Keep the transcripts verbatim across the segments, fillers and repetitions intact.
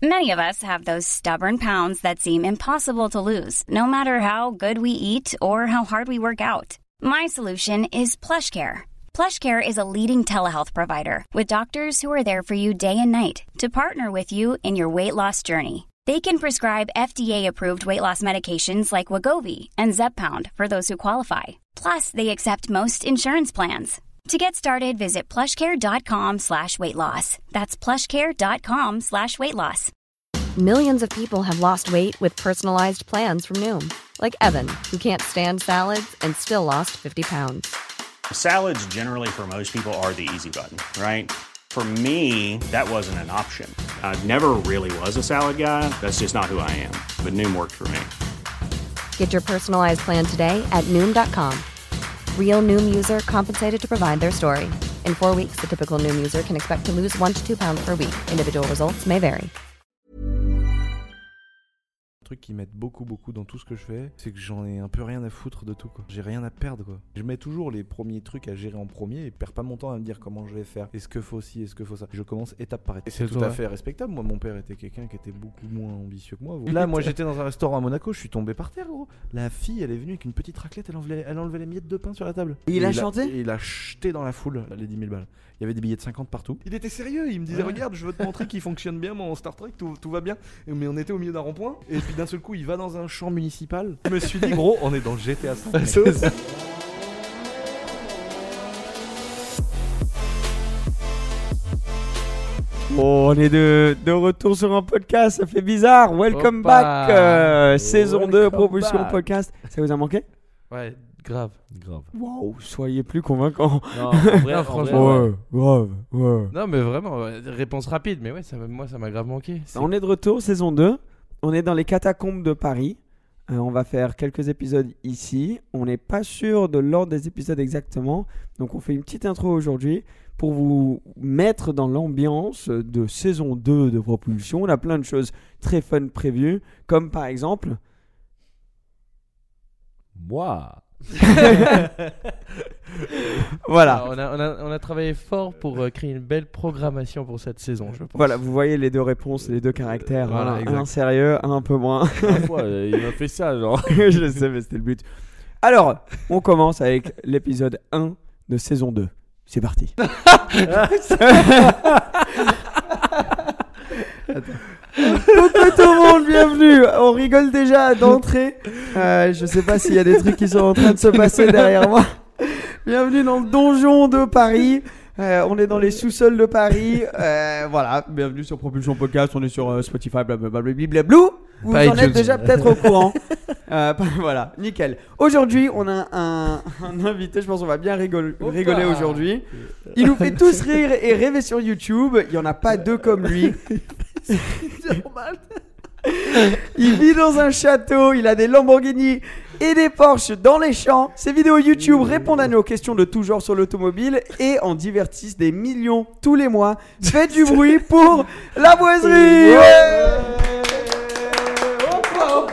Many of us have those stubborn pounds that seem impossible to lose, no matter how good we eat or how hard we work out. My solution is PlushCare. PlushCare is a leading telehealth provider with doctors who are there for you day and night to partner with you in your weight loss journey. They can prescribe F D A-approved weight loss medications like Wegovy and Zepbound for those who qualify. Plus, they accept most insurance plans. To get started, visit plushcare.com slash weight loss. That's plushcare.com slash weight loss. Millions of people have lost weight with personalized plans from Noom. Like Evan, who can't stand salads and still lost fifty pounds. Salads generally for most people are the easy button, right? For me, that wasn't an option. I never really was a salad guy. That's just not who I am. But Noom worked for me. Get your personalized plan today at Noom dot com. Real Noom user compensated to provide their story. In four weeks, the typical Noom user can expect to lose one to two pounds per week. Individual results may vary. Truc qui m'aide beaucoup beaucoup dans tout ce que je fais, c'est que j'en ai un peu rien à foutre de tout, quoi. J'ai rien à perdre, quoi. Je mets toujours les premiers trucs à gérer en premier et perds pas mon temps à me dire comment je vais faire, est-ce que faut ci, est-ce que faut ça. Je commence étape par étape. Et c'est, c'est tout à fait respectable. Moi, mon père était quelqu'un qui était beaucoup moins ambitieux que moi. Là, moi, j'étais dans un restaurant à Monaco, je suis tombé par terre, gros. La fille, elle est venue avec une petite raclette, elle enlevait, elle enlevait les miettes de pain sur la table. Et il a chanté ? Et il a jeté dans la foule les dix mille balles. Il y avait des billets de cinquante partout. Il était sérieux, il me disait ouais. Regarde, je veux te montrer qu'il fonctionne bien mon Star Trek, tout, tout va bien. Mais on était au milieu d'un rond-point et puis d'un seul coup il va dans un champ municipal. Je me suis dit gros, on est dans le G T A cinq. Oh, on est de, de retour sur un podcast, ça fait bizarre. Welcome Opa. back, euh, saison Welcome deux, Propulsion back. Podcast. Ça vous a manqué ? Ouais, grave. Grave. Waouh, soyez plus convaincants. Non, en vrai, non, franchement. Ouais, grave, ouais. Non, mais vraiment, réponse rapide, mais ouais, ça, moi, ça m'a grave manqué. C'est... On est de retour, saison deux. On est dans les catacombes de Paris. Euh, on va faire quelques épisodes ici. On n'est pas sûr de l'ordre des épisodes exactement. Donc, on fait une petite intro aujourd'hui pour vous mettre dans l'ambiance de saison deux de Propulsion. On a plein de choses très fun prévues, comme par exemple... Moi. Voilà. Alors, on, a, on, a, on a travaillé fort pour euh, créer une belle programmation pour cette saison, je pense. Voilà, vous voyez les deux réponses, les deux caractères. Voilà, hein, un sérieux, un un peu moins. Parfois, euh, il m'a fait ça, genre. Je sais, mais c'était le but. Alors, on commence avec l'épisode un de saison deux. C'est parti. Coucou tout le monde, bienvenue. On rigole déjà d'entrée. Euh, je sais pas s'il y a des trucs qui sont en train de se passer derrière moi. Bienvenue dans le donjon de Paris. Euh, on est dans les sous-sols de Paris. Euh, voilà, bienvenue sur Propulsion Podcast. On est sur euh, Spotify, blablabla. Vous Pas en êtes déjà peut-être au courant. Euh, voilà, nickel. Aujourd'hui, on a un, un invité. Je pense qu'on va bien rigole, rigoler aujourd'hui. Il nous fait tous rire et rêver sur YouTube. Il n'y en a pas deux comme lui. C'est normal. Il vit dans un château. Il a des Lamborghini et des Porsche dans les champs. Ses vidéos YouTube répondent à nos questions de tout genre sur l'automobile et en divertissent des millions tous les mois. Faites du bruit pour La Boiserie. Ouais. Oh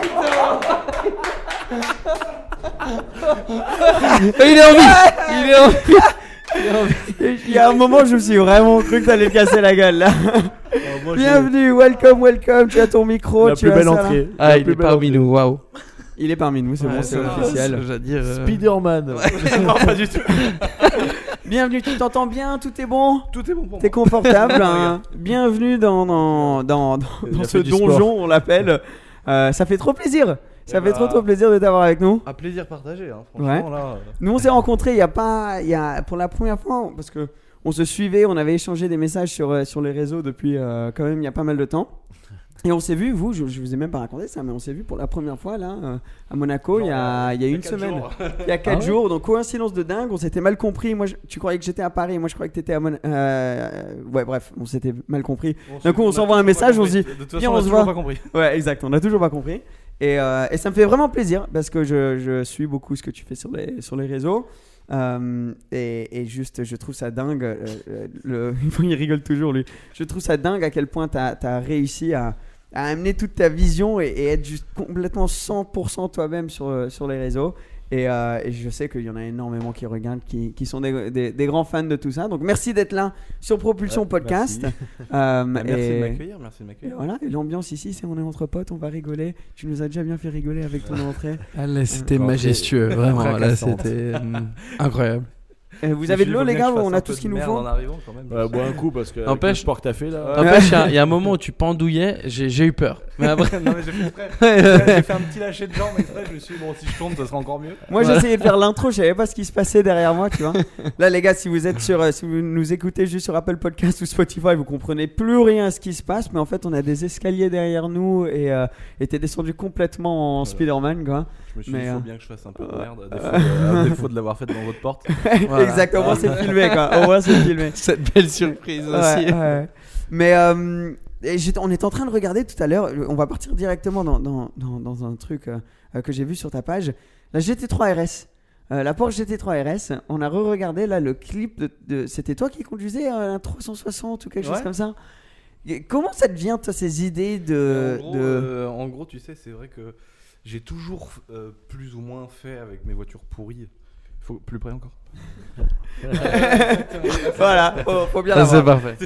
putain. Il est en vie. Il est en vie. Il y a un moment, je me suis vraiment cru que t'allais casser la gueule là. Oh, moi, bienvenue, welcome, welcome. Tu as ton micro. La tu plus as belle ça, entrée. Ah, il est parmi nous, waouh. Il est parmi nous, c'est ouais, bon, c'est, c'est officiel. Je veux dire, euh... Spider-Man. Ouais. Non, pas du tout. Bienvenue, tu t'entends bien, tout est bon. Tout est bon pour T'es moi. confortable. Hein. Bienvenue dans, dans, dans, dans, dans ce donjon, sport. On l'appelle. Euh, ça fait trop plaisir. Ça et fait bah, trop trop plaisir de t'avoir avec nous. Un plaisir partagé, hein, franchement. Ouais. Là, euh... Nous, on s'est rencontrés il y a pas, il y a pour la première fois, parce que on se suivait, on avait échangé des messages sur sur les réseaux depuis euh, quand même il y a pas mal de temps. Et on s'est vu, vous, je, je vous ai même pas raconté ça, mais on s'est vu pour la première fois là euh, à Monaco. Genre, il y a, il y a une semaine, il y a quatre ah jours. Ouais donc coïncidence de dingue, on s'était mal compris. Moi, je, tu croyais que j'étais à Paris, moi je croyais que t'étais à Monaco. Euh, ouais, bref, on s'était mal compris. On D'un coup, on, on s'envoie un message, on se dit, viens, on se voit. Pas compris. Ouais, exact, on a toujours pas compris. Et, euh, et ça me fait vraiment plaisir parce que je, je suis beaucoup ce que tu fais sur les sur les réseaux. Euh, et, et juste, je trouve ça dingue. Euh, le, il rigole toujours lui. Je trouve ça dingue à quel point t'as t'as réussi à à amener toute ta vision et, et être juste complètement cent pour cent toi-même sur, sur les réseaux. Et, euh, et je sais qu'il y en a énormément qui regardent, qui, qui sont des, des, des grands fans de tout ça. Donc merci d'être là sur Propulsion Ouais, Podcast. merci. Euh, Ah, merci et- de m'accueillir, merci de et m'accueillir. voilà, et l'ambiance ici, c'est on est entre potes, on va rigoler. Tu nous as déjà bien fait rigoler avec ton entrée. Allez, c'était Encore majestueux, vraiment. Là, fracassante. c'était hum, incroyable. Euh, vous avez de l'eau, les gars, on a tout ce qu'il nous En faut. arrivant, quand même. Ouais, bois un coup parce que. N'empêche- avec le sport que t'as fait là. N'empêche, il y a- il y, a un moment où tu pendouillais, j'ai, j'ai eu peur. Mais après, non mais j'ai fait exprès. J'ai fait un petit lâcher de jambes exprès. Je me suis dit bon si je tourne ça sera encore mieux. Moi, Ouais. j'essayais de faire l'intro, je savais pas ce qui se passait derrière moi, tu vois. Là, les gars, si vous êtes sur, euh, si vous nous écoutez juste sur Apple Podcast ou Spotify, vous comprenez plus rien à ce qui se passe, mais en fait, on a des escaliers derrière nous et euh, et t'es descendu complètement en Voilà. Spider-Man, quoi. Je me suis Mais, dit il faut euh, bien que je fasse un peu de merde à défaut de, à défaut de l'avoir fait devant votre porte. Voilà. Exactement, c'est filmé, quoi. Au moins, c'est filmé. cette belle surprise Ouais, aussi. ouais. Mais euh, et j'étais- on est en train de regarder tout à l'heure. On va partir directement dans, dans, dans, dans un truc euh, euh, que j'ai vu sur ta page. La G T trois R S. Euh, la Porsche G T trois R S. On a re-regardé là le clip de. de- C'était toi qui conduisais euh, un trois cent soixante ou quelque chose Ouais. comme ça. Et comment ça te vient, toi, ces idées de. en, gros, de... euh, en gros, tu sais, c'est vrai que j'ai toujours euh, plus ou moins fait avec mes voitures pourries. Faut plus près encore. Voilà, faut, faut bien Ça, c'est l'avoir. parfait.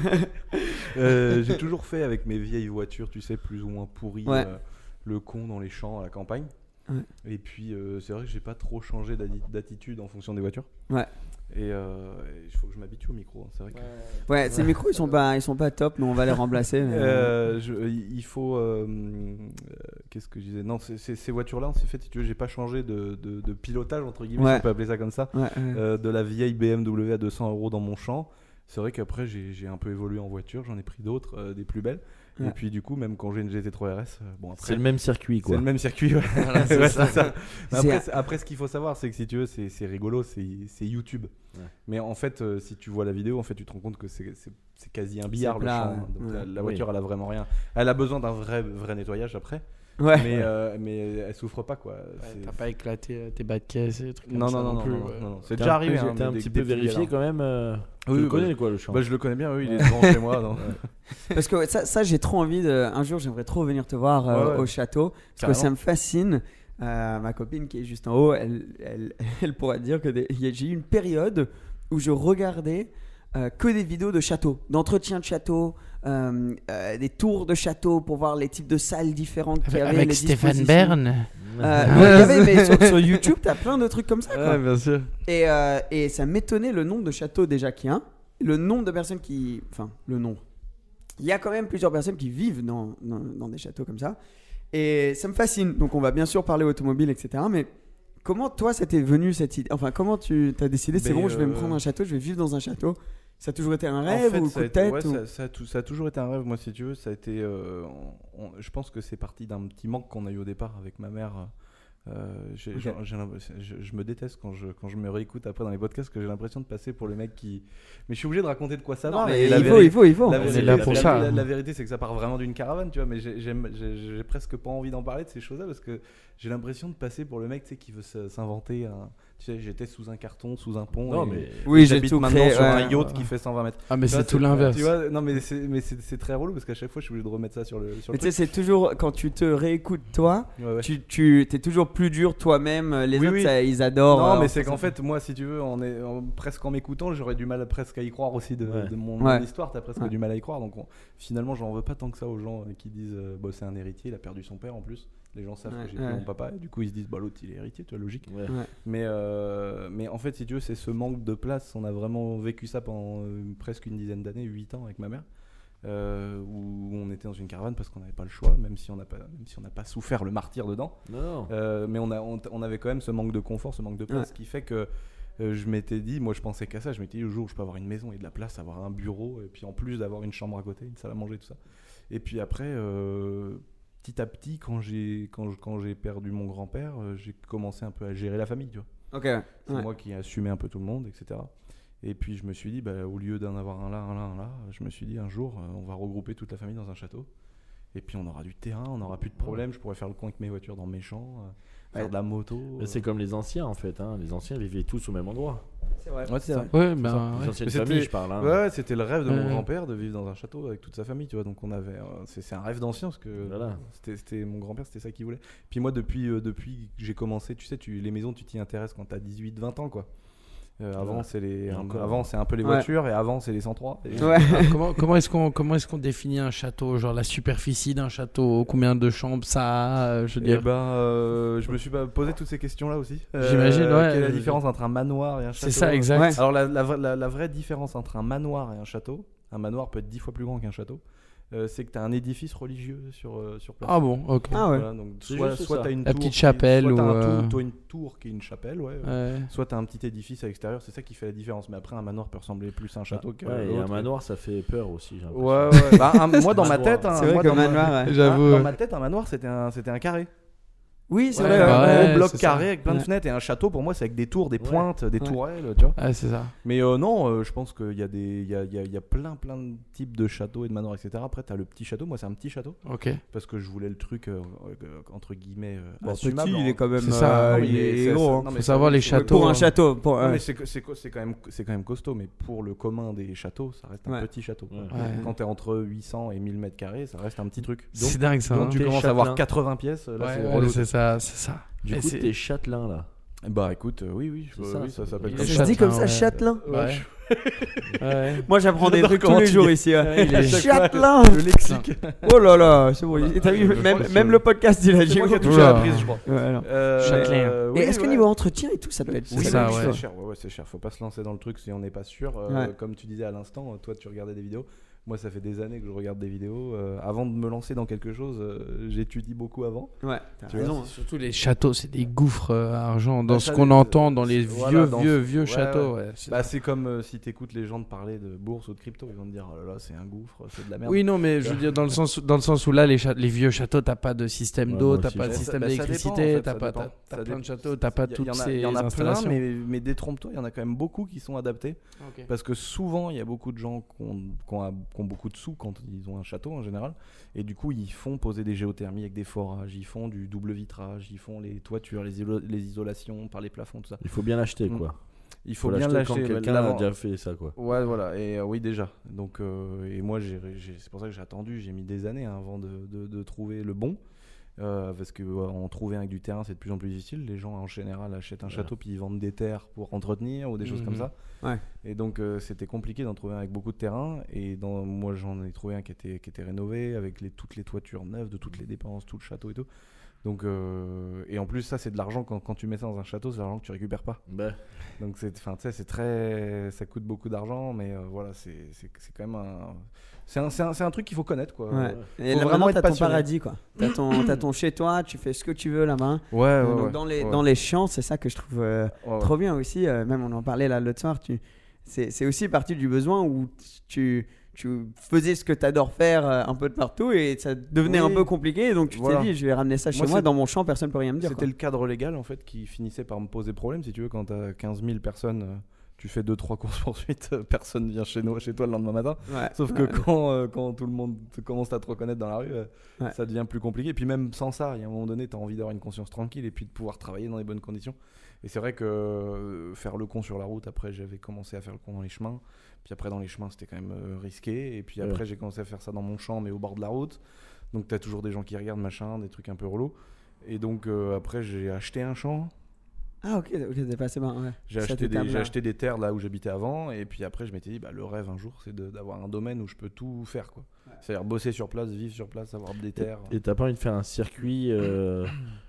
Euh, j'ai toujours fait avec mes vieilles voitures, tu sais, plus ou moins pourries, Ouais. euh, le con dans les champs à la campagne. Ouais. Et puis, euh, c'est vrai que j'ai pas trop changé d'atti- d'attitude en fonction des voitures. Ouais. Et euh, il faut que je m'habitue au micro, hein, c'est vrai que. Ouais, ces micros, ils sont pas, ils sont pas top, mais on va les remplacer. mais- Euh, je- il faut. euh, euh, Qu'est-ce que je disais? Non, c'est- c'est- ces voitures-là, en fait, si tu veux, j'ai pas changé de, de- de pilotage, entre guillemets, Ouais. si on peut appeler ça comme ça. Ouais, ouais. Euh, de la vieille B M W à deux cents euros dans mon champ. C'est vrai qu'après, j'ai j'ai un peu évolué en voiture, j'en ai pris d'autres, euh, des plus belles. Ouais. Et puis, du coup, même quand j'ai une G T trois R S, euh, bon, après. C'est le même circuit C'est quoi. le même circuit, ouais. Voilà, c'est Ouais, ça. c'est ça. Mais C'est- Après, c'est- après, ce qu'il faut savoir, c'est que si tu veux, c'est c'est rigolo, c'est c'est YouTube. Ouais. Mais en fait, euh, si tu vois la vidéo, en fait, tu te rends compte que c'est c'est- c'est quasi un billard le plat, champ. ouais. hein. Donc Ouais. la, la Oui. voiture, elle a vraiment rien. Elle a besoin d'un vrai, vrai nettoyage après. Ouais. Mais, euh, mais elle souffre pas, quoi. Ouais, C'est- T'as pas éclaté euh, tes bas de caisse et des trucs comme Non, ça non, non, non, non, plus. non, ouais. non, non. C'est T'as déjà un- arrivé. hein, T'as un mais petit des- peu des petits vérifié galères. quand même. euh, Oui, tu le bah, connais quoi le champ. Bah, je le connais bien, oui, il est devant chez moi. donc. Parce que ça, ça j'ai trop envie de. Un jour, j'aimerais trop venir te voir euh, Ouais, ouais. au château. Parce Carrément. que ça me fascine. Euh, ma copine qui est juste en haut, elle, elle, elle pourra dire que des- y a- j'ai eu une période où je regardais euh, que des vidéos de château, d'entretien de château, euh, euh, des tours de château pour voir les types de salles différentes qu'il y Avec, avait. avec les Stéphane dispositions. Bern. Euh, ouais, il y avait, mais sur, sur YouTube, t'as plein de trucs comme ça. quoi. Ouais, bien sûr. Et, euh, et ça m'étonnait le nombre de châteaux déjà qu'il y a, le nombre de personnes qui... Enfin, le nombre. Il y a quand même plusieurs personnes qui vivent dans, dans, dans des châteaux comme ça. Et ça me fascine. Donc on va bien sûr parler automobile, et cetera. Mais comment toi, ça t'est venu cette idée? Enfin, comment tu as décidé, c'est Mais, bon, je vais me euh, prendre un château, je vais vivre dans un château? Ça a toujours été un rêve En fait, ou ça coup a de été- tête ouais, ou- ça, ça a tout- ça a toujours été un rêve, moi, si tu veux. Ça a été. euh, on- on- je pense que c'est parti d'un petit manque qu'on a eu au départ avec ma mère. Euh, j'ai- Ok. genre, j'ai l'impression- je, je me déteste quand je, quand je me réécoute après dans les podcasts, que j'ai l'impression de passer pour le mec qui. Mais je suis obligé de raconter de quoi ça Non, va. mais la il faut, véri- il faut, il faut. la On est vérité- là la- pour la- ça. La, la vérité, c'est que ça part vraiment d'une caravane, tu vois. Mais j'ai- j'aime- j'ai j'ai presque pas envie d'en parler de ces choses-là parce que j'ai l'impression de passer pour le mec, tu sais, qui veut se- s'inventer. Un... Tu sais, j'étais sous un carton, sous un pont. Non et- mais. Oui, j'ai j'habite tout maintenant créé. sur un ouais. yacht qui fait cent vingt mètres. Ah, mais Tu vois, c'est tout l'inverse. Tu vois, non, mais c'est mais c'est- c'est très relou parce qu'à chaque fois, je suis obligé de remettre ça sur le. Sur Mais le tu sais, c'est toujours, quand tu te réécoutes toi, truc. Ouais, ouais. tu, tu es toujours plus dur toi-même. Les Oui, autres, oui. ça, ils adorent. Non, euh, mais c'est qu'en fait, moi, si tu veux, en est, en- presque en m'écoutant, j'aurais du mal presque à y croire aussi de, Ouais. de mon, Ouais. mon histoire. T'as presque Ouais. du mal à y croire. Donc, on- finalement, j'en veux pas tant que ça aux gens euh, qui disent euh, bah, c'est un héritier, il a perdu son père en plus. Les gens savent Ouais, que j'ai ouais. tué mon papa. Et du coup, ils se disent bah, l'autre, il est héritier, tu vois, logique. Ouais. Ouais. Mais, euh, mais en fait, si tu veux, c'est ce manque de place. On a vraiment vécu ça pendant euh, presque une dizaine d'années, huit ans avec ma mère. Euh, où on était dans une caravane parce qu'on n'avait pas le choix, même si on n'a pas, même si on n'a pas souffert le martyr dedans. Non non. Euh, mais on, a, on, on avait quand même ce manque de confort, ce manque de place, Ouais. ce qui fait que euh, je m'étais dit, moi je pensais qu'à ça, je m'étais dit le jour où je peux avoir une maison et de la place, avoir un bureau, et puis en plus d'avoir une chambre à côté, une salle à manger, tout ça. Et puis après, euh, petit à petit, quand j'ai, quand, je- quand j'ai perdu mon grand-père, euh, j'ai commencé un peu à gérer la famille, tu vois. Ok. ouais. C'est Ouais. moi qui ai assumé un peu tout le monde, et cetera. Et puis je me suis dit, bah, au lieu d'en avoir un là, un là, un là, je me suis dit un jour, euh, on va regrouper toute la famille dans un château. Et puis on aura du terrain, on n'aura plus de problème, je pourrais faire le coin avec mes voitures dans mes champs, euh, faire Ouais. de la moto. Mais C'est comme les anciens en fait. Hein. Les anciens vivaient tous au même endroit. C'est vrai. Ouais, c'est ça. Ouais, ben. ouais. Les anciennes Mais c'était- familles, je parle. Hein. Ouais, c'était le rêve de mon Ouais. grand-père de vivre dans un château avec toute sa famille, tu vois. Donc on avait, euh, c'est, c'est un rêve d'ancien parce que Voilà. c'était, c'était mon grand-père, c'était ça qu'il voulait. Puis moi, depuis, euh, depuis que j'ai commencé, tu sais, tu, les maisons, tu t'y intéresses quand t'as dix-huit vingt ans, quoi. Euh, avant, Ouais. c'est les, Et un- encore. avant, c'est un peu les Ouais. voitures et avant, c'est les cent trois. Et- Ouais. comment comment est-ce qu'on comment est-ce qu'on définit un château, genre la superficie d'un château, combien de chambres ça a, euh, je veux Et dire. ben, euh, je me suis pas posé toutes ces questions-là aussi. Euh, J'imagine, ouais. Quelle est la différence entre un manoir et un château? C'est ça, exact. Ouais. Alors la, la, vra- la- la vraie différence entre un manoir et un château, un manoir peut être dix fois plus grand qu'un château, euh, c'est que tu as un édifice religieux sur, euh, sur place. Ah bon, ok. Ah ouais. Voilà, donc C'est soit, juste soit ça. t'as une La tour petite qui- chapelle soit t'as ou, un euh, tour- t'as une tour qui est une chapelle, ouais. euh, Ouais. Soit t'as un petit édifice à l'extérieur, c'est ça qui fait la différence. Mais après, un manoir peut ressembler plus à un château que Ouais, et un l'autre. manoir, ça fait peur aussi. j'ai Ouais, l'impression. ouais. Bah, un- moi, dans ma Manoir. tête, un, C'est vrai moi, que dans ma- manoir, ouais. J'avoue. Dans ouais. ma tête, un manoir, c'était un, c'était un carré. Oui, c'est Ouais, vrai. bah ouais. ouais. Un gros bloc c'est carré ça. avec plein de Ouais. fenêtres. Et un château, pour moi, c'est avec des tours, des Ouais. pointes, des Ouais. tourelles, tu vois. Ah, c'est ça. Mais euh, non, euh, je pense qu'il y a des, il y a, il y a- il y a plein, plein de types de châteaux et de manoirs, et cetera. Après, t'as le petit château. Moi, c'est un petit château Ok. parce que je voulais le truc euh, euh, entre guillemets euh, Bon, assumable. petit, il en- est quand même. C'est ça. euh, Non, mais il est c'est- gros. c'est- hein. non, mais Faut c'est- savoir les c'est- châteaux. Pour un château. Pour, Non, ouais. mais c'est, que- c'est, que- c'est quand même, c'est quand même costaud. Mais pour le commun des châteaux, ça reste un Ouais. petit château. quoi. Ouais. Ouais. Quand t'es entre huit cents et mille mètres carrés, ça reste un petit truc. C'est dingue ça. Quand hein. tu T'es commences à avoir châtelain. quatre-vingts pièces, là, Ouais, c'est ouais, relou. c'est ça, c'est ça. Du Et coup, c'est- t'es châtelain là. Bah écoute, euh, oui, oui, je- C'est ça, oui, ça ça s'appelle il comme est Ça ça. se dit comme ça, Châtelain, châtelain. Ouais. Ouais. Moi, j'apprends des J'adore trucs tous comment les tu jours dis. ici. hein. Ouais, il est- Châtelain. Le lexique. Oh là là, c'est bon. T'as vu, Je crois même, que même c'est- le podcast, il a dit. C'est moi qui ai touché Oula. la prise, je crois. Ouais, alors. Euh, Châtelain. euh, Et oui, est-ce que ouais. niveau entretien et tout, ça doit être. C'est Oui, ça, oui, ouais. c'est cher, ouais, ouais, c'est cher. Faut pas se lancer dans le truc si on n'est pas sûr. Euh, Ouais. Comme tu disais à l'instant, toi tu regardais des vidéos. Moi, ça fait des années que je regarde des vidéos. Euh, avant de me lancer dans quelque chose, euh, j'étude beaucoup avant. Ouais, t'as Tu raison. vois, hein. Surtout les châteaux, c'est des gouffres euh, à argent. Dans Bah, ce ça, qu'on euh, entend dans les voilà, vieux, dans vieux, ce- vieux ouais, châteaux. ouais. ouais, c'est Bah, ça. c'est comme euh, si t'écoutes les gens de parler de bourse ou de crypto, ils vont te dire oh là là, c'est un gouffre, c'est de la merde. Oui, non, mais je veux dire, dans le sens, où- dans le sens où là, les, châ- les vieux châteaux, t'as pas de système Ouais, d'eau, moi t'as aussi, pas je de pense. système Bah, ça d'électricité, dépend, en fait, t'as ça pas, dépend. t'as- Ça t'as plein de dépend. châteaux, t'as pas Il y a- toutes il y en a- ces il y en a installations. plein, mais, mais détrompe-toi, il y en a quand même beaucoup qui sont adaptés. Parce que souvent, il y a beaucoup de gens qui ont, qui ont- qui ont beaucoup de sous quand ils ont un château en général. Et du coup, ils font poser des géothermies avec des forages, ils font du double vitrage, ils font les toitures, les, iso- les isolations par les plafonds, tout ça. Il faut bien l'acheter Mm. quoi. Il faut, Faut bien l'acheter quand l'acheter. quelqu'un l'avant- a déjà fait ça quoi. Ouais, voilà, et euh, oui, déjà. Donc, euh, et moi, j'ai, j'ai- c'est pour ça que j'ai attendu, j'ai mis des années hein, avant de, de- de trouver le bon. Euh, parce que ouais, en trouver un avec du terrain, c'est de plus en plus difficile. Les gens en général achètent un Ouais. château puis ils vendent des terres pour entretenir ou des choses Mhm. comme ça. Ouais. Et donc, euh, c'était compliqué d'en trouver un avec beaucoup de terrain. Et dans, moi, j'en ai trouvé un qui était, qui était rénové avec les, toutes les toitures neuves, de toutes les dépenses, tout le château et tout. Donc, euh, et en plus, ça, c'est de l'argent quand, quand tu mets ça dans un château, c'est de l'argent que tu récupères pas. Bah, Donc c'est, enfin, tu sais, c'est très, ça coûte beaucoup d'argent, mais euh, voilà, c'est, c'est, c'est quand même un, c'est un, c'est un, c'est un truc qu'il faut connaître, quoi. Ouais. Et Faut là, vraiment vraiment, être t'as ton passionné. paradis, quoi. T'as ton, t'as ton chez toi, tu fais ce que tu veux là-bas. Ouais, ouais, Euh, donc ouais, dans les, ouais. dans les champs, c'est ça que je trouve euh, Ouais, ouais. trop bien aussi. euh, même on en parlait là l'autre soir. Tu, c'est, c'est aussi partie du besoin où tu, tu faisais ce que tu adores faire euh, un peu de partout et ça devenait Oui. un peu compliqué. Et donc tu Voilà. t'es dit, je vais ramener ça chez Moi, moi. c'est- Dans mon champ, personne peut rien me dire. C'était quoi. le cadre légal en fait qui finissait par me poser problème, si tu veux, quand t'as quinze mille personnes. euh, Tu fais deux trois courses poursuites, euh, personne vient chez nous, chez toi le lendemain matin. Ouais. Sauf que Ouais. quand, euh, quand tout le monde te- commence à te reconnaître dans la rue, euh, Ouais. ça devient plus compliqué. Et puis même sans ça, il y a un moment donné, tu as envie d'avoir une conscience tranquille et puis de pouvoir travailler dans les bonnes conditions. Et c'est vrai que euh, faire le con sur la route, après j'avais commencé à faire le con dans les chemins. Puis après dans les chemins, c'était quand même euh, risqué. Et puis Ouais. après, j'ai commencé à faire ça dans mon champ, mais au bord de la route. Donc tu as toujours des gens qui regardent, machin, des trucs un peu relous. Et donc euh, après, j'ai acheté un champ. Ah ok, ok, c'est passé bien. Ouais. J'ai Cette acheté, des, étape-là. j'ai acheté des terres là où j'habitais avant, et puis après je m'étais dit, bah, le rêve un jour, c'est de- d'avoir un domaine où je peux tout faire, quoi. C'est-à-dire bosser sur place, vivre sur place, avoir des terres. et t'as pas envie de faire un circuit, euh,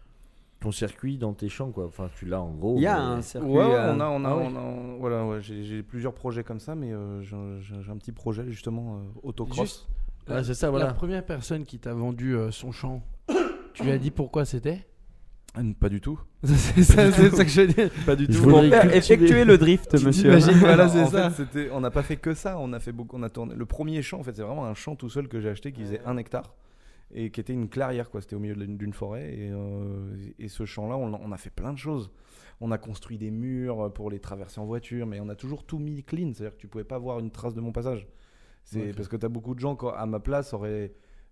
ton circuit dans tes champs quoi. Enfin tu l'as en gros. Il y a mais- un circuit. Ouais, ouais, euh, on a, on a, ah oui. on a- voilà, ouais, j'ai, j'ai plusieurs projets comme ça, mais euh, j'ai, j'ai- j'ai un petit projet justement euh, autocross. Juste, Ouais, la- c'est ça, La voilà. première personne qui t'a vendu euh, son champ, tu lui as dit pourquoi c'était? Ah, pas du tout. C'est ça, c'est ça que je veux dire. Pas du Je tout. voulais Pour faire cultiver. effectuer le drift, monsieur. t'imagines, voilà, Non, c'est en ça. fait, c'était- on n'a pas fait que ça. On a fait beaucoup. On a tourné. Le premier champ, en fait, c'est vraiment un champ tout seul que j'ai acheté qui faisait un hectare et qui était une clairière, quoi. C'était au milieu d'une, d'une forêt et, euh, et ce champ-là, on, on a fait plein de choses. On a construit des murs pour les traverser en voiture, mais on a toujours tout mis clean. C'est-à-dire que tu pouvais pas voir une trace de mon passage. C'est Ok. parce que tu as beaucoup de gens, quoi, à ma place, auraient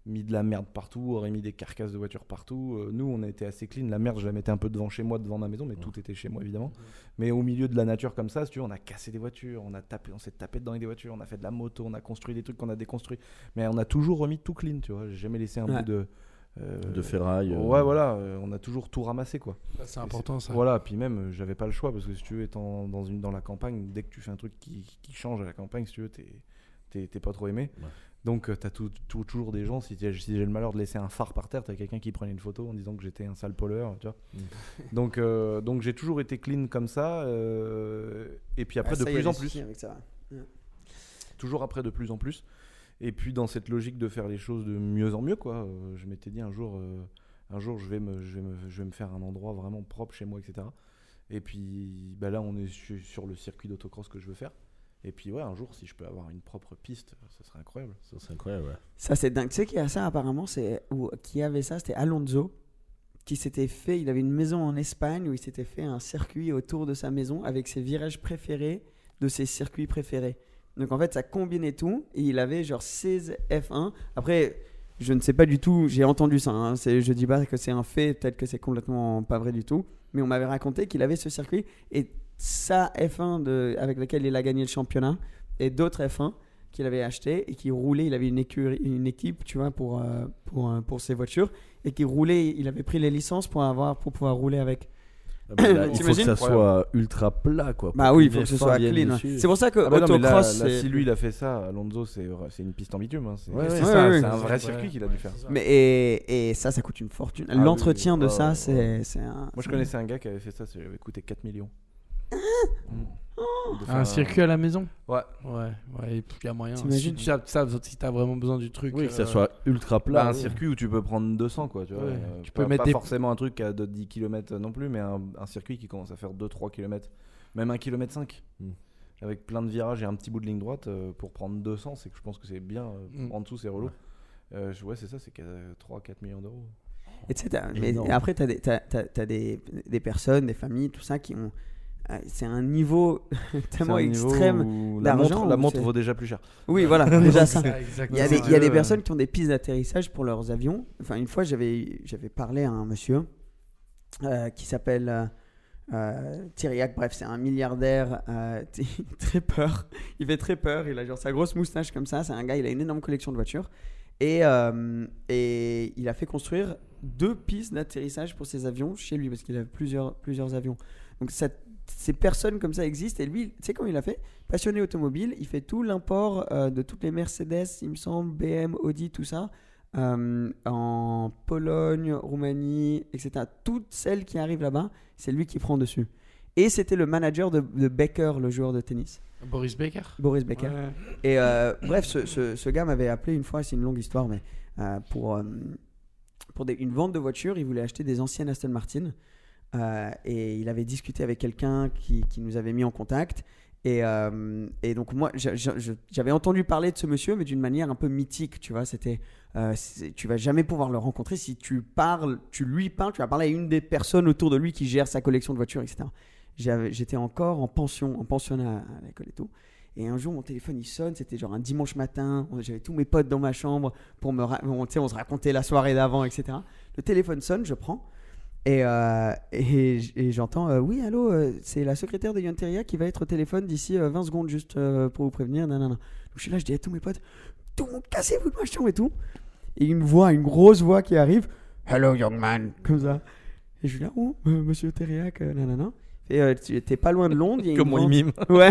mis de la merde partout, aurait mis des carcasses de voitures partout. Euh, nous, on a été assez clean. La merde, je la mettais un peu devant chez moi, devant ma maison, mais tout était chez moi évidemment. Mais au milieu de la nature comme ça, si tu veux, on a cassé des voitures, on a tapé, on s'est tapé dedans avec des voitures, on a fait de la moto, on a construit des trucs qu'on a déconstruits. Mais on a toujours remis tout clean, tu vois. J'ai jamais laissé un Ouais. bout de euh, De ferraille. euh, Ouais, voilà, euh, on a toujours tout ramassé quoi. Ça, c'est important ça. Voilà, puis même, euh, j'avais pas le choix parce que si tu veux, étant dans, une, dans la campagne, dès que tu fais un truc qui, qui change à la campagne, si tu veux, t'es, t'es, t'es pas trop aimé. Ouais. Donc, euh, t'as tout, tout- toujours des gens, si, t'es- si j'ai le malheur de laisser un phare par terre, t'as quelqu'un qui prenait une photo en disant que j'étais un sale pollueur, tu vois. Mm. donc, euh, donc, j'ai toujours été clean comme ça. euh, et puis après, Ah, de ça, y a plus en des plus, soucis avec ça. toujours après, de plus en plus. Et puis, dans cette logique de faire les choses de mieux en mieux, quoi, euh, je m'étais dit un jour, euh, un jour je, vais me, je, vais me, je vais me faire un endroit vraiment propre chez moi, et cetera. Et puis bah là, on est su- sur le circuit d'autocross que je veux faire. Et puis, ouais, un jour, si je peux avoir une propre piste, ça serait incroyable. Ça, c'est incroyable, ouais. Ça, c'est dingue. Tu sais qu'il y a ça, apparemment, c'est, ou, qui avait ça, c'était Alonso, qui s'était fait, il avait une maison en Espagne où il s'était fait un circuit autour de sa maison avec ses virages préférés de ses circuits préférés. Donc, en fait, ça combinait tout et il avait genre seize F un. Après, je ne sais pas du tout, j'ai entendu ça, hein, c'est, je dis pas que c'est un fait, peut-être que c'est complètement pas vrai du tout, mais on m'avait raconté qu'il avait ce circuit et sa F un de, avec laquelle il a gagné le championnat et d'autres F un qu'il avait acheté et qui roulait, il avait une, écurie, une équipe, tu vois, pour, euh, pour, euh, pour ses voitures et qui roulait, il avait pris les licences pour, avoir, pour pouvoir rouler avec. Ah bah là, il faut que T'imagines ? ça soit ultra plat, quoi. Bah pour oui, il qu'une faut que ce F un soit vienne clean. dessus. C'est pour ça que Ah bah non, mais là, autocross, là, c'est- si lui il a fait ça, Alonso, c'est, c'est une piste en bitume. Hein, c'est, Ouais, ouais, c'est ouais, ça, ouais, c'est un ouais. vrai Ouais. circuit qu'il a dû faire. Mais et, et ça, ça coûte une fortune. Ah L'entretien oui, de ouais, ça, ouais, c'est, ouais. c'est un. Moi, je connaissais un gars qui avait fait ça, ça lui avait coûté quatre millions. Mm. De faire Un circuit à la maison. Ouais. Ouais, ouais, il y a moyen. T'imagines Si tu as, ça, si t'as vraiment besoin du truc. Oui, que ça euh, soit ultra plat. Bah, un oui. circuit où tu peux prendre deux cents, quoi. Tu, vois, Ouais. euh, Tu pas, peux mettre pas des- forcément un truc à de dix kilomètres non plus, mais un, un circuit qui commence à faire deux trois kilomètres, même un kilomètre cinq. Mm. Avec plein de virages et un petit bout de ligne droite, euh, pour prendre deux cents, c'est que je pense que c'est bien. euh, Mm. En dessous, c'est relou. Euh, je- ouais, c'est ça, c'est trois à quatre millions d'euros. Et tu sais, t'as- mais Énorme. après, tu as, des, t'as, t'as- t'as des, des personnes, des familles, tout ça, qui ont. euh, C'est un niveau tellement C'est un niveau extrême. où la d'argent montre, la ou montre c'est- vaut déjà plus cher. Oui, voilà, déjà ça. C'est Il y a des, exactement il y a ça. des Euh, personnes qui ont des pistes d'atterrissage pour leurs avions. Enfin, une fois, j'avais, j'avais parlé à un monsieur euh, qui s'appelle euh, euh, Thiriac. Bref, c'est un milliardaire euh, très peur. Il fait très peur. Il a genre sa grosse moustache comme ça. C'est un gars, il a une énorme collection de voitures. Et, euh, et il a fait construire deux pistes d'atterrissage pour ses avions chez lui parce qu'il a plusieurs, plusieurs avions. Donc, ça, ces personnes comme ça existent. Et lui, tu sais comment il a fait ? Passionné automobile, il fait tout l'import euh, de toutes les Mercedes, il me semble, B M, Audi, tout ça, euh, en Pologne, Roumanie, et cetera. Toutes celles qui arrivent là-bas, c'est lui qui prend dessus. Et c'était le manager de, de Becker, le joueur de tennis, Boris Becker. Boris Becker. Ouais. Et euh, bref, ce, ce, ce gars m'avait appelé une fois, c'est une longue histoire, mais euh, pour, euh, pour des- une vente de voiture, il voulait acheter des anciennes Aston Martin. Euh, et il avait discuté avec quelqu'un qui, qui nous avait mis en contact. Et, euh, et donc, moi, j'a- j'a- je- j'avais entendu parler de ce monsieur, mais d'une manière un peu mythique, tu vois. C'était, euh, c'est- tu vas jamais pouvoir le rencontrer si tu parles, tu lui parles, tu vas parler à une des personnes autour de lui qui gère sa collection de voitures, et cetera. J'avais- J'étais encore en pension, en pensionnat à l'école et tout. Et un jour, mon téléphone il sonne, c'était genre un dimanche matin. on- J'avais tous mes potes dans ma chambre pour me, ra- on, tu sais, on se racontait la soirée d'avant, et cetera. Le téléphone sonne, je prends. Et, euh, et, j- et j'entends euh, oui, allô, euh, c'est la secrétaire de Yann Terria qui va être au téléphone d'ici euh, vingt secondes, juste euh, pour vous prévenir. Nanana. Donc je suis là, je dis à tous mes potes, tout le monde cassez-vous de ma chambre et tout. Et une voix, une grosse voix qui arrive, hello young man, comme ça. Et je suis là, oh, euh, monsieur Terriac, euh, nanana. Et euh, tu t'es pas loin de Londres. il y a une Comment il vente- mime. Ouais.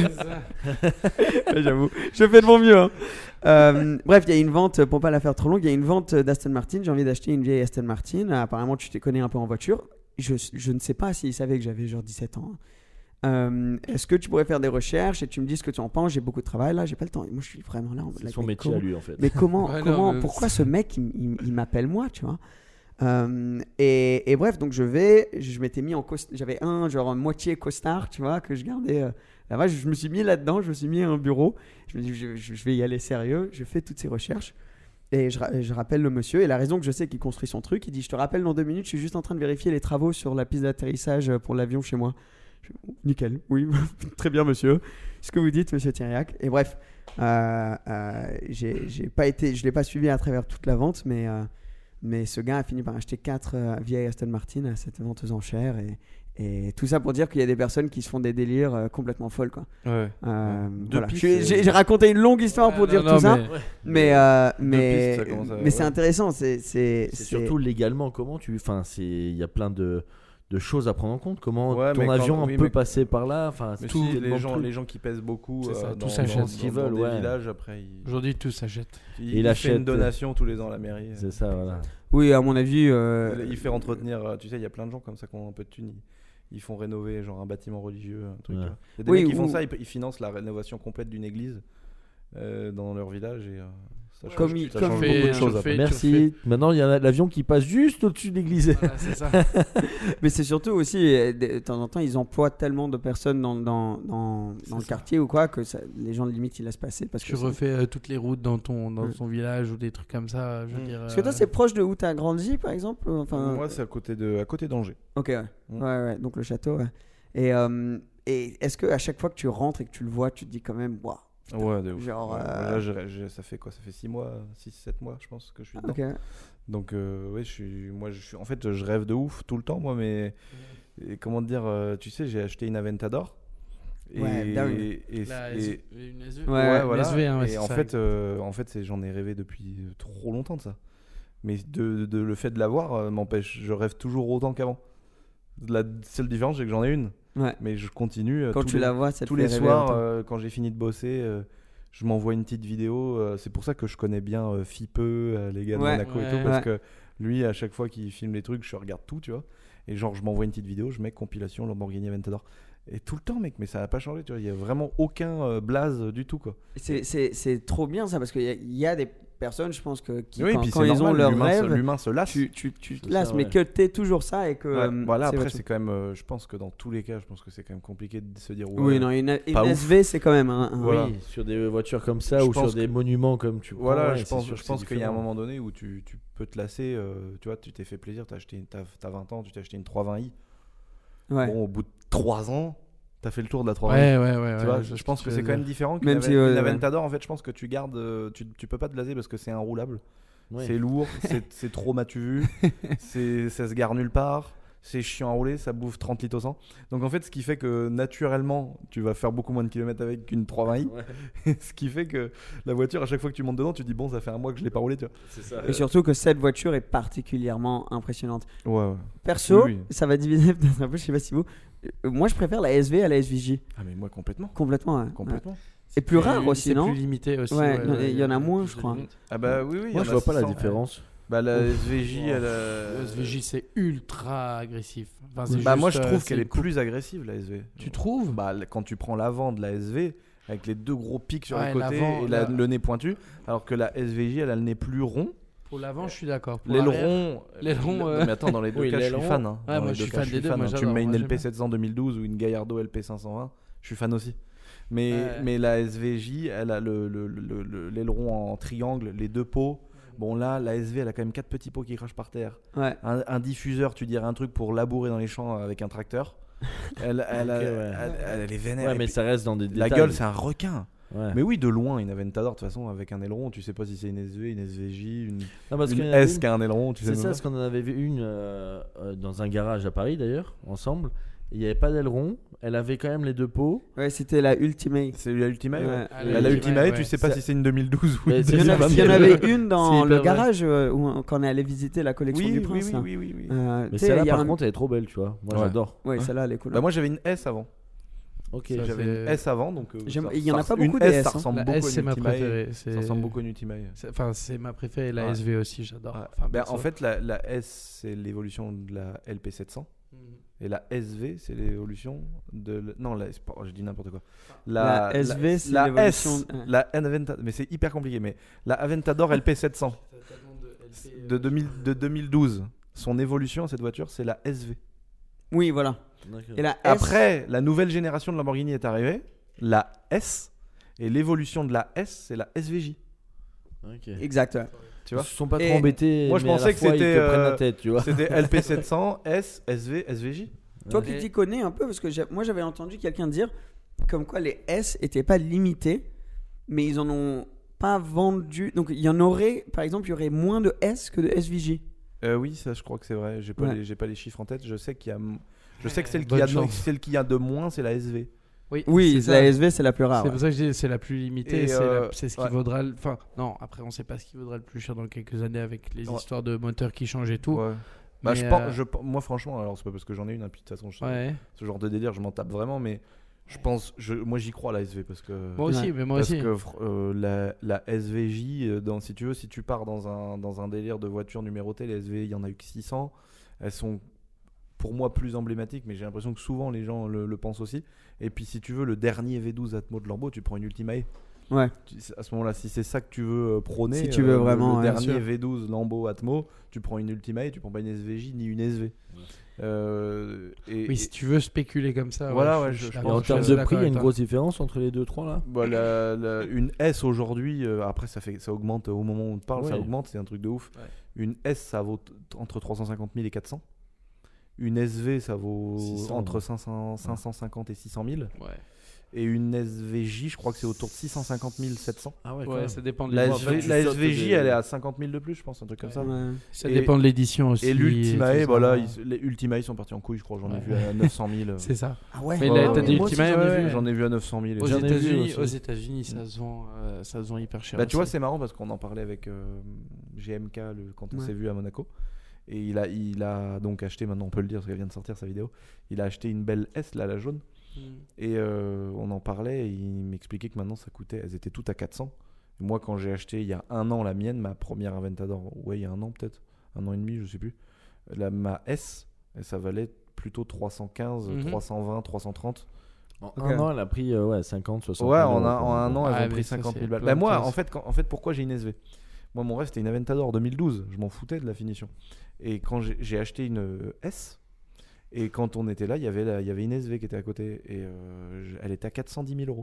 Ouais, j'avoue, je fais de mon mieux. hein. Euh, bref, il y a une vente, pour pas la faire trop longue, il y a une vente d'Aston Martin. J'ai envie d'acheter une vieille Aston Martin. Apparemment, tu te connais un peu en voiture. Je, je ne sais pas s'il savait que j'avais genre dix-sept ans. Euh, Est-ce que tu pourrais faire des recherches et tu me dis ce que tu en penses? J'ai beaucoup de travail là, j'ai pas le temps. Et moi, je suis vraiment là. en mode, C'est like, son mais métier à comment- lui, en fait. Mais comment, Ouais, non, comment mais- pourquoi ce mec, il, il- il m'appelle moi, tu vois? Euh, et, et bref, donc je vais, je m'étais mis en cost- j'avais un genre moitié costard, tu vois, que je gardais euh, là-bas. Je, je me suis mis là-dedans, je me suis mis à un bureau. Je me dis, je, je- je vais y aller sérieux. Je fais toutes ces recherches et je, ra- je rappelle le monsieur. Et la raison que je sais qu'il construit son truc, il dit, je te rappelle dans deux minutes, je suis juste en train de vérifier les travaux sur la piste d'atterrissage pour l'avion chez moi. Je nickel, oui, très bien, monsieur. Ce que vous dites, monsieur Thiriac. Et bref, euh, euh, j'ai, j'ai pas été, je l'ai pas suivi à travers toute la vente, mais, euh, mais ce gars a fini par acheter quatre euh, vieilles Aston Martin à cette vente aux enchères. Et, et tout ça pour dire qu'il y a des personnes qui se font des délires euh, complètement folles, quoi. Ouais. Euh, Deux voilà. pistes, J'ai, euh, j'ai, j'ai raconté une longue histoire Ouais, pour non, dire non, tout ça. mais- Mais, euh, mais, pistes, ça commence à- mais c'est ouais. intéressant. C'est, c'est, C'est surtout légalement comment tu. Enfin, c'est il y a plein de, de choses à prendre en compte. Comment Ouais, ton mais quand- avion oui, peut mais- passer par là. Enfin, Mais tout si, les dans gens, le les truc. gens qui pèsent beaucoup C'est ça, euh, tout dans, s'achète. dans, Ce qu'ils dans veulent, des ouais. villages, après, ils, Aujourd'hui, tout s'achète. il, il il fait achète, une donation tous les ans à la mairie. C'est ça, voilà. oui, à mon avis. euh, Il fait entretenir, euh, tu sais, il y a plein de gens comme ça qui ont un peu de thunes. Ils, ils font rénover genre un bâtiment religieux, un truc. Ouais. tu vois. Il y a des Oui, mecs qui font ou- ça, ils, ils financent la rénovation complète d'une église euh, dans leur village et euh, ça change, Comme il- ça comme change fait- beaucoup de je choses. fais- après. tu Merci. Maintenant, il y a l'avion qui passe juste au-dessus de l'église. Voilà, c'est ça. Mais c'est surtout aussi, euh, de de temps en temps, ils emploient tellement de personnes dans, dans, dans, dans le ça. quartier ou quoi que ça, les gens limite ils laissent passer. Parce Tu que c'est- refais euh, toutes les routes dans ton, dans Mm. ton village ou des trucs comme ça. Je veux Mm. dire, Parce que toi, euh, c'est proche de où tu as grandi par exemple enfin, Moi, c'est à côté de, à côté d'Angers. Ok, ouais. Mm. ouais, ouais, donc le château. Ouais. Et, euh, et est-ce que à chaque fois que tu rentres et que tu le vois, tu te dis quand même, waouh. Ouais, de ouf. Genre, Ouais, euh, là, j'ai- j'ai- ça fait quoi? Ça fait six mois, six sept mois, je pense que je suis dedans. Ok. Donc, euh, ouais, je suis, moi, je suis, en fait, je rêve de ouf tout le temps, moi, mais et comment te dire, euh, tu sais, j'ai acheté une Aventador. Et, Ouais, dingue. et, et- la et- S- une S V. Ouais, ouais, ouais, voilà. S V, hein, ouais, et c'est en ça. fait, euh, en fait, c'est, j'en ai rêvé depuis euh, trop longtemps de ça. Mais de, de- le fait de l'avoir euh, m'empêche, je rêve toujours autant qu'avant. La seule différence, c'est que j'en ai une, Ouais. mais je continue. euh, Quand tous tu les, la vois, ça te tous fait les rêver soirs, autant. euh, quand j'ai fini de bosser, euh, je m'envoie une petite vidéo. euh, c'est pour ça que je connais bien euh, Fipeux, euh, les gars de Ouais. Monaco et Ouais. tout, parce Ouais. que lui, à chaque fois qu'il filme les trucs, je regarde tout, tu vois. Et genre, je m'envoie une petite vidéo, je mets compilation Lamborghini Aventador. Et tout le temps, mec, mais ça n'a pas changé, tu vois. Il y a vraiment aucun euh, blaze du tout, quoi. C'est, c'est, c'est trop bien ça parce qu'il y, a- il y a des personnes, je pense, que qui, Oui, quand, puis quand c'est ils normal, ont leur l'humain se- rêve, l'humain se lasse. tu, tu, tu te C'est lasses, ça, mais ouais. que t'aies toujours ça et que. Ouais, euh, voilà, c'est après, votre- c'est quand même. euh, je pense que dans tous les cas, je pense que c'est quand même compliqué de se dire. Ouais, Oui, non, une, une pas ouf. S V, c'est quand même un. un- Voilà. Oui, sur des voitures comme ça Je ou sur pense des que- monuments comme tu prends, Voilà, ouais, je c'est pense, sûr je que pense c'est qu'il y a un différent. moment donné où tu, tu peux te lasser. euh, tu vois, tu t'es fait plaisir, t'as acheté, une- t'as, t'as vingt ans, tu t'es acheté une trois vingt i. Ouais. Bon, au bout de trois ans, t'as fait le tour de la trois vingt i. Ouais, ouais, ouais. Tu ouais, vois, je- je pense tu que veux c'est quand dire. même différent qu'une Même Aven- si, ouais, une ouais. Aventador. En fait, je pense que tu gardes, euh, tu, tu peux pas te laser parce que c'est inroulable. Ouais. C'est lourd, c'est, c'est trop m'as-tu vu, c'est, ça se gare nulle part, c'est chiant à rouler, ça bouffe trente litres au cent. Donc en fait, ce qui fait que naturellement, tu vas faire beaucoup moins de kilomètres avec qu'une trois vingt i. Ouais, Ce qui fait que la voiture, à chaque fois que tu montes dedans, tu te dis bon, ça fait un mois que je l'ai pas roulé, tu c'est ça. Et surtout que cette voiture est particulièrement impressionnante. vois. Ouais, ouais. Perso, Oui, oui. ça va diviser peut-être un peu, je sais pas si vous. Euh, Moi, je préfère la S V à la S V J. Ah mais moi complètement, Complètement. ouais. complètement. Ouais. Et plus rare aussi, C'est non plus limité aussi. Ouais, non, il y en a ouais, moins, plus je de crois. limites. Ah bah oui, oui. il y Moi, en je a vois pas la six cents. différence. Bah la Ouf. S V J, elle. Le euh, S V J, c'est ultra agressif. Enfin, c'est Bah juste, moi je euh, trouve c'est qu'elle est cool. plus agressive la S V. Tu trouves? Bah l- quand tu prends l'avant de la S V avec les deux gros pics sur Ouais, les côtés l'avant, et la- la- le nez pointu, alors que la S V J elle a le nez plus rond. Pour l'avant, je suis d'accord. Pour l'arrière- L'aileron, l'aileron, le- euh, non, mais attends, dans les deux Oui, cas, je suis l'aileron. fan. Hein. Ouais, Dans moi, les je deux suis cas, fan je des suis deux, fan, moi, hein. Tu j'adore, me mets une moi, L P j'aime sept cents deux mille douze ou une Gallardo L P cinq cent vingt, je suis fan aussi. Mais, Ouais. mais la S V J, elle a le, le, le- le- l'aileron en triangle, les deux pots. Bon là, la S V, elle a quand même quatre petits pots qui crachent par terre. Ouais. Un, un diffuseur, tu dirais un truc pour labourer dans les champs avec un tracteur. Elle, elle, a- Ok, ouais. elle, elle- elle est vénère. Ouais, Et mais puis, ça reste dans des la détails. gueule, c'est un requin. Ouais. Mais oui, de loin, une Aventador, de toute façon, avec un aileron, tu sais pas si c'est une S V, une S V J, une, Non, parce une qu'il y en avait S une- qui a un aileron. Tu sais C'est même ça, pas. parce qu'on en avait vu une euh, euh, dans un garage à Paris d'ailleurs, ensemble. Il n'y avait pas d'aileron, elle avait quand même les deux pots. Ouais, c'était la Ultimate. C'est la Ultimate. Ouais. Ouais. Ah, La, la Ultimate, Ultimate, tu sais ouais. pas Ça- si c'est une deux mille douze ou Mais une c'est Il y en ça, avait, c'est il y en pas avait mieux. une dans C'est le hyper garage euh, où on- quand on est allé visiter la collection Oui, du oui, Prince. oui, là. oui, oui, oui. Euh, Mais tu sais, celle-là, il y a par un- contre, elle est trop belle, tu vois. Moi, Ouais. j'adore. Ouais, celle-là, elle est cool. Bah, moi, j'avais une S avant. Ok. Ça, J'avais c'est- une S avant, donc. euh, J'aime- ça- il y en a ça- pas une beaucoup S, des S, ça hein. ressemble La beaucoup S, à c'est une ma Ultimate. préférée. Ça c'est- ressemble beaucoup à une Ultimate. c'est- Enfin, c'est ma préférée. La Ouais. S V aussi, j'adore. Ouais. Enfin, Ben, perso. en fait, la, la S, c'est l'évolution de la L P sept cents. Mhm. Et la S V, c'est l'évolution de. l- Non, la, c'est pas- je dis n'importe quoi. La S V, c'est la l'évolution- S, ouais. la Aventador, mais c'est hyper compliqué. Mais la Aventador L P sept cents de, deux mille, de deux mille douze, son évolution, cette voiture, c'est la S V. Oui, voilà. D'accord. Et la S. Après, la nouvelle génération de Lamborghini est arrivée, la S, et l'évolution de la S, c'est la S V J. Ok. Exact. ouais. Tu vois Ils se sont pas Et trop embêtés. moi, je mais à pensais la que fois, ils c'était, te prennent euh, la tête, tu vois. C'était L P sept cents, S, S V, S V J. Toi Ouais. qui Et- t'y connais un peu, parce que j'ai- moi j'avais entendu quelqu'un dire comme quoi les S étaient pas limités, mais ils en ont pas vendu. Donc il y en aurait, par exemple, il y aurait moins de S que de S V J. Euh, oui, ça, je crois que c'est vrai. J'ai pas, Ouais. les, j'ai pas les chiffres en tête. Je sais qu'il y a, m- je sais que celle qui Bonne a, de, chance. celle qui a de moins, c'est la S V. Oui, Oui, c'est la ça. S V c'est la plus rare. C'est ouais. pour ça que je dis c'est la plus limitée, Et, c'est, euh, la- c'est ce qui ouais. vaudra. le- Enfin, non, après on sait pas ce qui vaudra le plus cher dans quelques années avec les Ouais. histoires de moteurs qui changent et tout. Ouais. Bah, Mais, je pense, euh, je, pen- moi, franchement, alors c'est pas parce que j'en ai une, hein, puis de toute façon, je- Ouais. ce genre de délire, je m'en tape vraiment, mais je pense, je, moi, j'y crois à la S V parce que. Moi aussi, Ouais. mais moi Parce aussi. que euh, la, la S V J, euh, dans, si tu veux, si tu pars dans un, dans un délire de voiture numérotée, les S V, il y en a eu que six cents. Elles sont pour moi plus emblématiques, mais j'ai l'impression que souvent les gens le, le pensent aussi. Et puis si tu veux, le dernier V douze Atmo de Lambo, tu prends une Ultimae. Ouais. Tu- À ce moment-là, si c'est ça que tu veux euh, prôner, Si tu veux le- vraiment, le, ouais, dernier bien sûr. V douze Lambo Atmo, tu prends une Ultimae, tu prends pas une S V J ni une S V. Euh, et, Oui, et- si tu veux spéculer comme ça. Voilà, ouais, ouais, je, je- suis je Et d'accord, en je suis termes assez de d'accord prix, il y a avec une toi. grosse différence entre les deux trois là. Bah, la- la- une S aujourd'hui, euh, après ça, fait, ça augmente au moment où on te parle, ça Ouais. augmente, c'est un truc de ouf. Ouais. Une S, ça vaut t- entre trois cent cinquante mille et quatre cents. Une S V, ça vaut six cents, entre ouais. cinq cents, cinq cent cinquante et six cent mille. Ouais, Et une S V J, je crois que c'est autour de six cent cinquante mille, sept cents. Ah ouais, ouais, ça dépend de La, en l'édition. fait, SV tu la sautes S V J, des- elle est à cinquante mille de plus, je pense, un truc comme ça. Ouais. Ça Et- dépend de l'édition aussi. Et l'Ultimae, tout ça. voilà, ils- les Ultimae sont partis en couille, je crois, j'en ai Ouais. vu à neuf cent mille. C'est ça. Ah ouais. Mais Ouais, là, ouais, t'as ouais, des moi aussi, Ultimae, j'en ai ouais, vu, ouais. J'en ai vu à neuf cent mille. Aux J'en ai vu États-Unis, aussi. aux États-Unis, ça se vend, euh, ça se vend hyper cher. Bah, tu vois, aussi. c'est marrant parce qu'on en parlait avec euh, G M K le- quand on Ouais. s'est vu à Monaco. Et il a, il a donc acheté, maintenant on peut le dire parce qu'elle vient de sortir sa vidéo, il a acheté une belle S, là, la jaune. Mm. Et euh, on en parlait et il m'expliquait que maintenant ça coûtait, elles étaient toutes à quatre cents. Et moi, quand j'ai acheté il y a un an la mienne, ma première Aventador, ouais, il y a un an peut-être, un an et demi, je sais plus, la, ma S, et ça valait plutôt trois cent quinze, Mhm. trois cent vingt, trois cent trente. En Ok. un an, elle a pris euh, ouais, cinquante, soixante. Ouais, mille en euros, un, quoi. en un an, elles Ah, ont mais pris ça, cinquante c'est mille balles. plein Bah, de moi, choses. en fait, quand- en fait, pourquoi j'ai une S V? Moi, mon rêve, c'était une Aventador deux mille douze. Je m'en foutais de la finition. Et quand j'ai j'ai acheté une euh, S, et quand on était là, il y avait la- il y avait une S V qui était à côté. Et euh, je- elle était à quatre cent dix mille euros.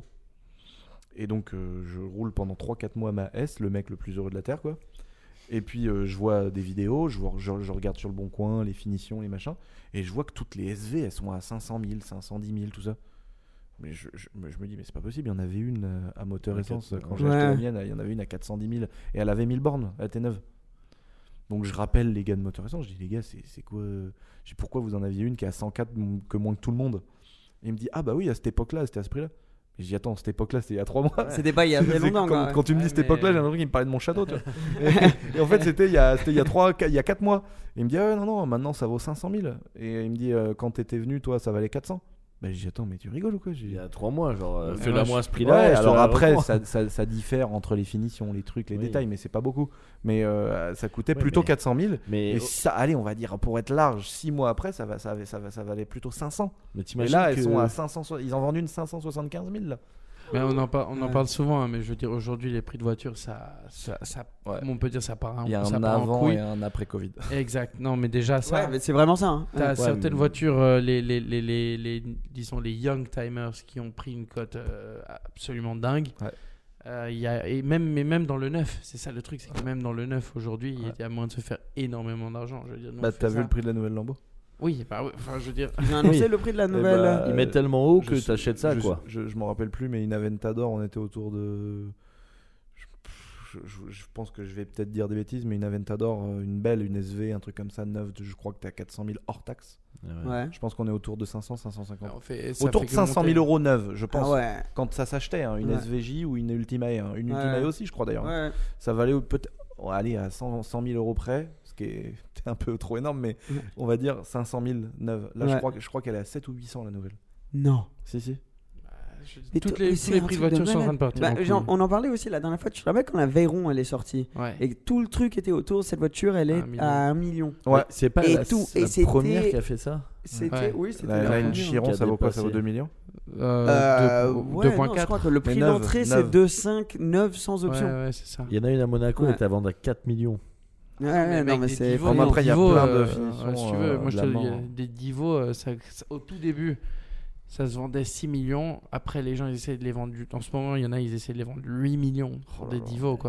Et donc, euh, je roule pendant trois quatre mois ma S, le mec le plus heureux de la Terre, quoi. Et puis, euh, je vois des vidéos, je, vois, je, je regarde sur le bon coin, les finitions, les machins. Et je vois que toutes les S V, elles sont à cinq cent mille, cinq cent dix mille, tout ça. Mais je, je, me- je me dis, mais c'est pas possible, il y en avait une euh, à moteur Ouais, essence. quatre- Quand j'ai ouais. acheté la mienne, il y en avait une à quatre cent dix mille. Et elle avait mille bornes, elle était neuve. Donc je rappelle les gars de moteur essence, je dis, les gars, c'est c'est quoi euh, Je dis, pourquoi vous en aviez une qui est à cent quatre m- que moins que tout le monde? Et il me dit, ah bah oui, à cette époque-là, c'était à ce prix-là. Et je dis, attends, cette époque-là, c'était il y a trois mois. C'était pas il y a très C'est longtemps. quand, quoi. quand tu me dis Ouais, cette mais- époque-là, j'ai l'impression qu'il me parlait de mon château. Tu vois. et, et en fait, c'était il y a, c'était il y a trois, il y a quatre mois. Et il me dit, ah ouais, non, non, maintenant ça vaut cinq cent mille. Et il me dit, euh, quand t'étais venu, toi, ça valait quatre cents. Bah, j'ai dit, attends, mais tu rigoles ou quoi? J'ai Il dit, y a trois mois, genre, euh, Ouais, fais-la je- moi à ce ouais, prix-là. et je te alors la après, reprends. ça, ça, ça diffère entre les finitions, les trucs, les Oui. détails, mais c'est pas beaucoup. Mais euh, ça coûtait Ouais, plutôt mais- quatre cent mille. Mais, Et ça, allez, on va dire, pour être large, six mois après, ça, va, ça, va, ça, va, ça valait plutôt cinq cents. mais Et t'imagines là, elles que- sont à cinq cents, so- ils en vendent une cinq cent soixante-quinze mille là. Mais on en, par- on en Ouais. parle souvent, hein, mais je veux dire, aujourd'hui, les prix de voiture, ça, ça, ça- Ouais. on peut dire ça part, Il y a ça un part en avant couille. et un après Covid. Exact. Non, mais déjà, ça. Ouais, mais c'est vraiment ça. hein. T'as Ouais, certaines mais- voitures, euh, les, les, les, les, les- disons les young timers qui ont pris une cote euh, absolument dingue. Ouais. Euh, il y a, et même, mais même dans le neuf, c'est ça le truc, c'est que même dans le neuf aujourd'hui, il Ouais. y a moyen de se faire énormément d'argent. Je veux dire, nous, on Bah, fait t'as ça. vu le prix de la nouvelle Lambo? Oui, bah oui, enfin, je veux dire. Ils ont annoncé Oui. le prix de la Eh nouvelle. bah, Ils mettent tellement haut que Je- t'achètes ça, je, quoi. Je, je m'en rappelle plus, mais une Aventador, on était autour de. Je, je- je pense que je vais peut-être dire des bêtises, mais une Aventador, euh, une belle, une S V, un truc comme ça, neuve, je crois que t'es à quatre cent mille hors taxe. Ouais. Je pense qu'on est autour de cinq cents, cinq cent cinquante. on fait- ça Autour fait de que cinq cent mille monter. euros neuve, je pense. Ah ouais. Quand ça s'achetait, hein, une Ouais. S V J ou une Ultimae. hein. Une Ouais. Ultimae aussi, je crois d'ailleurs. Ouais. Ça valait au- peut-être. On va aller à cent, cent mille euros près, ce qui est un peu trop énorme, mais Ouais. on va dire cinq cent mille neuve. Là, je Ouais. crois, que- je crois qu'elle est à sept ou huit cents la nouvelle. Non. Si, si. Je- Mais Toutes toi- les, mais tous c'est les un prix de truc de voiture sont en train malade. de partir. Bah, en couille. genre, on en parlait aussi la dernière fois. Tu te rappelles quand la Veyron elle est sortie Ouais. et que tout le truc était autour. Cette voiture elle est Un million. à un million. Ouais. Mais C'est pas Et la, tout, la et c'était- première qui a fait ça. C'était Ouais. oui, c'était La, la la première. Chiron, qui a ça vaut quoi? Ça vaut dépassé. deux millions? Euh, Euh, deux- ouais, non, je 2.4. crois que le prix neuve, d'entrée c'est neuve. deux virgule cinq, neuf sans Ouais, option. ouais, c'est ça. Il y en a une à Monaco, Ouais. elle était à vendre à quatre millions. Ouais, ouais, Mais non avec mais des c'est Divo, Bon, vraiment- après, il y a Divo, plein de euh, finitions, ouais, si tu veux, euh, moi, je de te la dis, mort. des Divo, euh, ça, ça- au tout début, ça se vendait six millions. Après, les gens ils essaient de les vendre. du- En ce moment, il y en a, ils essaient de les vendre huit millions pour Oh des là là. Divo, quoi.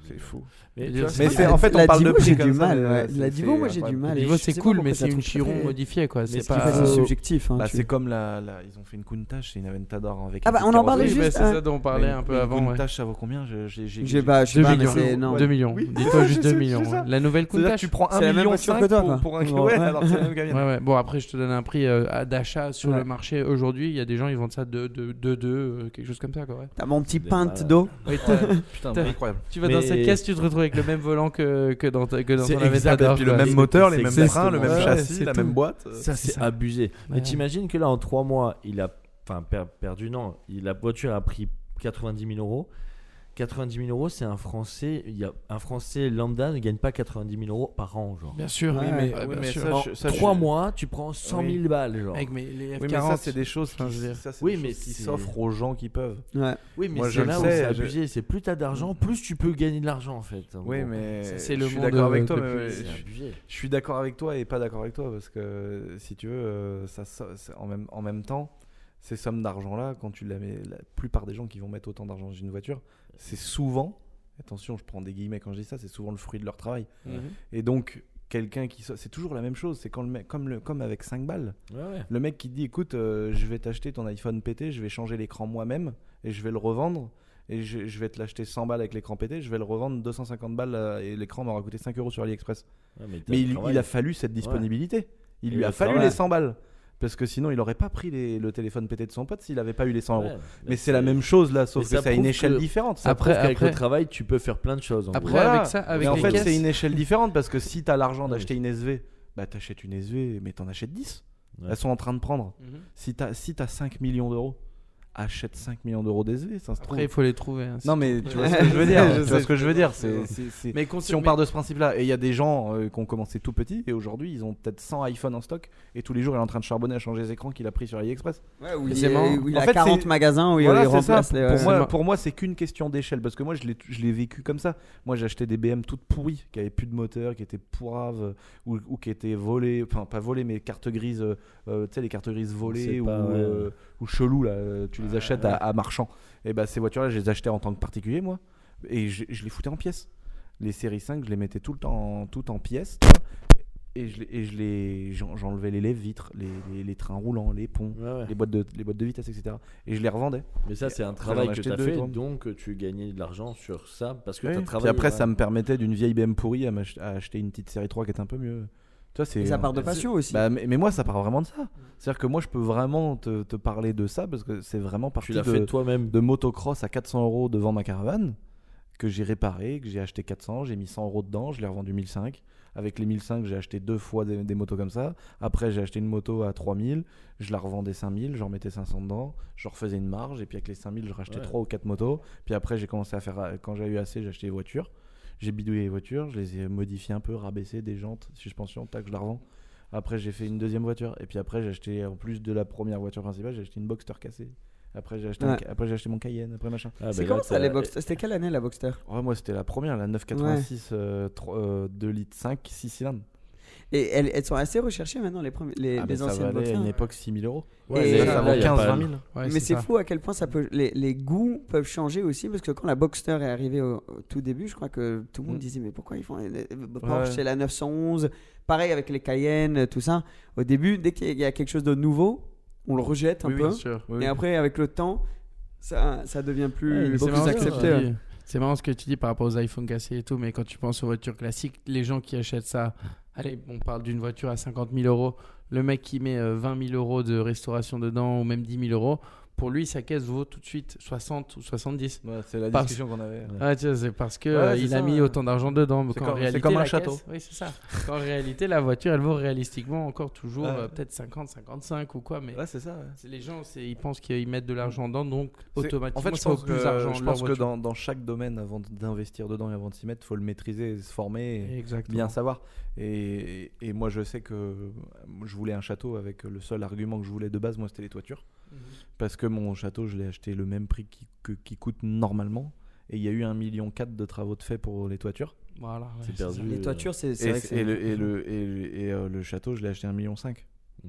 C'est fou. Mais, Mais tu vois, c'est- Mais c'est en fait la on parle de Divo, prix j'ai comme du ça, mal. mais, ouais. c'est- La Divo, c'est moi j'ai du incroyable. mal. Le Et niveau je c'est sais pas cool, pourquoi mais ça c'est une trouve chiron très- modifiée quoi. Mais C'est ce pas. qui Après, Euh, c'est subjectif. hein, Bah, tu- c'est comme la, la- ils ont fait une Countach, c'est une Aventador avec. Ah bah, une on en carrosserie. parlait Oui, juste, bah, c'est hein. ça dont on parlait Mais un peu une avant. ouais. Countach, ça vaut combien Je- j'ai- j'ai- J'ai pas, je sais deux pas, mais millions. c'est non. deux millions. Oui. Dis-toi juste C'est- deux c'est millions. ça. La nouvelle C'est-à-dire que Countach. tu prends un C'est la même million voiture cinq que toi, pour, quoi. pour un Ouais. ouais, alors c'est la même gamine. Ouais, ouais. Bon, après, je te donne un prix euh, à- d'achat sur Ouais. le marché aujourd'hui. Il y a des gens, ils vendent ça de deux, quelque chose comme ça, quoi. Ouais. T'as mon petit Des pinte malades. d'eau. Oui, t'as- Putain, T'as- c'est incroyable. tu vas Mais- dans cette caisse, tu te retrouves avec le même volant que, que dans, ta, que dans C'est ton exact, Aventador. Et puis le quoi. même C'est- moteur, c'est les mêmes exactement freins, le même ça. châssis, c'est la tout. même boîte. Ça, c'est ça. abusé. Ouais. Mais t'imagines que là, en trois mois, il a enfin, per- perdu, non, il- la voiture a pris quatre-vingt-dix mille euros. quatre-vingt-dix mille euros, c'est un Français. Il y a un Français lambda ne gagne pas quatre-vingt-dix mille euros par an, genre. Bien sûr. Ouais, oui, mais, ouais, ouais, oui, bien mais sûr. ça, En je- ça, je- trois mois, tu prends cent Oui. mille balles, genre. Avec mes, les F Oui, mais quarante. ça, c'est des choses qui, Enfin, je veux dire. ça, c'est Oui, des mais choses qui c'est- s'offrent aux gens qui peuvent. Ouais. Oui, mais Moi, c'est je là le où sais, c'est je- abusé. C'est plus t'as d'argent, plus tu peux gagner de l'argent, en fait. Oui, Bon, mais Ça, c'est je le suis monde d'accord avec de- toi, de mais plus, je- c'est abusé. je suis d'accord avec toi et pas d'accord avec toi parce que si tu veux, euh, ça, ça- c'est en même en même temps, ces sommes d'argent là, quand tu la mets, la plupart des gens qui vont mettre autant d'argent dans une voiture, c'est souvent, attention, je prends des guillemets quand je dis ça, c'est souvent le fruit de leur travail. Mhm. Et donc quelqu'un qui, so- c'est toujours la même chose, c'est quand le mec, comme le, comme avec cinq balles, Ouais, ouais. le mec qui dit écoute, euh, je vais t'acheter ton iPhone pété, je vais changer l'écran moi-même et je vais le revendre. Et je, je vais te l'acheter cent balles avec l'écran pété, je vais le revendre deux cent cinquante balles euh, et l'écran m'aura coûté cinq euros sur AliExpress. Ouais, mais t'as Mais le il, travail. il a fallu cette disponibilité. Il Et lui a le fallu travail. les cent balles. Parce que sinon, il aurait pas pris les- le téléphone pété de son pote s'il avait pas eu les cent euros. Ouais, Mais c'est la même chose là, sauf mais que ça c'est à une prouve échelle que- différente. Ça Après- prouve qu'avec après- le travail, tu peux faire plein de choses. en Après, gros. Voilà. avec ça, avec Mais en les fait, caisses- c'est une échelle différente parce que si t'as l'argent Ouais, d'acheter mais- une S V, bah t'achètes une S V, mais t'en achètes dix. Ouais. Elles sont en train de prendre. Mhm. Si t'as si t'as cinq millions d'euros, achète cinq millions d'euros d'S V, ça se trouve. Après, il faut les trouver. hein, Non c'est mais tout. tu vois ce que je veux dire. Je Tu vois sais, ce que je veux je dire. sais. C'est, c'est- c'est- Mais Si on part de ce principe-là, et il y a des gens euh, qui ont commencé tout petit et aujourd'hui ils ont peut-être cent iPhones en stock et tous les jours il est en train de charbonner à changer les écrans qu'il a pris sur AliExpress. Ouais, où Mais il, c'est est- marrant. où il En a fait, quarante c'est- magasins où il- Voilà, il c'est ça. remplace les. Pour ouais. moi, ma- pour moi, c'est qu'une question d'échelle parce que moi je l'ai, je l'ai vécu comme ça. Moi j'ai acheté des B M toutes pourries qui avaient plus de moteur, qui étaient pourraves euh, ou, ou qui étaient volées, enfin pas volées mais cartes grises, euh, euh, tu sais les cartes grises volées sait ou, pas, ouais. euh, ou chelou là, euh, tu les Ouais, achètes ouais. à, à marchand. Et bah ces voitures-là, je les achetais en tant que particulier moi et je, je les foutais en pièces. Les séries cinq, je les mettais tout le temps en, tout en pièces. tu vois. Et je, les- et je les, j'en- j'enlevais les lèvres-vitres, les, les, les trains roulants, les ponts, Ouais, ouais. les boîtes de, les boîtes de vitesse, et cetera. Et je les revendais. Mais ça, c'est un Après, travail j'en ai que acheté tu as deux, fait, toi. donc tu gagnais de l'argent sur ça parce que Oui. tu as Puis travaillé. après, ouais. ça me permettait d'une vieille B M pourrie à, m'ach- à acheter une petite série trois qui est un peu mieux. Tu vois, c'est, Et ça part de passion aussi. Bah, mais, mais moi, ça part vraiment de ça. C'est-à-dire que moi, je peux vraiment te, te parler de ça parce que c'est vraiment Tu parti l'as de, fait toi-même. de motocross à quatre cents euros devant ma caravane que j'ai réparé, que j'ai acheté quatre cents, j'ai mis cent euros dedans, je l'ai revendu mille cinq. Avec les mille cinq, j'ai acheté deux fois des, des motos comme ça. Après, j'ai acheté une moto à trois mille, je la revendais cinq mille, j'en mettais cinq cents dedans, je refaisais une marge et puis avec les cinq mille, je rachetais Ouais. trois ou quatre motos. Puis après, j'ai commencé à faire, quand j'ai eu assez, j'ai acheté des voitures. J'ai bidouillé les voitures, je les ai modifiées un peu, rabaissé des jantes, suspension, tac, je la revends. Après, j'ai fait une deuxième voiture. Et puis après, j'ai acheté, en plus de la première voiture principale, j'ai acheté une Boxster cassée. Après, j'ai acheté, Ouais. un ca- après, j'ai acheté mon Cayenne. Après, machin. Ah, C'est bah, comment là, ça t'as- les Boxster? C'était quelle année la Boxster? Ouais, moi, c'était la première, la neuf quatre-vingt-six, euh, trois- euh, deux litres cinq, six cylindres. Et elles, elles sont assez recherchées maintenant, les, premiers, les, Ah, mais les ça anciennes valait à Boxster. une époque six mille euros. Ouais, Et mais là, là, ça là, vaut y a quinze pas- vingt mille. Ouais, Mais c'est ça. fou à quel point ça peut, les, les goûts peuvent changer aussi parce que quand la Boxster est arrivée au, au tout début, je crois que tout le monde Mm. disait mais pourquoi ils font les- les- Porsche Ouais. c'est la neuf cent onze, pareil avec les Cayenne, tout ça. Au début, dès qu'il y a quelque chose de nouveau, on le rejette un Oui, oui, peu. Bien sûr. Oui, Et après, avec le temps, ça, ça devient Ouais, plus, mais C'est beaucoup marrant plus ce que tu accepté. dis. C'est marrant ce que tu dis par rapport aux iPhones cassés et tout, mais quand tu penses aux voitures classiques, les gens qui achètent ça, allez, on parle d'une voiture à cinquante mille euros, le mec qui met euh, vingt mille euros de restauration dedans ou même dix mille euros, pour lui, sa caisse vaut tout de suite soixante ou soixante-dix. Ouais, c'est la Parce- discussion qu'on avait. Ah, tu vois, c'est parce que Ouais, euh, c'est il ça, a mis ouais. autant d'argent dedans. mais C'est qu'en comme- c'est réalité, comme un la château. caisse- oui, c'est ça. Qu'en réalité, la voiture, elle vaut réalistiquement encore toujours Ouais. euh, peut-être cinquante, cinquante-cinq ou quoi. Mais Ouais, c'est ça. ouais. c'est- les gens, c'est- ils pensent qu'ils mettent de l'argent dedans, donc C'est- automatiquement, en fait, je ça vaut pense plus que, d'argent. je leur pense que voiture. dans, dans chaque domaine, avant d'investir dedans et avant de s'y mettre, il faut le maîtriser, se former. Et Exactement. bien savoir. Et, et, et moi, je sais que euh, je voulais un château avec le seul argument que je voulais de base, moi, c'était les toitures. Mhm. Parce que mon château, je l'ai acheté le même prix qui, que- qui coûte normalement. Et il y a eu un million quatre de travaux de fait pour les toitures. Voilà, ouais, C'est c'est perdu. ça. Les Euh, toitures, c'est c'est Et, vrai que et c'est. le, et, le, et, le- et, euh, le château, je l'ai acheté un million cinq.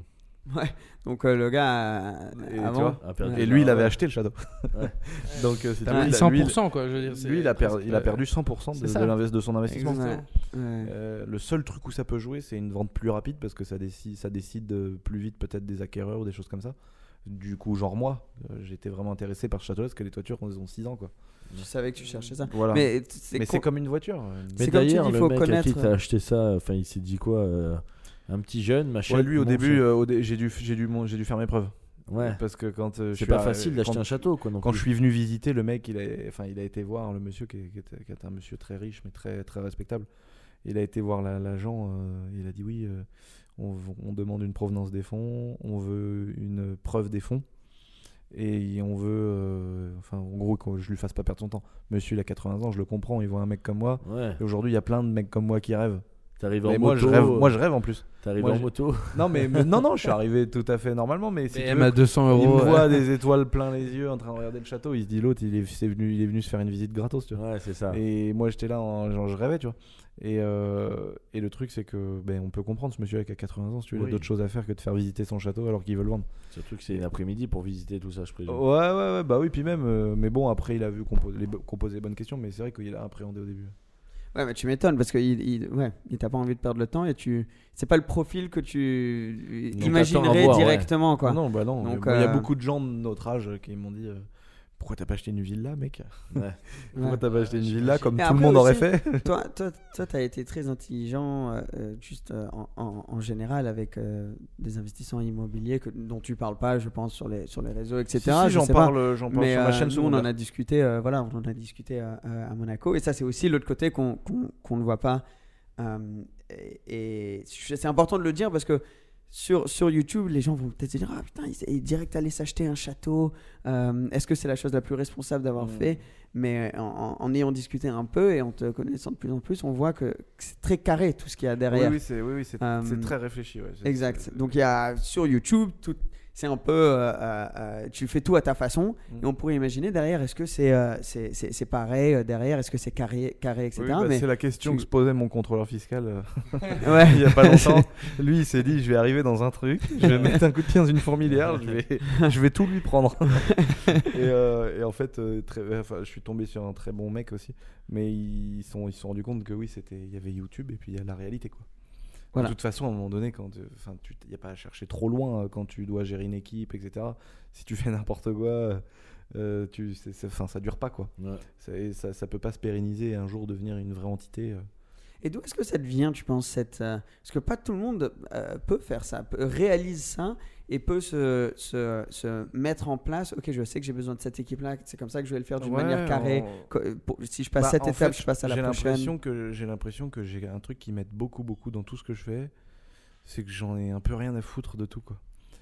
Ouais. Donc euh, le gars euh, Et, tu avant. vois, a perdu et lui, il la- avait ouais. acheté le château. Ouais. Donc, euh, c'était T'as lui, pris il a- lui, cent pour cent quoi, je veux dire. c'est lui, il a, per- presque- il a perdu cent pour cent de, C'est ça. de, l'invest- de son investissement. Exactement. Ouais. Ouais. Euh, le seul truc où ça peut jouer, c'est une vente plus rapide parce que ça décide, ça décide de plus vite peut-être des acquéreurs ou des choses comme ça. Du coup, genre moi, euh, j'étais vraiment intéressé par ce château parce que les toitures elles ont six ans quoi. Je savais que tu cherchais ça. Voilà. Mais, Mais c'est c'est con- comme une voiture. C'est Mais comme tu d'ailleurs, dis, le faut mec à qui connaître- t'as acheté ça, enfin, il s'est dit quoi euh, un petit jeune, machin. Ouais, lui au début, euh, au dé- j'ai dû, j'ai dû, mon- j'ai dû faire mes preuves. Ouais. Parce que quand euh, je C'est suis pas arri- facile d'acheter quand- un château, quoi. non Quand plus. je suis venu visiter, le mec, il a, enfin, il a été voir le monsieur qui, est- qui était, qui était un monsieur très riche mais très, très respectable. Il a été voir la- l'agent. euh, il a dit oui, euh, on, on demande une provenance des fonds, on veut une preuve des fonds et on veut, euh, enfin, en gros, que je lui fasse pas perdre son temps. Monsieur, il a quatre-vingts ans, je le comprends. Il voit un mec comme moi. Ouais. Et aujourd'hui, il y a plein de mecs comme moi qui rêvent. T'arrives Mais en moi, moto. je rêve. euh, Moi, je rêve en plus. T'arrives moi, en j'ai- moto. Non, mais, mais- non, non, je suis arrivé tout à fait normalement. Mais si B tu M veux, à deux cents il euros. me ouais. voit des étoiles plein les yeux en train de regarder le château. Il se dit l'autre, il est, c'est venu, il est venu se faire une visite gratos, tu vois. Ouais, c'est ça. Et moi j'étais là, en, genre, je rêvais, tu vois. Et, euh, et le truc c'est que ben, on peut comprendre ce monsieur qui a quatre-vingts ans, si tu veux, il Oui. a d'autres choses à faire que de faire visiter son château alors qu'il veut le vendre. Surtout que c'est une après-midi pour visiter tout ça, je présume. Ouais, ouais, ouais, bah oui, puis même, euh, mais bon, après il a vu qu'on pose les, qu'on posait les bonnes questions, mais c'est vrai qu'il a appréhendé au début. Ouais, mais tu m'étonnes parce qu'il il, ouais, il t'a pas envie de perdre le temps et tu. C'est pas le profil que tu Donc, t'attends imaginerais à voir, ouais. directement, quoi. Non, bah non, Donc, il y a euh, beaucoup de gens de notre âge qui m'ont dit. euh, Pourquoi t'as pas acheté une villa, mec? Ouais. Pourquoi Ouais. t'as pas acheté une villa comme Mais tout le après monde aurait aussi, fait? Toi, toi, toi, t'as été très intelligent, euh, euh, juste euh, en, en, en général, avec euh, des investissements immobiliers que, dont tu parles pas, je pense, sur les, sur les réseaux, et cetera. Si, si, Je j'en sais pas. parle, j'en parle Mais sur ma euh, chaîne nous, on secondaire. en a discuté, euh, voilà, on en a discuté euh, euh, à Monaco, et ça, c'est aussi l'autre côté qu'on qu'on qu'on ne voit pas. Euh, et et c'est important de le dire parce que sur, sur YouTube, les gens vont peut-être se dire ah putain, il est direct allé s'acheter un château. Euh, Est-ce que c'est la chose la plus responsable d'avoir Mmh. fait? Mais en, en, en ayant discuté un peu et en te connaissant de plus en plus, on voit que, que c'est très carré tout ce qu'il y a derrière. Oui, oui, c'est, oui, oui, c'est, Euh, c'est très réfléchi. Ouais. C'est- Exact. c'est- Donc il y a sur YouTube, tout, c'est un peu, euh, euh, euh, tu fais tout à ta façon. Mm. Et on pourrait imaginer derrière, est-ce que c'est euh, c'est, c'est, c'est pareil euh, derrière, est-ce que c'est carré, carré, et cetera. Oui, bah, Mais c'est la question tu- que se posait mon contrôleur fiscal euh, ouais. il y a pas longtemps. Lui, il s'est dit, je vais arriver dans un truc, je vais mettre un coup de pied dans une fourmilière, je vais, je vais tout lui prendre. et, euh, et en fait, euh, très, enfin, je suis tombé sur un très bon mec aussi, mais ils sont, ils se sont rendus compte que oui, c'était, il y avait YouTube et puis il y a la réalité, quoi. Voilà. De toute façon, à un moment donné, quand, enfin, tu, il y a pas à chercher trop loin euh, quand tu dois gérer une équipe, et cetera. Si tu fais n'importe quoi, euh, tu, c'est, c'est, enfin, ça dure pas, quoi. Ouais. C'est- ça, ça peut pas se pérenniser et un jour devenir une vraie entité. euh. Et d'où est-ce que ça devient, tu penses, cette, euh, parce que pas tout le monde euh, peut faire ça, peut, réalise ça et peut se, se, se mettre en place. Ok, je sais que j'ai besoin de cette équipe-là, c'est comme ça que je vais le faire d'une Ouais, manière carrée. en- Co- pour- si je passe Bah, cette en étape, fait, je passe à la j'ai prochaine. l'impression que j'ai l'impression que j'ai un truc qui m'aide beaucoup beaucoup dans tout ce que je fais, c'est que j'en ai un peu rien à foutre de tout, quoi.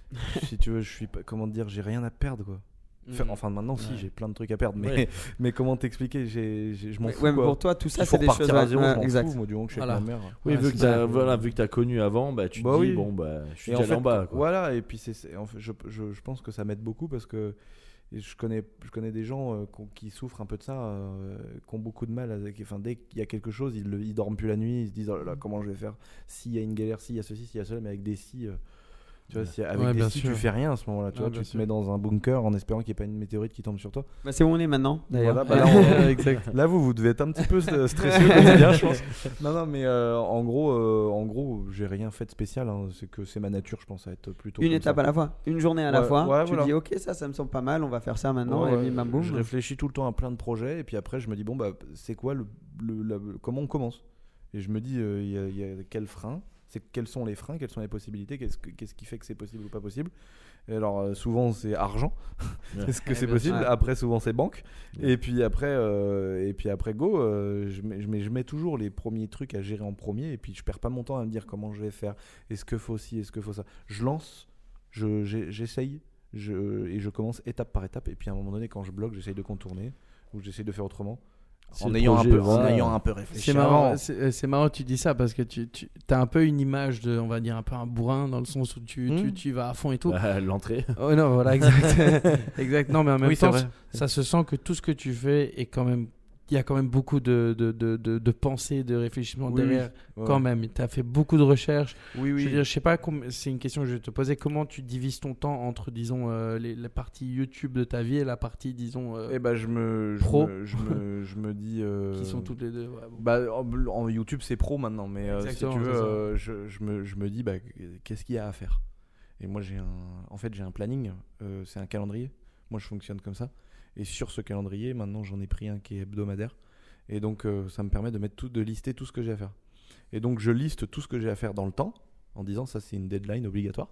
Si tu veux, je suis pas, comment te dire, j'ai rien à perdre, quoi. Enfin, enfin, maintenant si, Ouais. j'ai plein de trucs à perdre, mais Ouais. mais comment t'expliquer, j'ai, j'ai- je m'en Ouais, fous, ouais, mais quoi. pour toi, tout ça, Il faut c'est des repartir choses. à zéro, ouais, je m'en exact. fous, moi du moment que je suis Voilà. avec ma mère. Oui, Ouais, vu c'est que ça. t'as voilà, vu que t'as connu avant, bah tu Bah te dis oui. bon bah je suis Et en déjà allé fait, en bas, quoi. voilà, et puis c'est, c'est- en fait, je, je, je pense que ça m'aide beaucoup parce que je connais, je connais des gens euh, qu'on- qui souffrent un peu de ça, euh, qui ont beaucoup de mal avec, enfin, dès qu'il y a quelque chose, ils, le, ils dorment plus la nuit, ils se disent oh là là, comment je vais faire s'il y a une galère, s'il y a ceci, s'il y a cela, mais avec des si, euh, tu vois, si, avec Ouais, des bien si sûr. tu fais rien à ce moment-là, tu Ouais, vois, bien tu te sûr. mets dans un bunker en espérant qu'il n'y ait pas une météorite qui tombe sur toi. Bah, c'est où on est maintenant, d'ailleurs. Voilà, bah là, on- exact. Là, vous, vous devez être un petit peu euh, stressé au quotidien, je pense. Non, non, mais euh, en gros, euh, en gros, j'ai rien fait de spécial. hein. C'est que c'est ma nature, je pense, à être plutôt. Une comme étape ça. à la fois, une journée à la Ouais, fois. ouais, tu voilà. dis ok, ça, ça me semble pas mal, on va faire ça maintenant, Ouais, et ouais, bim bam boum. Je réfléchis tout le temps à plein de projets, et puis après, je me dis bon, bah, c'est quoi le, le- la- comment on commence? Et je me dis, euh, il y a- il y, a quel frein? C'est quels sont les freins? Quelles sont les possibilités? Qu'est-ce, que- qu'est-ce qui fait que c'est possible ou pas possible? Et alors, euh, souvent, c'est argent. Ouais. Est-ce que Ouais, c'est bien possible? sûr. Après, souvent, c'est banque. Ouais. Et puis après, euh, et puis après go, euh, je, mets, je, mets, je mets toujours les premiers trucs à gérer en premier, et puis je perds pas mon temps à me dire comment je vais faire. Est-ce que faut ci? Est-ce que faut ça? Je lance, je, j'ai- j'essaye, je, et je commence étape par étape. Et puis à un moment donné, quand je bloque, j'essaye de contourner ou j'essaye de faire autrement. Si En le ayant, un projet peu, va- en ayant un peu réfléchi. C'est marrant, avant. c'est, euh, c'est marrant que tu dis ça parce que tu, tu as un peu une image de, on va dire, un peu un bourrin dans le sens où tu, Mm. tu, tu vas à fond et tout. Bah, l'entrée. Oh non, voilà, exact. exact. Non, mais en même Oui, c'est temps, vrai. ça se sent que tout ce que tu fais est quand même il y a quand même beaucoup de, de, de, de, de pensée, de réfléchissement Oui, derrière, oui. Ouais. quand même. Tu as fait beaucoup de recherches. Oui, oui. Je veux dire, je sais pas, com- c'est une question que je vais te poser. Comment tu divises ton temps entre, disons, euh, les, la partie YouTube de ta vie et la partie, disons, euh, Eh ben, je me, je Pro. me, je me, je me dis. euh, qui sont toutes les deux. Ouais, bon. Bah, en, en YouTube, c'est pro maintenant, mais euh, si Exactement, tu veux, c'est ça. euh, je, je, me, je me dis, bah, qu'est-ce qu'il y a à faire? Et moi, j'ai un, en fait, j'ai un planning, euh, c'est un calendrier. Moi, je fonctionne comme ça. Et sur ce calendrier, maintenant, j'en ai pris un qui est hebdomadaire. Et donc, euh, ça me permet de mettre tout, de lister tout ce que j'ai à faire. Et donc, je liste tout ce que j'ai à faire dans le temps, en disant, ça, c'est une deadline obligatoire.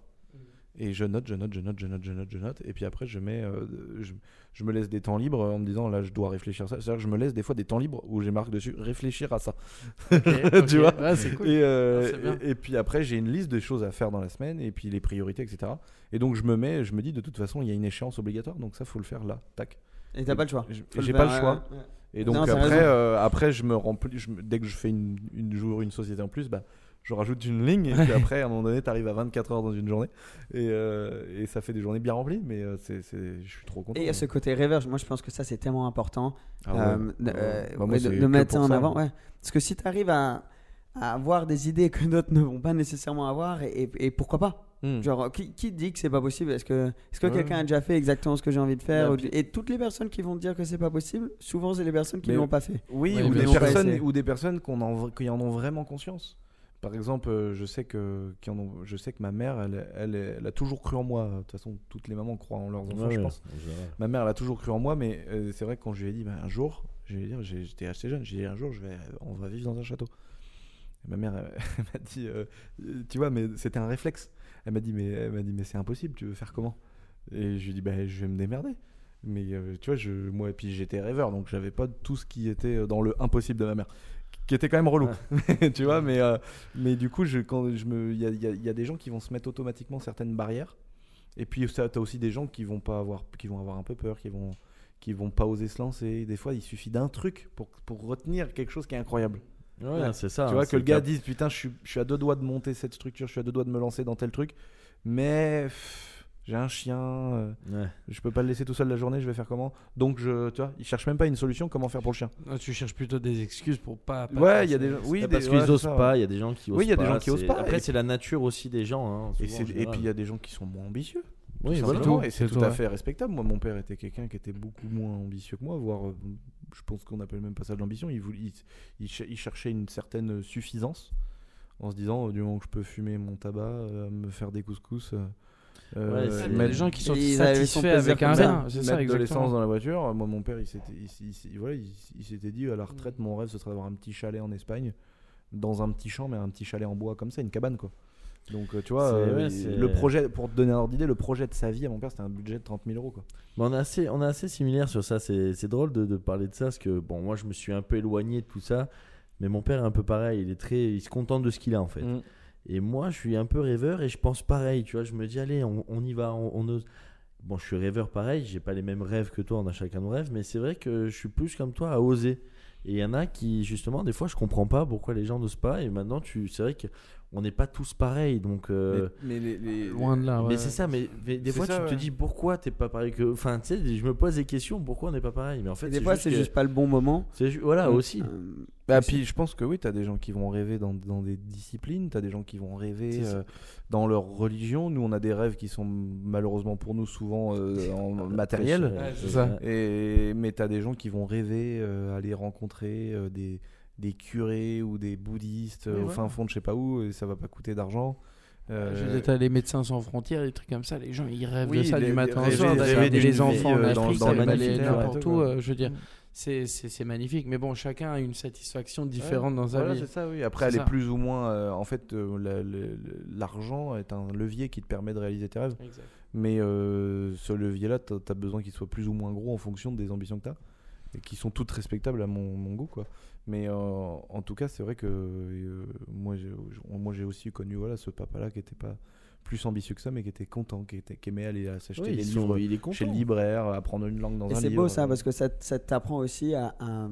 Et je note, je note, je note, je note, je note, je note. Et puis après, je mets, euh, je, je me laisse des temps libres en me disant, là, je dois réfléchir à ça. C'est-à-dire que je me laisse des fois des temps libres où j'ai marqué dessus, réfléchir à ça. Ok, ok. Tu vois Ouais, c'est cool. Et, euh, Ah, c'est bien. et, et puis après, j'ai une liste de choses à faire dans la semaine, et puis les priorités, et cetera. Et donc, je me mets, je me dis, de toute façon, il y a une échéance obligatoire, donc ça, faut le faire là, tac. Et t'as pas le choix. Je- Faut J'ai le pas faire, le choix. ouais, ouais. Et donc Non, t'as après, raison. euh, après, je me remplis, je me- dès que je fais une, une jour une société en plus, bah, je rajoute une ligne, et puis après, à un moment donné, tu arrives à vingt-quatre heures dans une journée, et, euh, et ça fait des journées bien remplies, mais euh, c'est, c'est, je suis trop content. Et il y a ce côté rêveur, moi je pense que ça c'est tellement important Ah ouais. euh, de, Ouais. euh, Bah, moi, ouais, de- c'est de que mettre ça pour en ça, avant. moi. Ouais. Parce que si tu arrives à, à avoir des idées que d'autres ne vont pas nécessairement avoir, et, et- et pourquoi pas Hmm. Genre, qui, qui dit que c'est pas possible? Est-ce que, est-ce que Ouais. quelqu'un a déjà fait exactement ce que j'ai envie de faire? Bah, ou- puis- Et toutes les personnes qui vont te dire que c'est pas possible, souvent c'est les personnes qui Mais- ne l'ont pas fait. Oui, Ouais, ou, bien des sûr. personnes, Ouais, c'est- ou des personnes qu'on en, qui en ont vraiment conscience. Par exemple, euh, je sais que, qui en ont, je sais que ma mère, elle, elle, elle a toujours cru en moi. De toute façon, toutes les mamans croient en leurs enfants, Ouais, je ouais, pense. en général. Ma mère, elle a toujours cru en moi, mais euh, c'est vrai que quand je lui ai dit, bah, un jour, je vais dire, j'ai- j'étais assez jeune, j'ai dit, un jour, je vais, on va vivre dans un château. Et ma mère, elle, elle m'a dit, euh, tu vois, mais c'était un réflexe. Elle m'a dit, mais, elle m'a dit, mais c'est impossible, tu veux faire comment? Et je lui ai dit, bah, je vais me démerder. Mais euh, tu vois, je, moi, et puis j'étais rêveur, donc j'avais pas tout ce qui était dans le impossible de ma mère, qui était quand même relou. Tu vois, mais, euh, mais du coup, je, quand je me, il y a, il y a- il y a des gens qui vont se mettre automatiquement certaines barrières. Et puis, tu as aussi des gens qui vont pas avoir, qui vont avoir un peu peur, qui vont, qui vont pas oser se lancer. Des fois, il suffit d'un truc pour, pour retenir quelque chose qui est incroyable. Ouais, c'est ça. tu hein, vois, c'est que le gars cap- dise, putain, je suis, je suis à deux doigts de monter cette structure, je suis à deux doigts de me lancer dans tel truc, mais pff, j'ai un chien, euh, Ouais. je peux pas le laisser tout seul la journée, je vais faire comment? Donc, je, tu vois, il cherche même pas une solution, comment faire pour le chien. Non, tu cherches plutôt des excuses pour pas. pas Ouais, il y a passer. des, oui, Ouais, des- parce ouais, qu'ils c'est osent ça, pas, ouais. il y a des gens qui osent Oui, il y a des pas, gens qui osent c'est- pas, Après, et- c'est la nature aussi des gens. Hein, Et, souvent, c'est- en et général. puis il y a des gens qui sont moins ambitieux. Oui, tout voilà. simplement, tout, et c'est c'est tout tout, à ouais. fait respectable. Moi, mon père était quelqu'un qui était beaucoup moins ambitieux que moi, voire, euh, je pense qu'on appelle même pas ça de l'ambition. Il, voulait, il, il ch- il cherchait une certaine suffisance en se disant, euh, du moment que je peux fumer mon tabac, euh, me faire des couscous, euh, euh, Ouais, Il y a c'est- des mettre, gens qui sont Et ils avaient son satisfaits plaisir avec un comme ça. rien. C'est ça, mettre de exactement. l'essence dans la voiture. Moi, mon père, il s'était, il, il- il- voilà, il, il s'était dit, à la retraite, mon rêve, ce serait d'avoir un petit chalet en Espagne, dans un petit champ, mais un petit chalet en bois comme ça, une cabane, quoi. Donc, euh, tu vois, C'est- euh, ouais, il- c'est- le projet, pour te donner un ordre d'idée, le projet de sa vie à mon père, c'était un budget de trente mille euros, quoi. Mais on est assez, on est assez similaires sur ça. C'est, c'est drôle de, de parler de ça parce que bon, moi je me suis un peu éloigné de tout ça, mais mon père est un peu pareil. Il est très, il se contente de ce qu'il a en fait. Mm. Et moi, je suis un peu rêveur et je pense pareil. Tu vois, je me dis allez, on, on y va, on, on ose. Bon, je suis rêveur pareil. J'ai pas les mêmes rêves que toi. On a chacun nos rêves, mais c'est vrai que je suis plus comme toi à oser. Et il y en a qui justement, des fois, je comprends pas pourquoi les gens n'osent pas. Et maintenant, tu, c'est vrai que on n'est pas tous pareils, donc. euh, Mais, mais les, les- Loin de là. Mais ouais. c'est ça, mais, mais des C'est fois ça, tu ouais. te dis pourquoi t'es pas pareil que. Enfin, tu sais, je me pose des questions pourquoi on n'est pas pareil. Mais en fait, Et des fois, c'est que- juste pas le bon moment. c'est ju- Voilà Mm. aussi. Euh, Bah, aussi. puis je pense que oui, tu as des gens qui vont rêver dans, dans des disciplines, tu as des gens qui vont rêver C'est ça. euh, dans leur religion. Nous, on a des rêves qui sont malheureusement pour nous souvent euh, en matériel. Ouais, c'est ça. Et, mais tu as des gens qui vont rêver euh, aller rencontrer euh, des, des curés ou des bouddhistes euh, Oui, au voilà. fin fond de je sais pas où, et ça va pas coûter d'argent. Euh, Je veux dire, t'as les médecins sans frontières, des trucs comme ça. Les gens, ils rêvent Oui, de ça les- du matin au rêver- soir, d'aller rêver aider d'une les vie, enfants en euh, dans- Afrique, dans d'aller le balayer magnifique, n'importe ouais. où. euh, Je veux dire, Mm. c'est c'est- c'est magnifique. Mais bon, chacun a une satisfaction différente dans sa Voilà, vie. c'est ça, oui. Après, C'est elle ça. est plus ou moins. euh, en fait, euh, la- le- le- l'argent est un levier qui te permet de réaliser tes rêves. Exact. Mais euh, ce levier-là, tu as besoin qu'il soit plus ou moins gros en fonction des ambitions que tu as. Et qui sont toutes respectables à mon, mon goût, quoi. Mais euh, en tout cas, c'est vrai que euh, moi, j'ai, moi, j'ai aussi connu voilà, ce papa-là qui était pas plus ambitieux que ça, mais qui était content, qui, était, qui aimait aller à s'acheter Oui, des ils livres sont- il est content. chez le libraire, apprendre une langue dans Et un c'est livre. beau ça, parce que ça, ça t'apprend aussi à, à-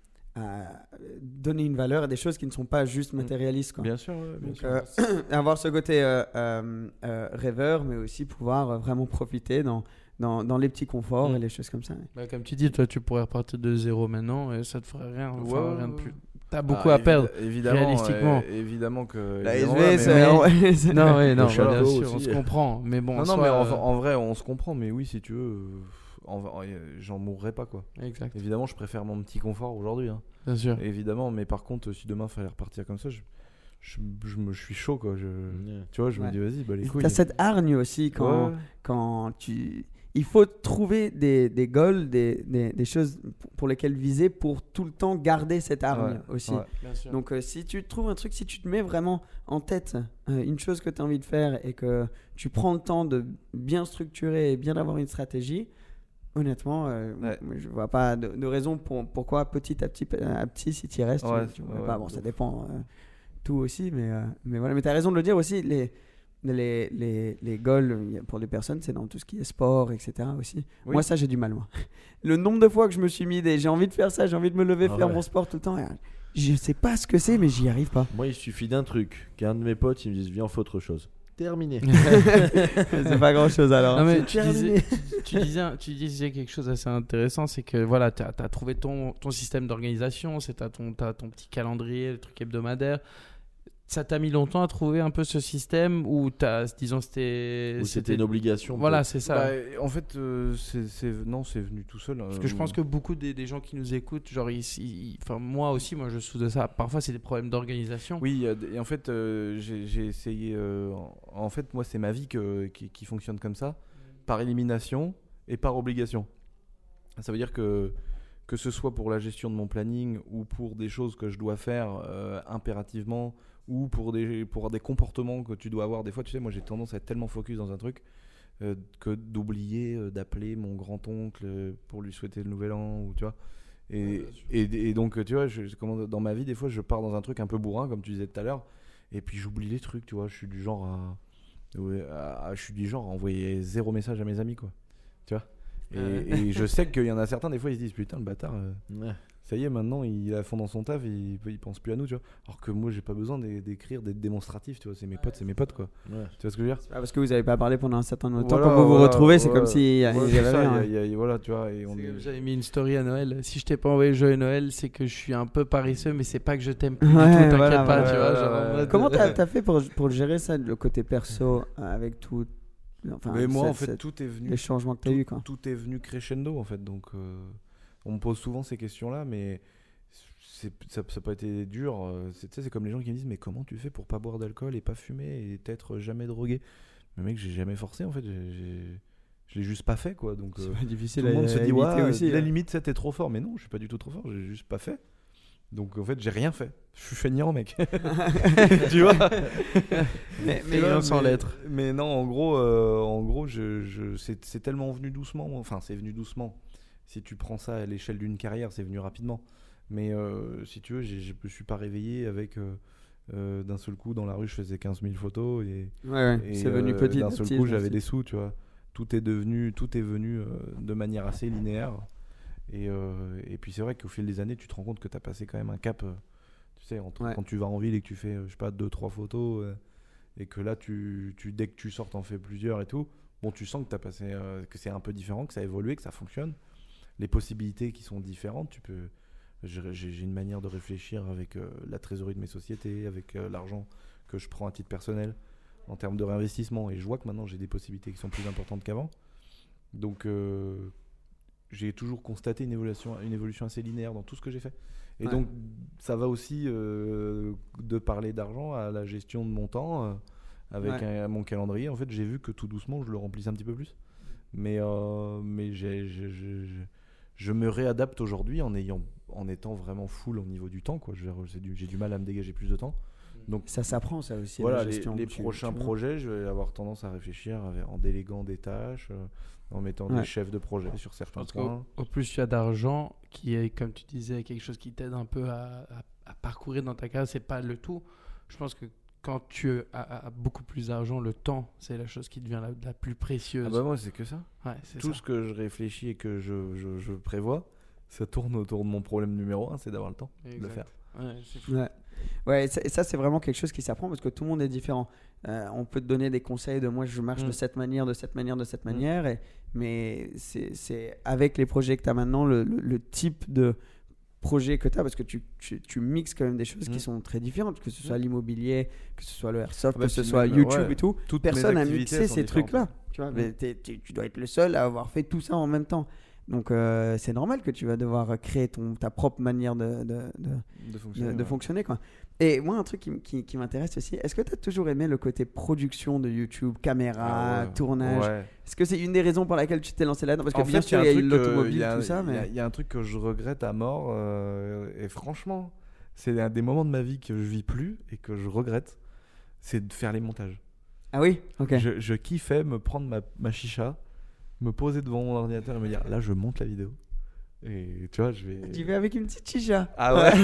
à donner une valeur à des choses qui ne sont pas juste matérialistes, quoi. Bien sûr, ouais, bien Donc, sûr. euh, avoir ce côté euh, euh, euh, rêveur, mais aussi pouvoir euh, vraiment profiter dans, dans, dans les petits conforts Mm. et les choses comme ça. Bah, comme tu dis, toi, tu pourrais repartir de zéro maintenant et ça te ferait rien. Enfin, Ouais, rien de ouais. plus. T'as beaucoup Ah, à évi- perdre. évidemment, réalistiquement. euh, évidemment que. La évidemment, S V, ouais, c'est... mais- ouais, c'est- Non, oui, non, château bien sûr, on aussi. se comprend. Mais bon, Non, en non, soi, mais en, euh, en vrai, on se comprend, mais oui, si tu veux, euh, en- en- j'en mourrais pas, quoi. Exact, Évidemment, je préfère mon petit confort aujourd'hui, hein. bien sûr. Évidemment, mais par contre, si demain fallait repartir comme ça, je, je, je, me- je suis chaud, quoi. Je, Ouais. tu vois, je Ouais. me dis, vas-y, bah les couilles. T'as cette hargne aussi quand, Ouais. quand tu... Il faut trouver des, des goals, des, des, des choses pour- pour lesquelles viser pour tout le temps garder cette hargne Ouais, aussi. ouais. Bien sûr. Donc euh, si tu trouves un truc, si tu te mets vraiment en tête euh, une chose que tu as envie de faire et que tu prends le temps de bien structurer et bien avoir une stratégie, honnêtement, euh, Ouais. moi, je vois pas de, de raison pour, pourquoi petit à petit, à petit si tu y restes, Ouais, tu, tu ouais, vois ouais, pas. Bon, de ça ouf. dépend euh, tout aussi, mais, euh, mais voilà. Mais tu as raison de le dire aussi, les, les, les, les goals il y a- pour les personnes, c'est dans tout ce qui est sport, et cetera aussi. Oui. Moi, ça, j'ai du mal, moi. Le nombre de fois que je me suis mis des j'ai envie de faire ça, j'ai envie de me lever, Ah faire ouais. mon sport tout le temps, et, euh, je sais pas ce que c'est, mais j'y arrive pas. Moi, il suffit d'un truc, qu'un de mes potes, il me dise, viens, on fait autre chose. Terminé. C'est pas grand chose alors. Non, mais C'est tu, terminé. disais, tu, tu disais, tu disais quelque chose d'assez intéressant, c'est que voilà, tu as trouvé ton, ton système d'organisation, c'est t'as ton, t'as ton petit calendrier, le truc hebdomadaire. Ça t'a mis longtemps à trouver un peu ce système ou t'as, disons, c'était. Ou c'était une obligation. Voilà, peut-être. c'est ça. Bah, en fait, euh, c'est, c'est- non, c'est venu tout seul. Parce que je pense que beaucoup des, des gens qui nous écoutent, genre, ils, ils- enfin, moi aussi, moi je souffre de ça. Parfois, c'est des problèmes d'organisation. Oui, il y a des- et en fait, euh, j'ai, j'ai essayé. euh, en, en fait, moi, c'est ma vie que, qui, qui fonctionne comme ça, par élimination et par obligation. Ça veut dire que que ce soit pour la gestion de mon planning ou pour des choses que je dois faire euh, impérativement ou pour des pour des comportements que tu dois avoir. Des fois, tu sais, moi, j'ai tendance à être tellement focus dans un truc euh, que d'oublier euh, d'appeler mon grand-oncle euh, pour lui souhaiter le nouvel an ou tu vois. Et, et, et donc, tu vois, je, comment, dans ma vie, des fois, je pars dans un truc un peu bourrin, comme tu disais tout à l'heure, et puis j'oublie les trucs, tu vois. Je suis du genre à, ouais, à- je suis du genre à envoyer zéro message à mes amis, quoi. Tu vois. Et, Ouais. et je sais qu'il y en a certains, des fois, ils se disent putain, le bâtard, euh, Ouais. ça y est, maintenant, il est à fond dans son taf, il, il pense plus à nous, tu vois. Alors que moi, j'ai pas besoin d'é- d'écrire, d'être démonstratif, tu vois. C'est mes potes, c'est mes potes, quoi. Ouais. Tu vois ce que je veux dire? C'est pas parce que vous avez pas parlé pendant un certain nombre de temps Voilà, quand vous vous voilà, retrouvez, c'est voilà. comme si Ouais, il y c'est avait ça, rien. il y a- il y a- voilà, tu vois. Et on C'est est- comme J'avais mis une story à Noël. Si je t'ai pas envoyé joyeux Noël, c'est que je suis un peu paresseux, mais c'est pas que je t'aime plus Ouais, du tout. T'inquiète voilà, pas, voilà, tu vois. voilà, genre en ouais. mode- Comment t'as as fait pour, pour gérer ça, le côté perso, euh, avec tout, enfin, Mais moi, cette- en fait, cette- tout est venu. les changements que t'as tout, eu, quoi. tout est venu crescendo, en fait. Donc, euh, on me pose souvent ces questions-là, mais c'est, ça n'a pas été dur. euh, C'est, tu sais, c'est comme les gens qui me disent, mais comment tu fais pour pas boire d'alcool et pas fumer et être jamais drogué? Mais mec, j'ai jamais forcé, en fait. J'ai, j'ai- je l'ai juste pas fait, quoi. Donc, euh, C'est pas tout difficile le à monde se dit, éviter ouais, aussi. la hein. limite, ça t'es trop fort. Mais non, je suis pas du tout trop fort, j'ai juste pas fait. Donc, en fait, j'ai rien fait. Je suis feignant, mec. Tu vois? Mais, Mais mais- non, sans mais- l'être. Mais non, en gros, euh, en gros je, je, c'est, c'est tellement venu doucement. Enfin, c'est venu doucement. Si tu prends ça à l'échelle d'une carrière, c'est venu rapidement. Mais euh, si tu veux, j'ai- je me suis pas réveillé avec euh, euh, d'un seul coup dans la rue, je faisais quinze mille photos et, Ouais, ouais, et, c'est venu euh, petit d'un à seul petit, coup, je j'avais pense. des sous, tu vois. Tout est devenu, tout est venu euh, de manière assez linéaire. Et, euh, et puis c'est vrai qu'au fil des années, tu te rends compte que tu as passé quand même un cap. euh, tu sais, entre, Ouais. quand tu vas en ville et que tu fais, euh, je sais pas, deux, trois photos, euh, et que là, tu, tu, dès que tu sors, t'en fais plusieurs et tout. Bon, tu sens que t'as passé, euh, que c'est un peu différent, que ça a évolué, que ça fonctionne. Les possibilités qui sont différentes, tu peux. J'ai, j'ai j'ai une manière de réfléchir avec euh, la trésorerie de mes sociétés, avec euh, l'argent que je prends à titre personnel, en termes de réinvestissement. Et je vois que maintenant, j'ai des possibilités qui sont plus importantes qu'avant. Donc, euh, j'ai toujours constaté une évolution, une évolution assez linéaire dans tout ce que j'ai fait. Et Ouais. donc, ça va aussi euh, de parler d'argent à la gestion de mon temps, euh, avec Ouais. un- mon calendrier. En fait, j'ai vu que tout doucement, je le remplissais un petit peu plus. Mais, euh, mais j'ai, j'ai- j'ai- j'ai- je me réadapte aujourd'hui en, ayant, en étant vraiment full au niveau du temps, quoi. Je veux dire, c'est du- j'ai du mal à me dégager plus de temps. Donc, Ça s'apprend, ça aussi. voilà, la les, gestion, les tu- prochains tu vois. projets, je vais avoir tendance à réfléchir avec- en déléguant des tâches, euh, en mettant Ouais. des chefs de projet sur certains Parce points. qu'au au plus tu as d'argent, qui est, comme tu disais, quelque chose qui t'aide un peu à, à- à parcourir dans ta carrière, c'est pas le tout. Je pense que quand tu as, as beaucoup plus d'argent, le temps, c'est la chose qui devient la, la plus précieuse. Ah bah moi, c'est que ça. Ouais, c'est Tout ça. ce que je réfléchis et que je, je, je prévois, ça tourne autour de mon problème numéro un, c'est d'avoir le temps de le Exact. faire. Ouais, c'est fou. Ouais. Ouais, et ça, et ça, c'est vraiment quelque chose qui s'apprend parce que tout le monde est différent. Euh, on peut te donner des conseils de moi, je marche Mm. de cette manière, de cette manière, de cette Mm. manière. Et, mais c'est, c'est avec les projets que tu as maintenant, le, le, le type de projet que tu as, parce que tu, tu, tu mixes quand même des choses Mm. qui sont très différentes, que ce soit l'immobilier, que ce soit le airsoft, Ah bah, que ce puis soit même, YouTube ouais, et tout. toutes mes Personne n'a activités mixé sont ces différentes. trucs-là. Tu vois, Mm. mais t'es- t'es- tu dois être le seul à avoir fait tout ça en même temps. Donc euh, c'est normal que tu vas devoir créer ton, ta propre manière de, de, de, De fonctionner. de, de ouais. fonctionner quoi. Et moi un truc qui, m- qui, qui m'intéresse aussi, est-ce que tu as toujours aimé le côté production de YouTube, caméra, Ah ouais. tournage? Ouais. Est-ce que c'est une des raisons pour laquelle tu t'es lancé là-dedans? Parce que En bien fait, sûr il y a eu un truc, euh, l'automobile, il y a- tout ça, il y a- mais... Il y a un truc que je regrette à mort, euh, et franchement, c'est un des moments de ma vie que je vis plus et que je regrette, c'est de faire les montages. Ah oui. Ok. Je, je kiffais me prendre ma, ma chicha, me poser devant mon ordinateur et me dire là je monte la vidéo. Et tu vois, je vais. Tu vas avec une petite chicha. Ah ouais.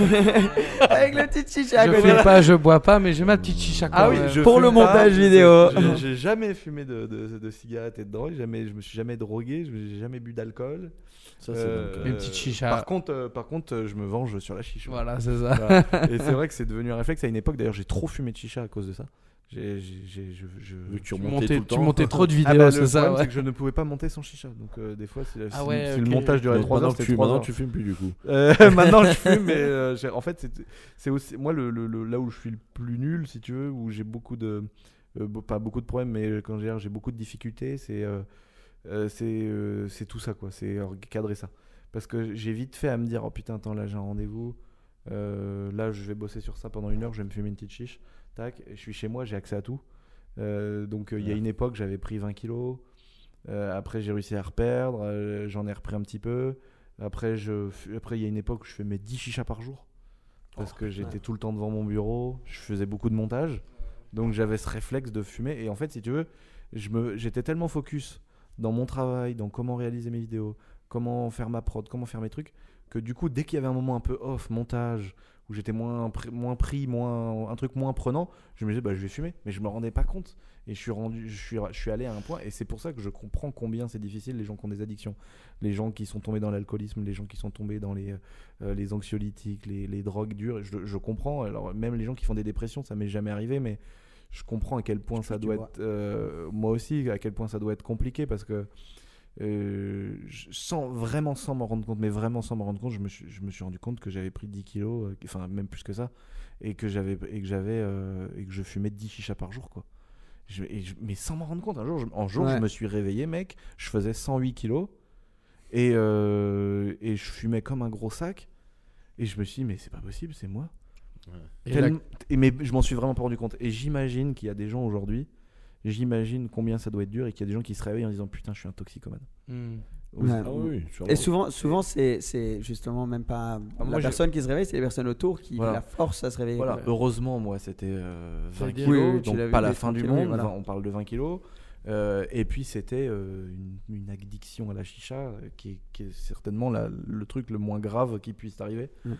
Avec la petite chicha. Je quoi. fume pas, je bois pas, mais j'ai ma petite chicha. Ah quand oui, même. je Pour fume le pas, montage je- vidéo. je- J'ai jamais fumé de, de, de cigarettes et de drogue, jamais, je me suis jamais drogué, je j'ai jamais bu d'alcool. Ça, c'est Euh, donc, Une petite chicha. Par contre, euh, par contre, euh, je me venge sur la chicha. Voilà, c'est ça. Voilà. Et c'est vrai que c'est devenu un réflexe à une époque. D'ailleurs, j'ai trop fumé de chicha à cause de ça. J'ai, j'ai, j'ai- je, je- Vu que tu Tu remontais montais, tout le tu temps. montais trop de Ah vidéos, bah, c'est le ça. problème, Ouais. c'est que je ne pouvais pas monter sans chicha. Donc euh, des fois, c'est, Ah si, ouais, si ok. le montage durait Donc, trois maintenant heures, que tu, c'était trois maintenant heures. tu fumes plus du coup. Euh, maintenant, je fume, mais euh, j'ai- en fait, c'est, c'est aussi moi le, le- le- là où je suis le plus nul, si tu veux, où j'ai beaucoup de, euh, bo- pas beaucoup de problèmes, mais quand j'ai, j'ai beaucoup de difficultés, c'est, euh, euh, c'est, euh, c'est tout ça quoi, c'est euh, cadrer ça. Parce que j'ai vite fait à me dire oh putain attends là j'ai un rendez-vous, euh, là je vais bosser sur ça pendant une heure, je vais me fumer une petite chiche, tac, je suis chez moi, j'ai accès à tout. Euh, donc euh, il y a Ouais. une époque j'avais pris vingt kilos, euh, après j'ai réussi à reperdre, euh, j'en ai repris un petit peu. Après, je, après, il y a une époque où je fais dix chichas par jour. Parce que j'étais tout le temps devant mon bureau. Je faisais beaucoup de montage. Donc, j'avais ce réflexe de fumer. Et en fait, si tu veux, je me, j'étais tellement focus dans mon travail, dans comment réaliser mes vidéos, comment faire ma prod, comment faire mes trucs, que du coup, dès qu'il y avait un moment un peu off, montage, où j'étais moins, pr- moins pris, moins, un truc moins prenant, je me disais, bah, je vais fumer. Mais je me rendais pas compte. Et je suis, rendu, je, suis, je suis allé à un point. Et c'est pour ça que je comprends combien c'est difficile, les gens qui ont des addictions. Les gens qui sont tombés dans l'alcoolisme, les gens qui sont tombés dans les, euh, les anxiolytiques, les, les drogues dures. Je, je comprends. Alors, même les gens qui font des dépressions, ça m'est jamais arrivé. Mais je comprends à quel point ça doit être. Euh, moi aussi, à quel point ça doit être compliqué. Parce que. Euh, je- sans, vraiment sans m'en rendre compte, mais vraiment sans m'en rendre compte, je me suis, je me suis rendu compte que j'avais pris dix kilos, euh, enfin même plus que ça, et que j'avais et que j'avais euh, et que je fumais dix chichas par jour quoi. Je, et je- mais sans m'en rendre compte, un jour, je, un jour Ouais. je me suis réveillé, mec, je faisais cent huit kilos et euh, et je fumais comme un gros sac, et je me suis dit mais c'est pas possible, c'est moi. Et Tellement- là- et mais je m'en suis vraiment pas rendu compte. Et j'imagine qu'il y a des gens aujourd'hui, j'imagine combien ça doit être dur, et qu'il y a des gens qui se réveillent en disant putain je suis un toxicomane. Hmm. Ouais. Ah oui, sûrement. Et souvent, souvent c'est, c'est justement même pas Ah, moi, la j'ai- personne qui se réveille, c'est les personnes autour qui Voilà. la forcent à se réveiller. Voilà, quoi. heureusement, moi, c'était euh, Ça veut vingt dire- kilos, Oui, oui, tu donc l'avais pas la dit, fin du tranquille, monde, voilà. vingt- on parle de vingt kilos. Euh, et puis, c'était euh, une, une addiction à la chicha, euh, qui est, qui est certainement la- le truc le moins grave qui puisse t'arriver. Mm.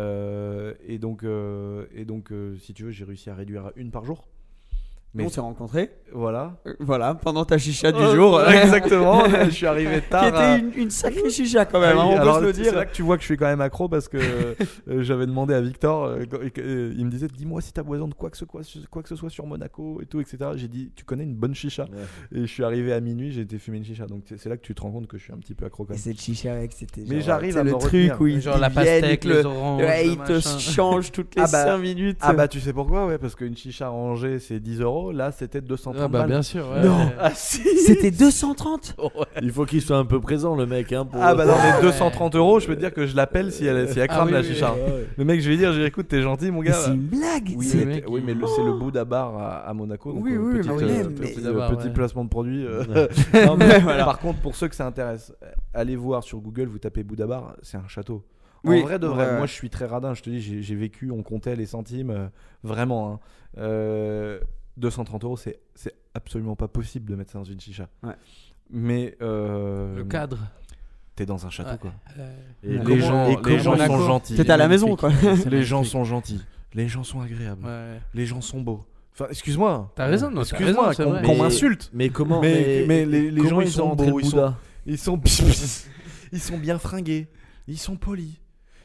Euh, et donc, euh, et donc euh, si tu veux, j'ai réussi à réduire à une par jour. Mais on s'est rencontrés, Voilà. euh, voilà, pendant ta chicha du Euh, jour. Exactement, je suis arrivé Qui tard. était à- une, une sacrée chicha quand même, Ah hein, oui, on alors, peut se le c'est dire. là que tu vois que je suis quand même accro, parce que euh, j'avais demandé à Victor, euh, quand- et que, euh, il me disait dis-moi si t'as besoin de quoi que, ce, quoi, quoi que ce soit sur Monaco et tout, et cetera. J'ai dit tu connais une bonne chicha. Ouais. Et je suis arrivé à minuit, j'ai été fumer une chicha. Donc c'est c'est là que tu te rends compte que je suis un petit peu accro quand Et même. cette chicha avec, c'était Mais genre, j'arrive c'est à le me truc retenir. où ils, Genre ils la viennent, pastèque, ils te, les oranges, ouais, le ils te machin. changent toutes les Ah bah- cinq minutes. Ah bah tu sais pourquoi, ouais, parce qu'une chicha rangée c'est dix euros, là c'était deux cent trente Ah bah balles. bien sûr. Ouais. Non. Ah si. C'était deux cent trente. Il faut qu'il soit un peu présent, le mec. Hein, pour... Ah bah non, mais Ouais. deux cent trente euros, je peux te dire que je l'appelle si elle, si elle Ah crame oui, la oui, chicha. oui. Ouais, ouais. Le mec, je vais lui dire, je vais dire, écoute, t'es gentil mon Mais gars. c'est une blague. Oui, c'est- mais, mec, oui, il- mais le- c'est le Bouddha Bar à, à Monaco. Donc Oui, euh, oui, petite, mais oui, euh, mais- petit, Bouddha Bar, petit ouais. placement de produit. euh. Ouais. Non, mais Voilà. Par contre, pour ceux que ça intéresse, euh, allez voir sur Google, vous tapez Bouddha Bar, c'est un château. En Oui, vrai de vrai, ouais, ouais. moi je suis très radin, je te dis, j'ai j'ai vécu, on comptait les centimes, euh, vraiment. Hein. Euh, deux cent trente euros, c'est c'est absolument pas possible de mettre ça dans une chicha. Ouais. Mais euh, Le cadre. t'es dans un château Ouais. quoi. Euh, Et Les comment- gens, et les comment- gens Monaco, sont gentils. T'étais à la maison, quoi. Les gens sont gentils. Les gens sont agréables. Ouais. Les gens sont beaux. Enfin, excuse-moi. T'as raison, non, t'as Excuse-moi raison, c'est qu'on vrai. qu'on Mais- m'insulte. Mais comment Mais- mais les- les comment gens, ils ont sont rentré beaux, le ils sont- Bouddha Ils sont, ils sont bien fringués. Ils sont polis.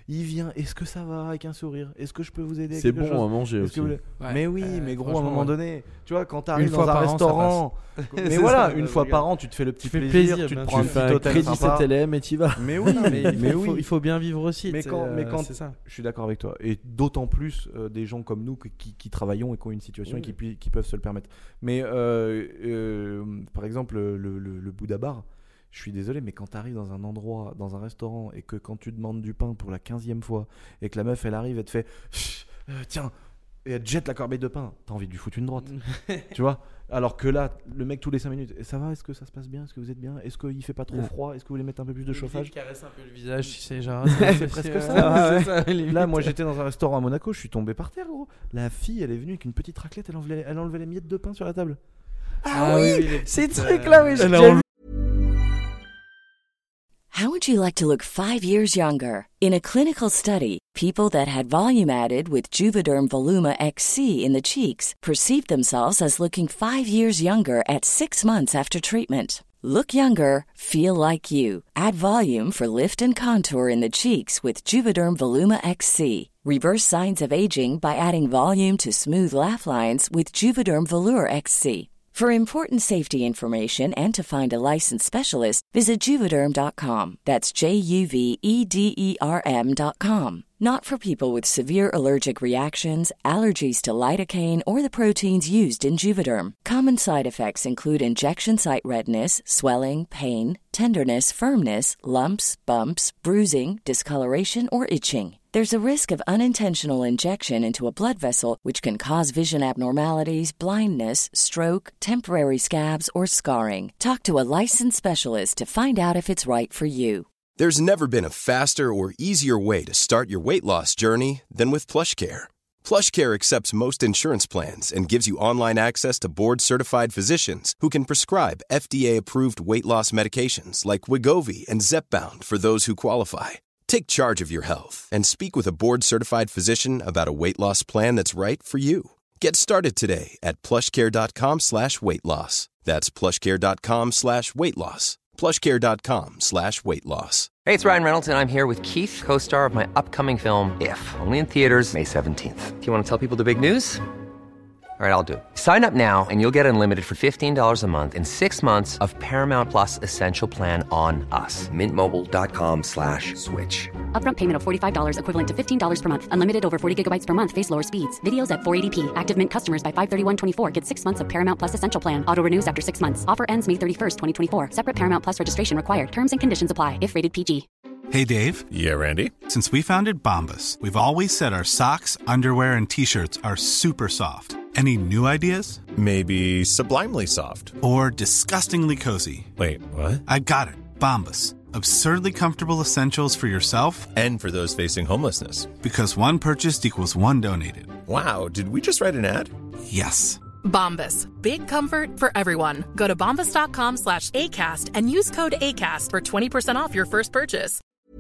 il vient, est-ce que ça va avec un sourire, est-ce que je peux vous aider avec C'est quelque bon chose à manger Est-ce aussi. que vous voulez- Ouais. Mais oui, Euh, mais gros, à un franchement, moment ouais. donné, tu vois, quand t'arrives Une dans fois un par an, ça restaurant, passe. mais C'est voilà, ça, une euh, fois par regarde. an, tu te fais le petit fais plaisir, plaisir, tu te bien prends Tu un sûr. fais petit un hôtel crédit sympa. sept L M et t'y vas. Mais oui, Non, mais il mais faut, oui. il faut bien vivre aussi. Mais tu sais, quand- mais euh, quand- c'est ça. Je suis d'accord avec toi. Et d'autant plus euh, des gens comme nous que- qui, qui travaillons et qui ont une situation Oui. et qui, pu- qui peuvent se le permettre. Mais euh, euh, par exemple, le, le, le Bouddha Bar, je suis désolé, mais quand tu arrives dans un endroit, dans un restaurant, et que quand tu demandes du pain pour la quinzième fois, et que la meuf, elle arrive, elle te fait Chut, euh, tiens, et elle te jette la corbeille de pain, t'as envie de lui foutre une droite. Tu vois. Alors que là, le mec, tous les cinq minutes, et ça va, est-ce que ça se passe bien, est-ce que vous êtes bien, est-ce qu'il fait pas trop Ouais. froid, est-ce que vous voulez mettre un peu plus de chauffage. Caresse un peu le visage, tu sais, genre. C'est presque ça, ouais, ouais. c'est ça, limite. Là, moi, j'étais dans un restaurant à Monaco, je suis tombé par terre, gros. La fille, elle est venue avec une petite raclette, elle enlevait, elle enlevait les miettes de pain sur la table. Ah, oui, les ces petites, trucs-là, euh, oui, j'ai elle a déjà enlevé- vu. How would you like to look five years younger? In a clinical study, people that had volume added with Juvederm Voluma X C in the cheeks perceived themselves as looking five years younger at six months after treatment. Look younger, feel like you. Add volume for lift and contour in the cheeks with Juvederm Voluma X C. Reverse signs of aging by adding volume to smooth laugh lines with Juvederm Volure X C. For important safety information and to find a licensed specialist, visit Juvederm dot com. That's J U V E D E R M dot com. Not for people with severe allergic reactions, allergies to lidocaine, or the proteins used in Juvederm. Common side effects include injection site redness, swelling, pain, tenderness, firmness, lumps, bumps, bruising, discoloration, or itching. There's a risk of unintentional injection into a blood vessel, which can cause vision abnormalities, blindness, stroke, temporary scabs, or scarring. Talk to a licensed specialist to find out if it's right for you. There's never been a faster or easier way to start your weight loss journey than with PlushCare. PlushCare accepts most insurance plans and gives you online access to board-certified physicians who can prescribe F D A-approved weight loss medications like Wegovy and Zepbound for those who qualify. Take charge of your health and speak with a board-certified physician about a weight loss plan that's right for you. Get started today at plushcare.com slash weight loss. That's plushcare.com slash weight loss. plushcare.com slash weight loss. Hey, it's Ryan Reynolds, and I'm here with Keith, co-star of my upcoming film, If, only in theaters May seventeenth. Do you want to tell people the big news? All right, I'll do it. Sign up now and you'll get unlimited for fifteen dollars a month and six months of Paramount Plus Essential Plan on us. Mint Mobile dot com slash switch. Upfront payment of forty-five dollars equivalent to fifteen dollars per month. Unlimited over forty gigabytes per month. Face lower speeds. Videos at four eighty p. Active Mint customers by five thirty-one twenty-four get six months of Paramount Plus Essential Plan. Auto renews after six months. Offer ends May thirty-first, twenty twenty-four. Separate Paramount Plus registration required. Terms and conditions apply if rated P G. Hey, Dave. Yeah, Randy. Since we founded Bombas, we've always said our socks, underwear, and T-shirts are super soft. Any new ideas? Maybe sublimely soft. Or disgustingly cozy. Wait, what? I got it. Bombas. Absurdly comfortable essentials for yourself and for those facing homelessness. Because one purchased equals one donated. Wow, did we just write an ad? Yes. Bombas. Big comfort for everyone. Go to bombas.com slash ACAST and use code ACAST for twenty percent off your first purchase.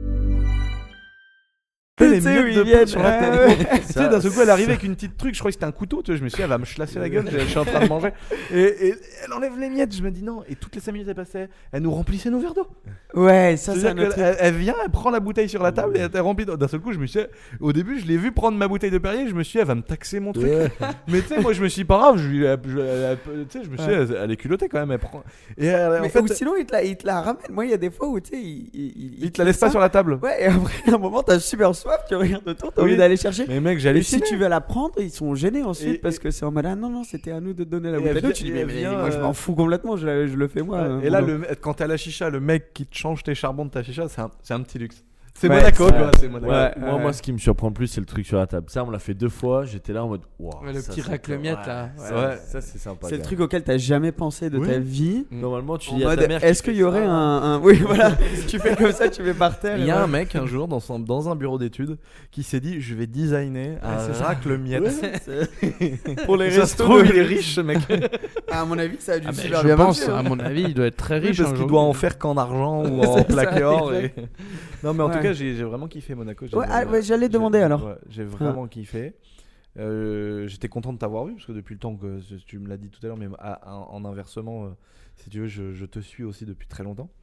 Les miettes de pain sur la tête. Tu sais, d'un seul coup, elle arrivait ça- avec une petite truc. Je croyais que c'était un couteau. Tu vois, je me suis dit, elle va me chlasser la gueule. Je suis en train de manger. Et, et elle enlève les miettes. Je me dis non. Et toutes les cinq minutes, elle passait. Elle nous remplissait nos verres d'eau. Ouais, ça, c'est C'est-à-dire un autre qu'elle truc. elle, elle vient, elle prend la bouteille sur la table et elle remplit. D'un seul coup, je me suis dit, au début, je l'ai vu prendre ma bouteille de Perrier. Je me suis dit, elle va me taxer mon truc. Ouais. Mais tu sais, moi, je me suis dit, pas grave. Je, lui- elle- je- elle- elle- tu sais, je me suis dit, elle, elle est culottée quand même. Elle prend. Et elle- Mais en fait, ou sinon, il te, la, il te la ramène. Moi, il y a des fois où tu sais, il, il, il te la laisse pas sur la table. Ouais, et après, à un moment, t'as super soif, tu regardes autour, t'as Oui. envie d'aller chercher. Mais mec, Et j'allais si tu veux la prendre, ils sont gênés ensuite Et- parce et- que c'est en mode ah non, non, c'était à nous de te donner la Et bouteille elle d'eau. vient- Tu dis, et mais, elle mais vient, moi, je euh, m'en fous complètement, je, la- je le fais moi. Ouais, euh, et là, mon le, quand t'es à la chicha, le mec qui te change tes charbons de ta chicha, c'est un, c'est un petit luxe. C'est Ouais, Monaco, c'est- quoi. C'est Monaco. Ouais, moi, ouais. moi, ce qui me surprend le plus, c'est le truc sur la table. Ça, on l'a fait deux fois. J'étais là en mode, wow, Ouais, le ça, petit c'est racle-miette, cool. là. Ouais, Ouais. ça, c'est sympa. C'est le quand truc même. auquel t'as jamais pensé de Oui. ta vie. Normalement, tu En dis à mode, ta mère qui est-ce fait qu'il y aurait ça. un, un- oui voilà, si tu fais comme ça, tu mets par terre. Il et y a un voilà. mec un jour dans, son, dans un bureau d'études qui s'est dit je vais designer un c'est ça. racle-miette. Pour les Ça se restos trouve, de- il est riche ce mec. À mon avis, ça a dû Ah, mais super je bien pense, marcher, hein. à mon avis, il doit être très Oui, riche. parce un qu'il jour. doit en faire qu'en argent ou en C'est ça, plaqué or. et- exact. Non, mais en Ouais. tout cas, j'ai j'ai vraiment kiffé Monaco. J'ai- Ouais, ah, ouais, j'allais j'ai- demander, alors. ouais, j'ai vraiment kiffé. Euh, J'étais content de t'avoir vu parce que depuis le temps que tu me l'as dit tout à l'heure, mais à- en, en inversement, euh, si tu veux, je, je te suis aussi depuis très longtemps.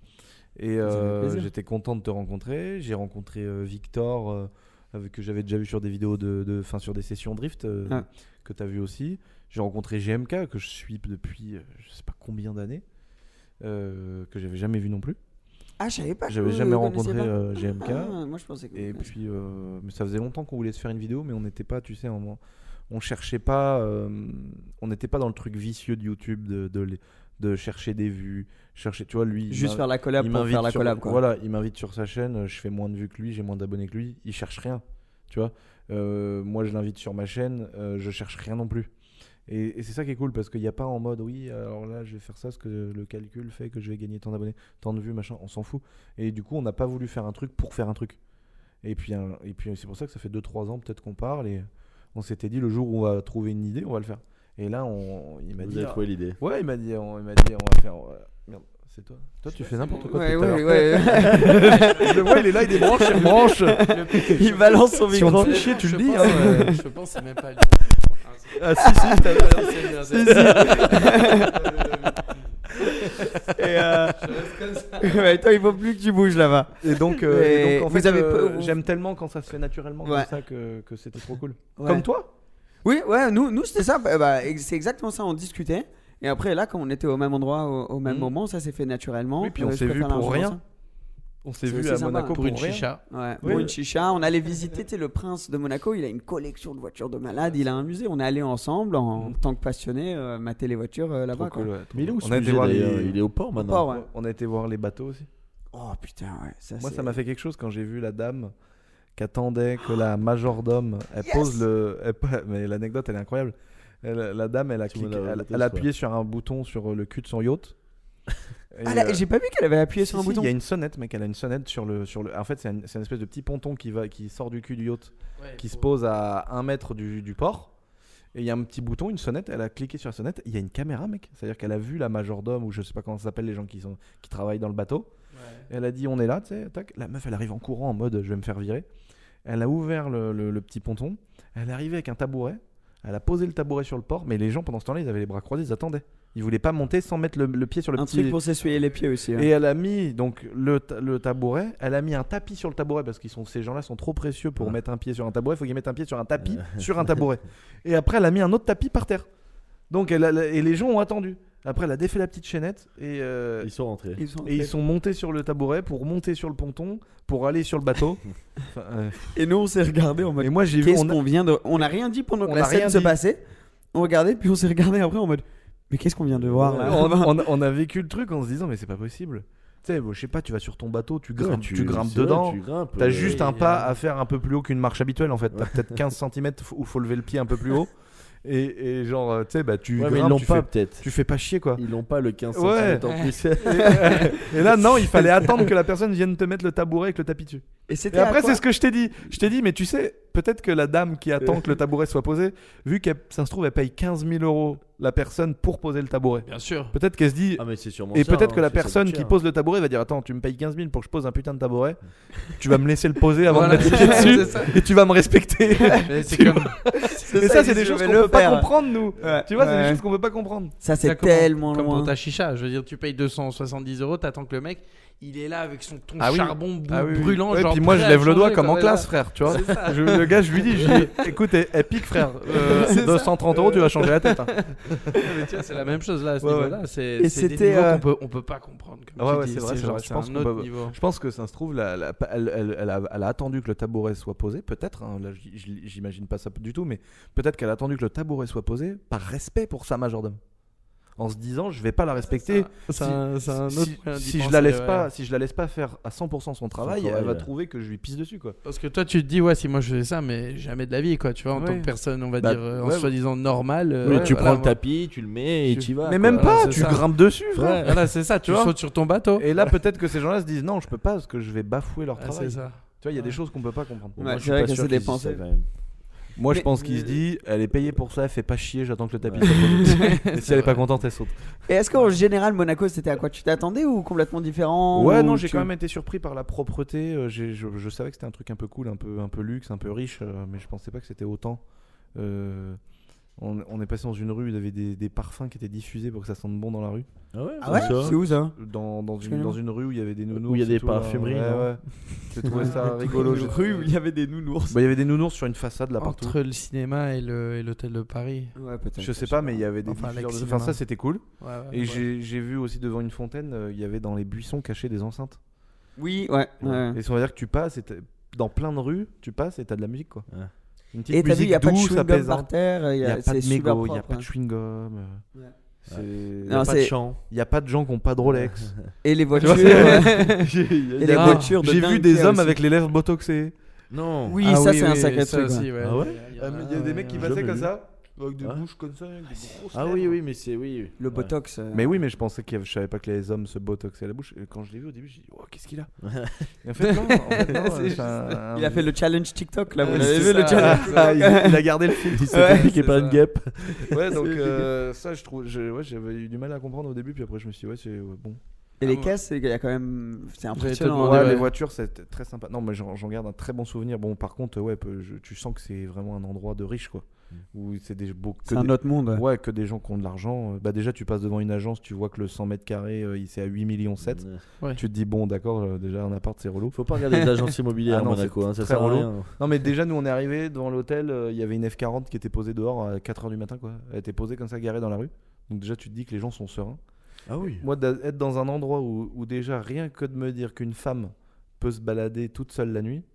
Et euh, j'étais content de te rencontrer. J'ai rencontré euh, Victor, euh, avec, que j'avais déjà vu sur des vidéos, de, de, fin, sur des sessions drift euh, ah. que tu as vu aussi. J'ai rencontré G M K, que je suis depuis euh, je sais pas combien d'années, euh, que j'avais jamais vu non plus. Ah, je savais pas. J'avais jamais rencontré euh, G M K. Ah, moi, je pensais que et puis, euh, mais ça faisait longtemps qu'on voulait se faire une vidéo, mais on n'était pas, tu sais, on, on cherchait pas, euh, on n'était pas dans le truc vicieux de YouTube de, de, de chercher des vues, chercher, tu vois, lui. Juste faire la collab pour faire la sur, collab, quoi. Voilà, il m'invite sur sa chaîne, je fais moins de vues que lui, j'ai moins d'abonnés que lui, il cherche rien, tu vois. Euh, moi, je l'invite sur ma chaîne, euh, je cherche rien non plus. Et, et c'est ça qui est cool parce qu'il n'y a pas en mode oui, alors là je vais faire ça parce que le calcul fait que je vais gagner tant d'abonnés, tant de vues, machin, on s'en fout. Et du coup, on n'a pas voulu faire un truc pour faire un truc. Et puis, un, et puis c'est pour ça que ça fait deux trois ans peut-être qu'on parle et on s'était dit le jour où on va trouver une idée, on va le faire. Et là, on, il m'a Vous dit. Vous avez trouvé l'idée. Ouais, il m'a dit, on, il m'a dit on va faire. Ouais, merde. C'est toi. Toi, tu fais n'importe quoi. Ouais, tout à ouais, l'heure. ouais. Je le vois, il est là, il débranche, il rebranche. Il balance son Si micro. on te fait chier, tu je le dis. pense, Hein. euh, je pense que c'est même pas lui. Ah, si, si, t'as bien, Si, si. Et euh... ouais, toi, il faut plus que tu bouges là-bas. Et donc, euh, et et donc en vous fait, avez euh, peu- j'aime tellement quand ça se fait naturellement Ouais. comme ça que, que c'était trop cool. Ouais. Comme toi. Oui, ouais, nous, nous c'était ça. Bah, bah, ex- c'est exactement ça. On discutait. Et après, là, comme on était au même endroit, au, au même Mhm. moment, ça s'est fait naturellement. Oui, puis on Euh, je s'est vu préfère pour largement rien. ça. On s'est C'est vu aussi à sympa. Monaco Pour une rien. chicha. Ouais, Oui. pour une chicha. On allait visiter tu sais, le prince de Monaco. Il a une collection de voitures de malade. Il a un musée. On est allé ensemble en Mhm. tant que passionnés euh, mater les voitures euh, là-bas. Trop cool, quoi. ouais, trop Mais il est cool. où On ce a été musée, voir d'ailleurs les- Il est au port maintenant. port, ouais. On a été voir les bateaux aussi. Oh putain, ouais. Ça, Moi, c'est- ça m'a fait quelque chose quand j'ai vu la dame qui attendait que la majordome elle Yes. pose le. elle- mais l'anecdote, elle est incroyable. Elle- la dame, elle a, Tu cliqué, me l'as elle, raconté, elle a je crois. appuyé sur un bouton sur le cul de son yacht. Et, Ah, là, euh, j'ai pas vu qu'elle avait appuyé si, sur un si, bouton. Il y a une sonnette, mec. Elle a une sonnette sur le. Sur le... En fait, c'est une, c'est une espèce de petit ponton qui, va, qui sort du cul du yacht, qui se pose à un mètre du, du port. Et il y a un petit bouton, une sonnette. Elle a cliqué sur la sonnette. Il y a une caméra, mec. C'est-à-dire qu'elle a vu la majordome, ou je sais pas comment ça s'appelle, les gens qui, sont, qui travaillent dans le bateau. Et elle a dit on est là, tu sais. Tac. La meuf, elle arrive en courant en mode je vais me faire virer. Elle a ouvert le, le, le petit ponton. Elle est arrivée avec un tabouret. Elle a posé le tabouret sur le port. Mais les gens, pendant ce temps-là, ils avaient les bras croisés, ils attendaient. Ils voulaient pas monter sans mettre le, le pied sur le Un petit. truc pour s'essuyer les pieds aussi. hein. Et elle a mis donc le, ta- le tabouret, elle a mis un tapis sur le tabouret parce qu'ils sont ces gens-là sont trop précieux pour Ah. mettre un pied sur un tabouret, il faut qu'ils mettent un pied sur un tapis sur un tabouret. Et après elle a mis un autre tapis par terre. Donc elle a- et les gens ont attendu. Après elle a défait la petite chaînette et euh, Ils sont rentrés. Ils sont et ils sont montés sur le tabouret pour monter sur le ponton pour aller sur le bateau. Enfin, euh, Et nous, on s'est regardé en mode. et moi j'ai vu Qu'est-ce on a- qu'on vient de. On n'a rien dit pendant que On la a scène rien se dit. passait. On regardait, puis on s'est regardé après en mode. Mais qu'est-ce qu'on vient de voir là on, on a- on a vécu le truc en se disant mais c'est pas possible. Tu sais, bon, je sais pas, tu vas sur ton bateau, tu grimpes, Ouais, tu, grimpes c'est vrai, dedans. tu grimpes, T'as euh, juste un il y pas a- à faire un peu plus haut qu'une marche habituelle en fait. T'as peut-être quinze centimètres où faut lever le pied un peu plus haut. Et, et genre, euh, tu sais, bah tu Ouais, mais grimpes, ils l'ont tu, pas fais, peut-être. tu fais pas chier quoi. Ils l'ont pas le quinze Ouais. centimètres en plus. Et, et là, non, il fallait attendre que la personne vienne te mettre le tabouret avec le tapis dessus. Et Et c'était. à après, quoi c'est ce que je t'ai dit. Je t'ai dit, mais tu sais, peut-être que la dame qui attend que le tabouret soit posé, vu que ça se trouve, elle paye quinze mille euros la personne pour poser le tabouret. Bien sûr. Peut-être qu'elle se dit. Ah mais c'est sûrement Et ça, peut-être hein, que la c'est- ça personne coûte qui cher. pose le tabouret va dire attends, tu me payes quinze mille pour que je pose un putain de tabouret, tu vas me laisser le poser avant Voilà, de mettre le pied c'est dessus ça. et tu vas me respecter. Mais c'est Tu comme. Mais ça, c'est des choses qu'on peut pas comprendre nous. Ouais, Tu vois, c'est ouais. des choses qu'on peut pas comprendre. Ça, c'est Exactement. tellement Comme loin. pour ta chicha. Je veux dire, tu payes deux cent soixante-dix euros, t'attends que le mec, il est là avec son ton Ah oui. charbon bou- Ah oui, oui. brûlant. Ouais, genre puis moi je prêt à lève le doigt changer, comme en quoi, classe, là. frère, tu vois. C'est ça. Je- le gars, je lui dis, je lui dis, écoute, elle, elle pique, frère. Euh, C'est deux ça. cent trente euros, tu vas changer la tête. hein. Mais tu vois, c'est la même chose là à ce Ouais, niveau-là. C'est Et c'est des c'était, niveaux euh, qu'on peut, on peut pas comprendre. Comme Ouais, tu ouais, dis. c'est vrai, c'est genre- vrai. Je c'est pense un qu'on autre peut- niveau. Je pense que ça se trouve, la- la- elle, elle- elle a, elle a attendu que le tabouret soit posé, peut-être. hein, là, j- j- j'imagine pas ça du tout, mais peut-être qu'elle a attendu que le tabouret soit posé par respect pour sa majordome. En se disant, je vais pas la respecter. C'est si, un- c'est un si- autre moyen d'y si je penser, la laisse ouais. pas, si je la laisse pas faire à cent pour cent son travail, travail, elle va ouais. trouver que je lui pisse dessus, quoi. Parce que toi, tu te dis, ouais, si moi je fais ça, mais jamais de la vie, quoi. Tu vois, en Ouais. tant que personne, on va Bah, dire, euh, en ouais. soi-disant normale. euh, Oui, ouais, tu voilà, prends le moi- tapis, tu le mets et Tu- tu y vas. Mais quoi. même Voilà, pas, c'est tu ça. grimpes dessus, Ouais, frère. voilà, c'est ça. Tu Tu vois sautes sur ton bateau. Et là, peut-être que ces gens-là se disent, non, je peux pas parce que je vais bafouer leur Ah, travail. c'est ça. Tu vois, il y a des choses qu'on peut pas comprendre. Ouais, Moi, je c'est suis vrai pas que sûr c'est qu'ils des disent ça, pensées. quand même. Moi, je Mais- pense qu'il mais- se dit, elle est payée pour ça, elle fait pas chier, j'attends que le tapis Ouais. soit posé. Et si C'est elle est pas vrai. contente, elle saute. Et est-ce qu'en général, Monaco, c'était à quoi tu t'attendais ou complètement différent Ouais, ou non, j'ai tu- quand même été surpris par la propreté. euh, j'ai- je, je savais que c'était un truc un peu cool, un peu, un peu luxe, un peu riche, euh, mais je pensais pas que c'était autant. Euh, On, on est passé dans une rue où il y avait des, des parfums qui étaient diffusés pour que ça sente bon dans la rue. Ah ouais, Ah ouais ça. C'est où ça? Dans, dans, Je une, connais dans pas. une rue où il y avait des nounours. Où il y a et des tout, là. parfumeries, Ouais, non ouais. J'ai trouvé ça rigolo. Une j'ai- rue où il y avait des nounours. Bah, il y avait des nounours sur une façade là partout. Entre le cinéma et le- et l'hôtel de Paris. Ouais, peut-être. Je sais pas, mais il y avait des Enfin, diffuseurs de- l'ex-cinéma. Enfin, ça c'était cool. Ouais, ouais, Et ouais. j'ai j'ai vu aussi devant une fontaine, euh, il y avait dans les buissons cachés des enceintes. Oui, ouais. ouais. Et ça veut dire que tu passes, et t'as- dans plein de rues, tu passes et t'as de la musique quoi. Ouais. Une petite Et t'as vu, il musique n'y a pas de douce, chewing-gum par apaisante. terre. Il Il n'y a pas c'est de super mégots, il n'y a propre, pas de hein. chewing-gum. euh, Ouais. c'est- Il Il y n'y a a, pas c'est- de chant. il y a pas de gens qui n'ont pas de Rolex. Et les Tu voitures. vois, et J'ai les Ah, voitures de j'ai dingue vu qu'il des y a hommes aussi. avec les lèvres botoxées. Non. Oui, Ah ça oui, c'est un oui, sacré ça truc. aussi, ouais. ouais. Ah ouais Il y a- Euh, Il y a des mecs qui ouais, passaient jamais comme vu. ça, avec des Ah. bouches comme ça, avec des grosses Ah lèvres. oui, oui, mais c'est oui. Le Ouais. botox. euh, Mais oui, mais je pensais que je savais pas que les hommes se botoxaient la bouche. Et quand je l'ai vu au début, j'ai dit oh qu'est-ce qu'il a. Et en fait non, en fait, non, C'est c'est un- Il a fait le challenge TikTok là, vous Ouais, l'avez c'est vu le ça. challenge Ah, il, il a gardé le fil. Il s'est Ouais, fait piquer c'est par ça. une guêpe. Ouais, donc euh, ça, je trouve, je- ouais, j'avais eu du mal à comprendre au début, puis après je me suis dit ouais, c'est ouais, bon. Et les Ah, caisses, c'est- il y a quand même. C'est te impressionnant. demander, Ouais, ouais. les voitures, c'est très sympa. Non, mais j'en j'en garde un très bon souvenir. Bon, par contre, ouais, peu- je- tu sens que c'est vraiment un endroit de riche, quoi. Où c'est des beaux. que C'est un des- autre monde. Ouais, que des gens qui ont de l'argent. Bah déjà, tu passes devant une agence, tu vois que le cent mètres carrés, euh, il c'est à huit millions sept. Ouais. Tu te dis bon, d'accord, euh, déjà un appart, c'est relou. Faut pas regarder les agences immobilières Ah à non, Monaco, c'est hein, ça très sert à relou. rien. Non, mais déjà, nous, on est arrivé devant l'hôtel, euh, il y avait une F quarante qui était posée dehors à quatre heures du matin, quoi. Elle était posée comme ça, garée dans la rue. Donc déjà, tu te dis que les gens sont sereins. Ah oui. Moi, d'être dans un endroit où, où déjà, rien que de me dire qu'une femme peut se balader toute seule la nuit,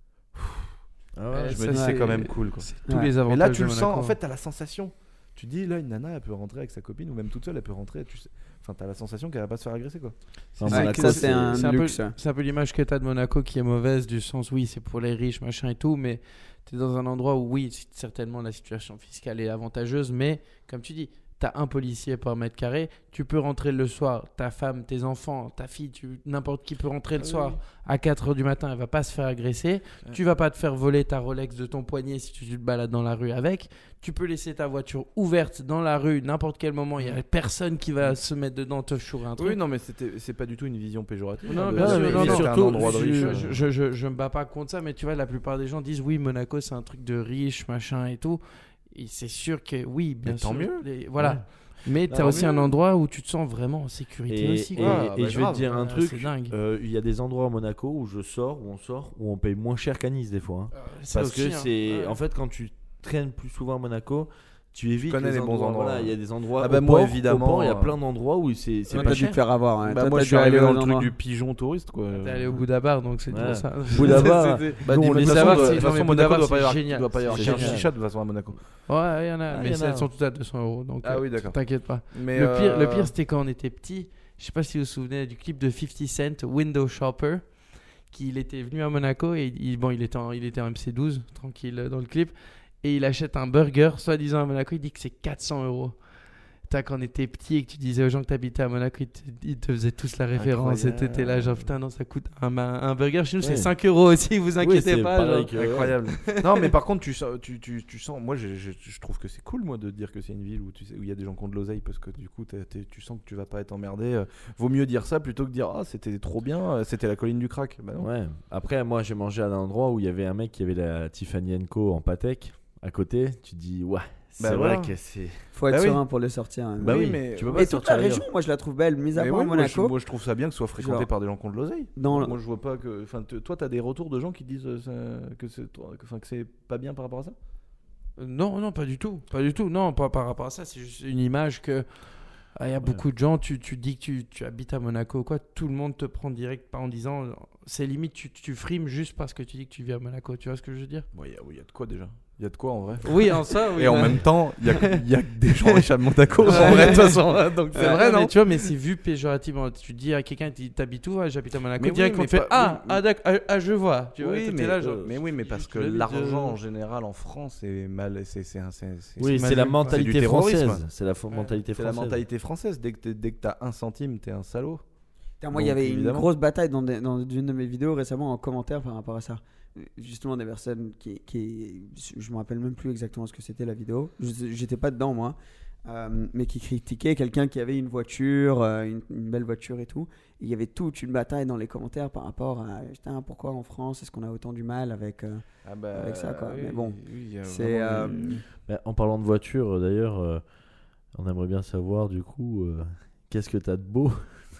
Ah Ouais, ouais. je ça, me dis c'est c'est- quand même cool, quoi. c'est tous Ouais. les Et avantages. là, tu de le sens, Monaco. en fait, t'as la sensation. Tu dis, là, une nana, elle peut rentrer avec sa copine, ou même toute seule, elle peut rentrer. Tu sais... Enfin, t'as la sensation qu'elle va pas se faire agresser, quoi. Non, Ouais, Monaco, ça, c'est un c'est un peu, luxe. c'est un peu l'image que tu as de Monaco qui est mauvaise, du sens, oui, c'est pour les riches, machin et tout, mais tu es dans un endroit où, oui, c'est- certainement la situation fiscale est avantageuse, mais comme tu dis, tu as un policier par mètre carré, tu peux rentrer le soir, ta femme, tes enfants, ta fille, tu, n'importe qui peut rentrer le Ah oui, soir oui. à quatre heures du matin, elle va pas se faire agresser, Ouais. tu vas pas te faire voler ta Rolex de ton poignet si tu te balades dans la rue avec, tu peux laisser ta voiture ouverte dans la rue n'importe quel moment, il y a personne qui va se mettre dedans, te chourer un truc. Oui, non, mais c'était- c'est pas du tout une vision péjorative. Non, hein, de- bien de- sûr, de- non, c'était non, un surtout, endroit de riche. je, euh. je, je, je, je me bats pas contre ça, mais tu vois, la plupart des gens disent oui, Monaco c'est un truc de riche, machin et tout. Et c'est sûr que oui, bien Mais sûr. tant mieux. les- voilà. Ouais. Mais Bah, tu as aussi mieux. un endroit où tu te sens vraiment en sécurité Et, aussi. et- quoi. Ah, et bah, je vais grave. te dire un Ah, truc, c'est dingue. euh, il y a des endroits à Monaco où je sors, où on sort, où on paye moins cher qu'à Nice des fois. hein. Ça Parce aussi, que hein. c'est, Ouais. en fait, quand tu traînes plus souvent à Monaco, tu évites connais les bons endroits. Voilà, il y a des endroits. Ah bah au moi, port- évidemment, au port, il y a euh, plein d'endroits où c'est, c'est Ouais, pas t'as dû cher. te faire avoir. hein. Bah, Toi, moi, t'as je suis dû arrivé aller dans aux le truc endroits. du pigeon touriste, quoi. T'es allé au Bouddha Bar, donc c'est Ouais. pour ça. Bouddha-Bar. C'était- Bah, Nous, dis- on de les toute Bouddha façon, Bar, de c'est- toute non, façon, mais Monaco Bouddha doit Bar, pas y avoir, c'est génial. doit pas y avoir C'est qu'un génial. chicha de toute façon à Monaco. Ouais, il y en a, Ah, il mais y en a. elles sont toutes à deux cents euros. Donc, Ah euh, oui, d'accord. T'inquiète pas. Mais Le pire, le euh, pire c'était quand on était petit. Je sais pas si vous vous souvenez du clip de fifty Cent, Window Shopper, qu'il était venu à Monaco et il, bon, il était en, il était en M C douze, tranquille euh, dans le clip, et il achète un burger, soi-disant à Monaco, il dit que c'est quatre cents euros. T'as, quand on était petit et que tu disais aux gens que t'habitais à Monaco, ils te, ils te faisaient tous la référence. Et Incroyable. t'étais là, genre putain, non, ça coûte un, un burger chez nous, Ouais. c'est cinq euros aussi, vous Oui, inquiétez c'est pas. pareil genre. que- Incroyable. Non, mais par contre, tu, sens- tu, tu, tu sens. Moi, je, je, je trouve que c'est cool, moi, de dire que c'est une ville où tu sais, où il y a des gens qui ont de l'oseille parce que du coup, t'es- t'es- tu sens que tu vas pas être emmerdé. Euh, Vaut mieux dire ça plutôt que dire ah, c'était trop bien, euh, c'était la colline du crack. Bah non. Ouais. Après, moi, j'ai mangé à un endroit où il y avait un mec qui avait la Tiffany and Co en Patek à côté. Tu dis ouais, c'est Bah vrai voilà. que c'est. Faut être Bah oui. serein pour les sortir. hein. Bah oui, mais- tu peux pas Et toute sortir la ailleurs. région, moi je la trouve belle, mis à Mais part ouais, moi, je, Monaco. moi, je trouve ça bien que ce soit fréquenté Genre- par des gens qui ont de l'oseille. Dans le- Moi, je vois pas que. Enfin, te- toi, t'as des retours de gens qui disent euh, ça- que c'est, que, enfin, que c'est pas bien par rapport à ça. Euh, Non, non, pas du tout. Pas du tout. Non, pas par rapport à ça. C'est juste une image que. Il y a beaucoup de gens, tu, tu dis que tu, tu habites à Monaco ou quoi, tout le monde te prend direct pas en disant. C'est limite, tu, tu frimes juste parce que tu dis que tu vis à Monaco. Tu vois ce que je veux dire? Bon, il y, a- oui, il y a de quoi déjà. Il y a de quoi en vrai. Oui, en ça, oui. Et en mais- même temps, il y a, il y a que des gens riches à Monaco. Ouais. En vrai, de toute façon. hein, Donc c'est Ouais, vrai, mais non? tu vois, mais c'est vu péjorativement. Tu dis à quelqu'un, tu dis, t'habites où? Ah, j'habite à Monaco. Mais Direct, oui, on mais te fait pas- ah, oui, ah, d'accord, ah, ah, je vois. Tu vois, Oui, t'étais mais, là, genre, euh, mais oui, mais parce juste que le but de- l'argent en général en France c'est mal, c'est c'est un- c'est c'est- Oui, c'est c'est la mal vu, quoi. mentalité C'est du terrorisme. française. C'est la fo- mentalité C'est la française. mentalité française. Dès que t'es- dès que t'as un centime, t'es un salaud. Putain, moi, il y Donc, avait évidemment. une grosse bataille dans, des- dans une de mes vidéos récemment en commentaire par rapport à ça. Justement, des personnes qui. qui je me rappelle même plus exactement ce que c'était la vidéo. Je- J'étais pas dedans, moi. euh, mais qui critiquait quelqu'un qui avait une voiture, euh, une, une belle voiture et tout. Et il y avait toute une bataille dans les commentaires par rapport à putain, pourquoi en France est-ce qu'on a autant du mal avec, euh, Ah bah, avec ça quoi. oui, Mais bon, oui, il y a c'est. vraiment euh, des- Bah, en parlant de voiture, euh, d'ailleurs, euh, on aimerait bien savoir du coup, euh, qu'est-ce que t'as de beau?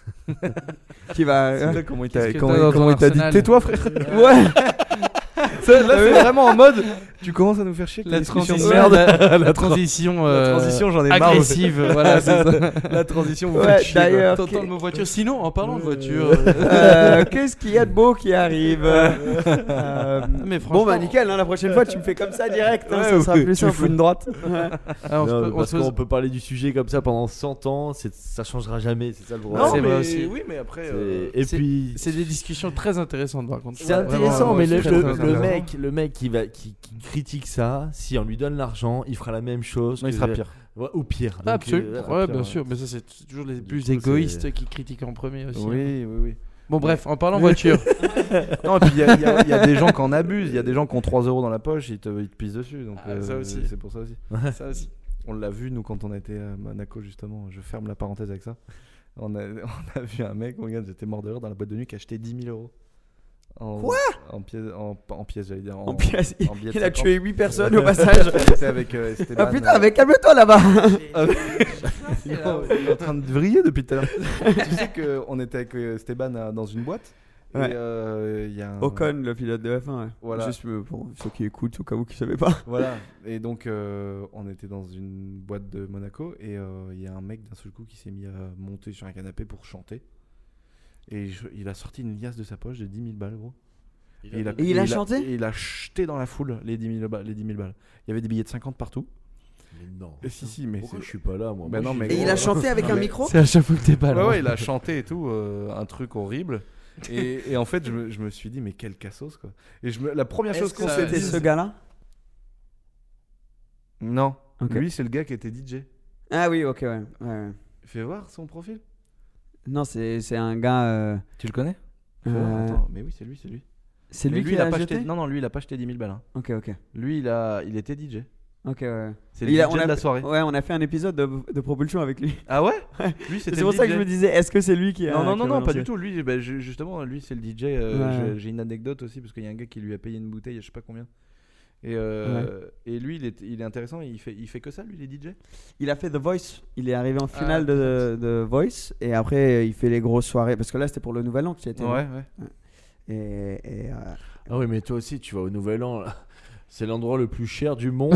qui va. C'est euh, là comment il Qu'est-ce t'a que comment, t'as dans comment ton il t'a dit arsenal? tais-toi frère. Ouais. Ça, là c'est vraiment en mode tu commences à nous faire chier avec La les discussions de transition, merde. la, la La tra- transition, la euh, transition, j'en ai marre. agressive. Voilà, c'est ça. La transition vous Ouais, fait chier. quoi. d'ailleurs. T'entends le mot voiture. Sinon, en parlant de voiture, Euh, Qu'est-ce qu'il y a de beau qui arrive euh, mais Bon franchement, bah nickel, hein, la prochaine fois tu me fais comme ça direct, hein, Ouais, ça sera ouais, plus tu me simple. fous une droite. Ouais. ah, on se Non, peut- mais on parce se qu'on pose- peut parler du sujet comme ça pendant cent ans, c'est, ça changera jamais, c'est ça le Non, problème. c'est mais vrai aussi. oui, mais après. C'est- euh, Et c'est- puis, c'est des discussions très intéressantes par contre. c'est Vraiment, intéressant, moi mais aussi, le, très, le- très le intéressant. mec, le mec qui, va, qui, qui critique ça, si on lui donne l'argent, il fera la même chose. non, il que- sera pire. Ouais, ou pire. Ah, Donc, absolument. euh, ouais, pire, bien sûr, mais ça c'est c'est toujours les Du plus coup, égoïstes c'est- qui critiquent en premier aussi. hein. Oui, oui, oui. Bon bref, en parlant voiture. Non, et puis il y, a- il y a- il y a des gens qui en abusent. Il y a des gens qui ont trois euros dans la poche, ils te, ils te pissent dessus. Donc, Ah, ça aussi. C'est pour ça aussi. Ça aussi. On l'a vu, nous, quand on était à Monaco, justement. Je ferme la parenthèse avec ça. On a, on a vu un mec, regarde, j'étais mort de rire dans la boîte de nuit, qui a acheté dix mille euros. En, Quoi En pièces, en, en pièces, j'allais dire. En, En pièces, en billets de il a cinquante. tué huit personnes au passage. C'était avec euh, Esteban. Ah putain, mais calme-toi là-bas. Ah, il est en train de vriller depuis tout à l'heure. Tu sais qu'on était avec euh, Esteban euh, dans une boîte. Ouais. Et euh, il y a un... Ocon, le pilote de F un. Ouais. Voilà. Juste euh, pour ceux qui écoutent, au cas où qui ne savaient pas. Voilà, et donc euh, on était dans une boîte de Monaco et euh, il y a un mec d'un seul coup qui s'est mis à monter sur un canapé pour chanter. Et je- il a sorti une liasse de sa poche de dix mille balles, gros. Il Et il a, Et il a chanté Et il a jeté dans la foule les dix mille, ba- les dix mille balles. Il y avait des billets de cinquante partout. Mais non. Et si, si, mais Pourquoi c'est- je suis pas là, moi? Bah Moi, non, je mais suis- Et il a chanté avec Non, un mais- micro. C'est à chaque fois que t'es pas Ouais, là. ouais, il a chanté et tout, euh, un truc horrible. Et, et en fait, je me, je me suis dit, mais quel cassos, quoi. Et je me, la première chose Est-ce qu'on que s'est c'était dit. ce gars-là? Non, Ok. lui, c'est le gars qui était D J. Ah oui, ok, ouais. ouais, ouais. Fais voir son profil. Non, c'est c'est un gars. euh, Tu le connais Fais voir, euh, attends, mais oui, c'est lui, c'est lui. C'est Mais lui, lui, qui il a l'a pas jeté. acheté. Non, non, lui, il a pas acheté dix mille balles. hein. Ok, ok. Lui, il, a... il était D J. Ok, ouais. C'est le Il a- D J on a de la fait- soirée. Ouais, on a fait un épisode de, de Propulsion avec lui. Ah ouais Ouais. Lui, c'était C'est pour le ça que D J. je me disais, est-ce que c'est lui qui a. Non, non, qui non, a non, pas balancé du tout. Lui, bah, ju- justement, lui, c'est le D J. euh, Ouais. j'ai- J'ai une anecdote aussi parce qu'il y a un gars qui lui a payé une bouteille, je sais pas combien. Et, euh, et lui, il est, il est intéressant. Il fait, il fait que ça, lui, les D J. Il a fait The Voice. Il est arrivé en Ah, finale de, de Voice. Et après, il fait les grosses soirées. Parce que là, c'était pour le Nouvel An que tu étais. Ouais, là. ouais. Et. et, euh, Ah oui, mais toi aussi, tu vas au Nouvel An, là. C'est l'endroit le plus cher du monde.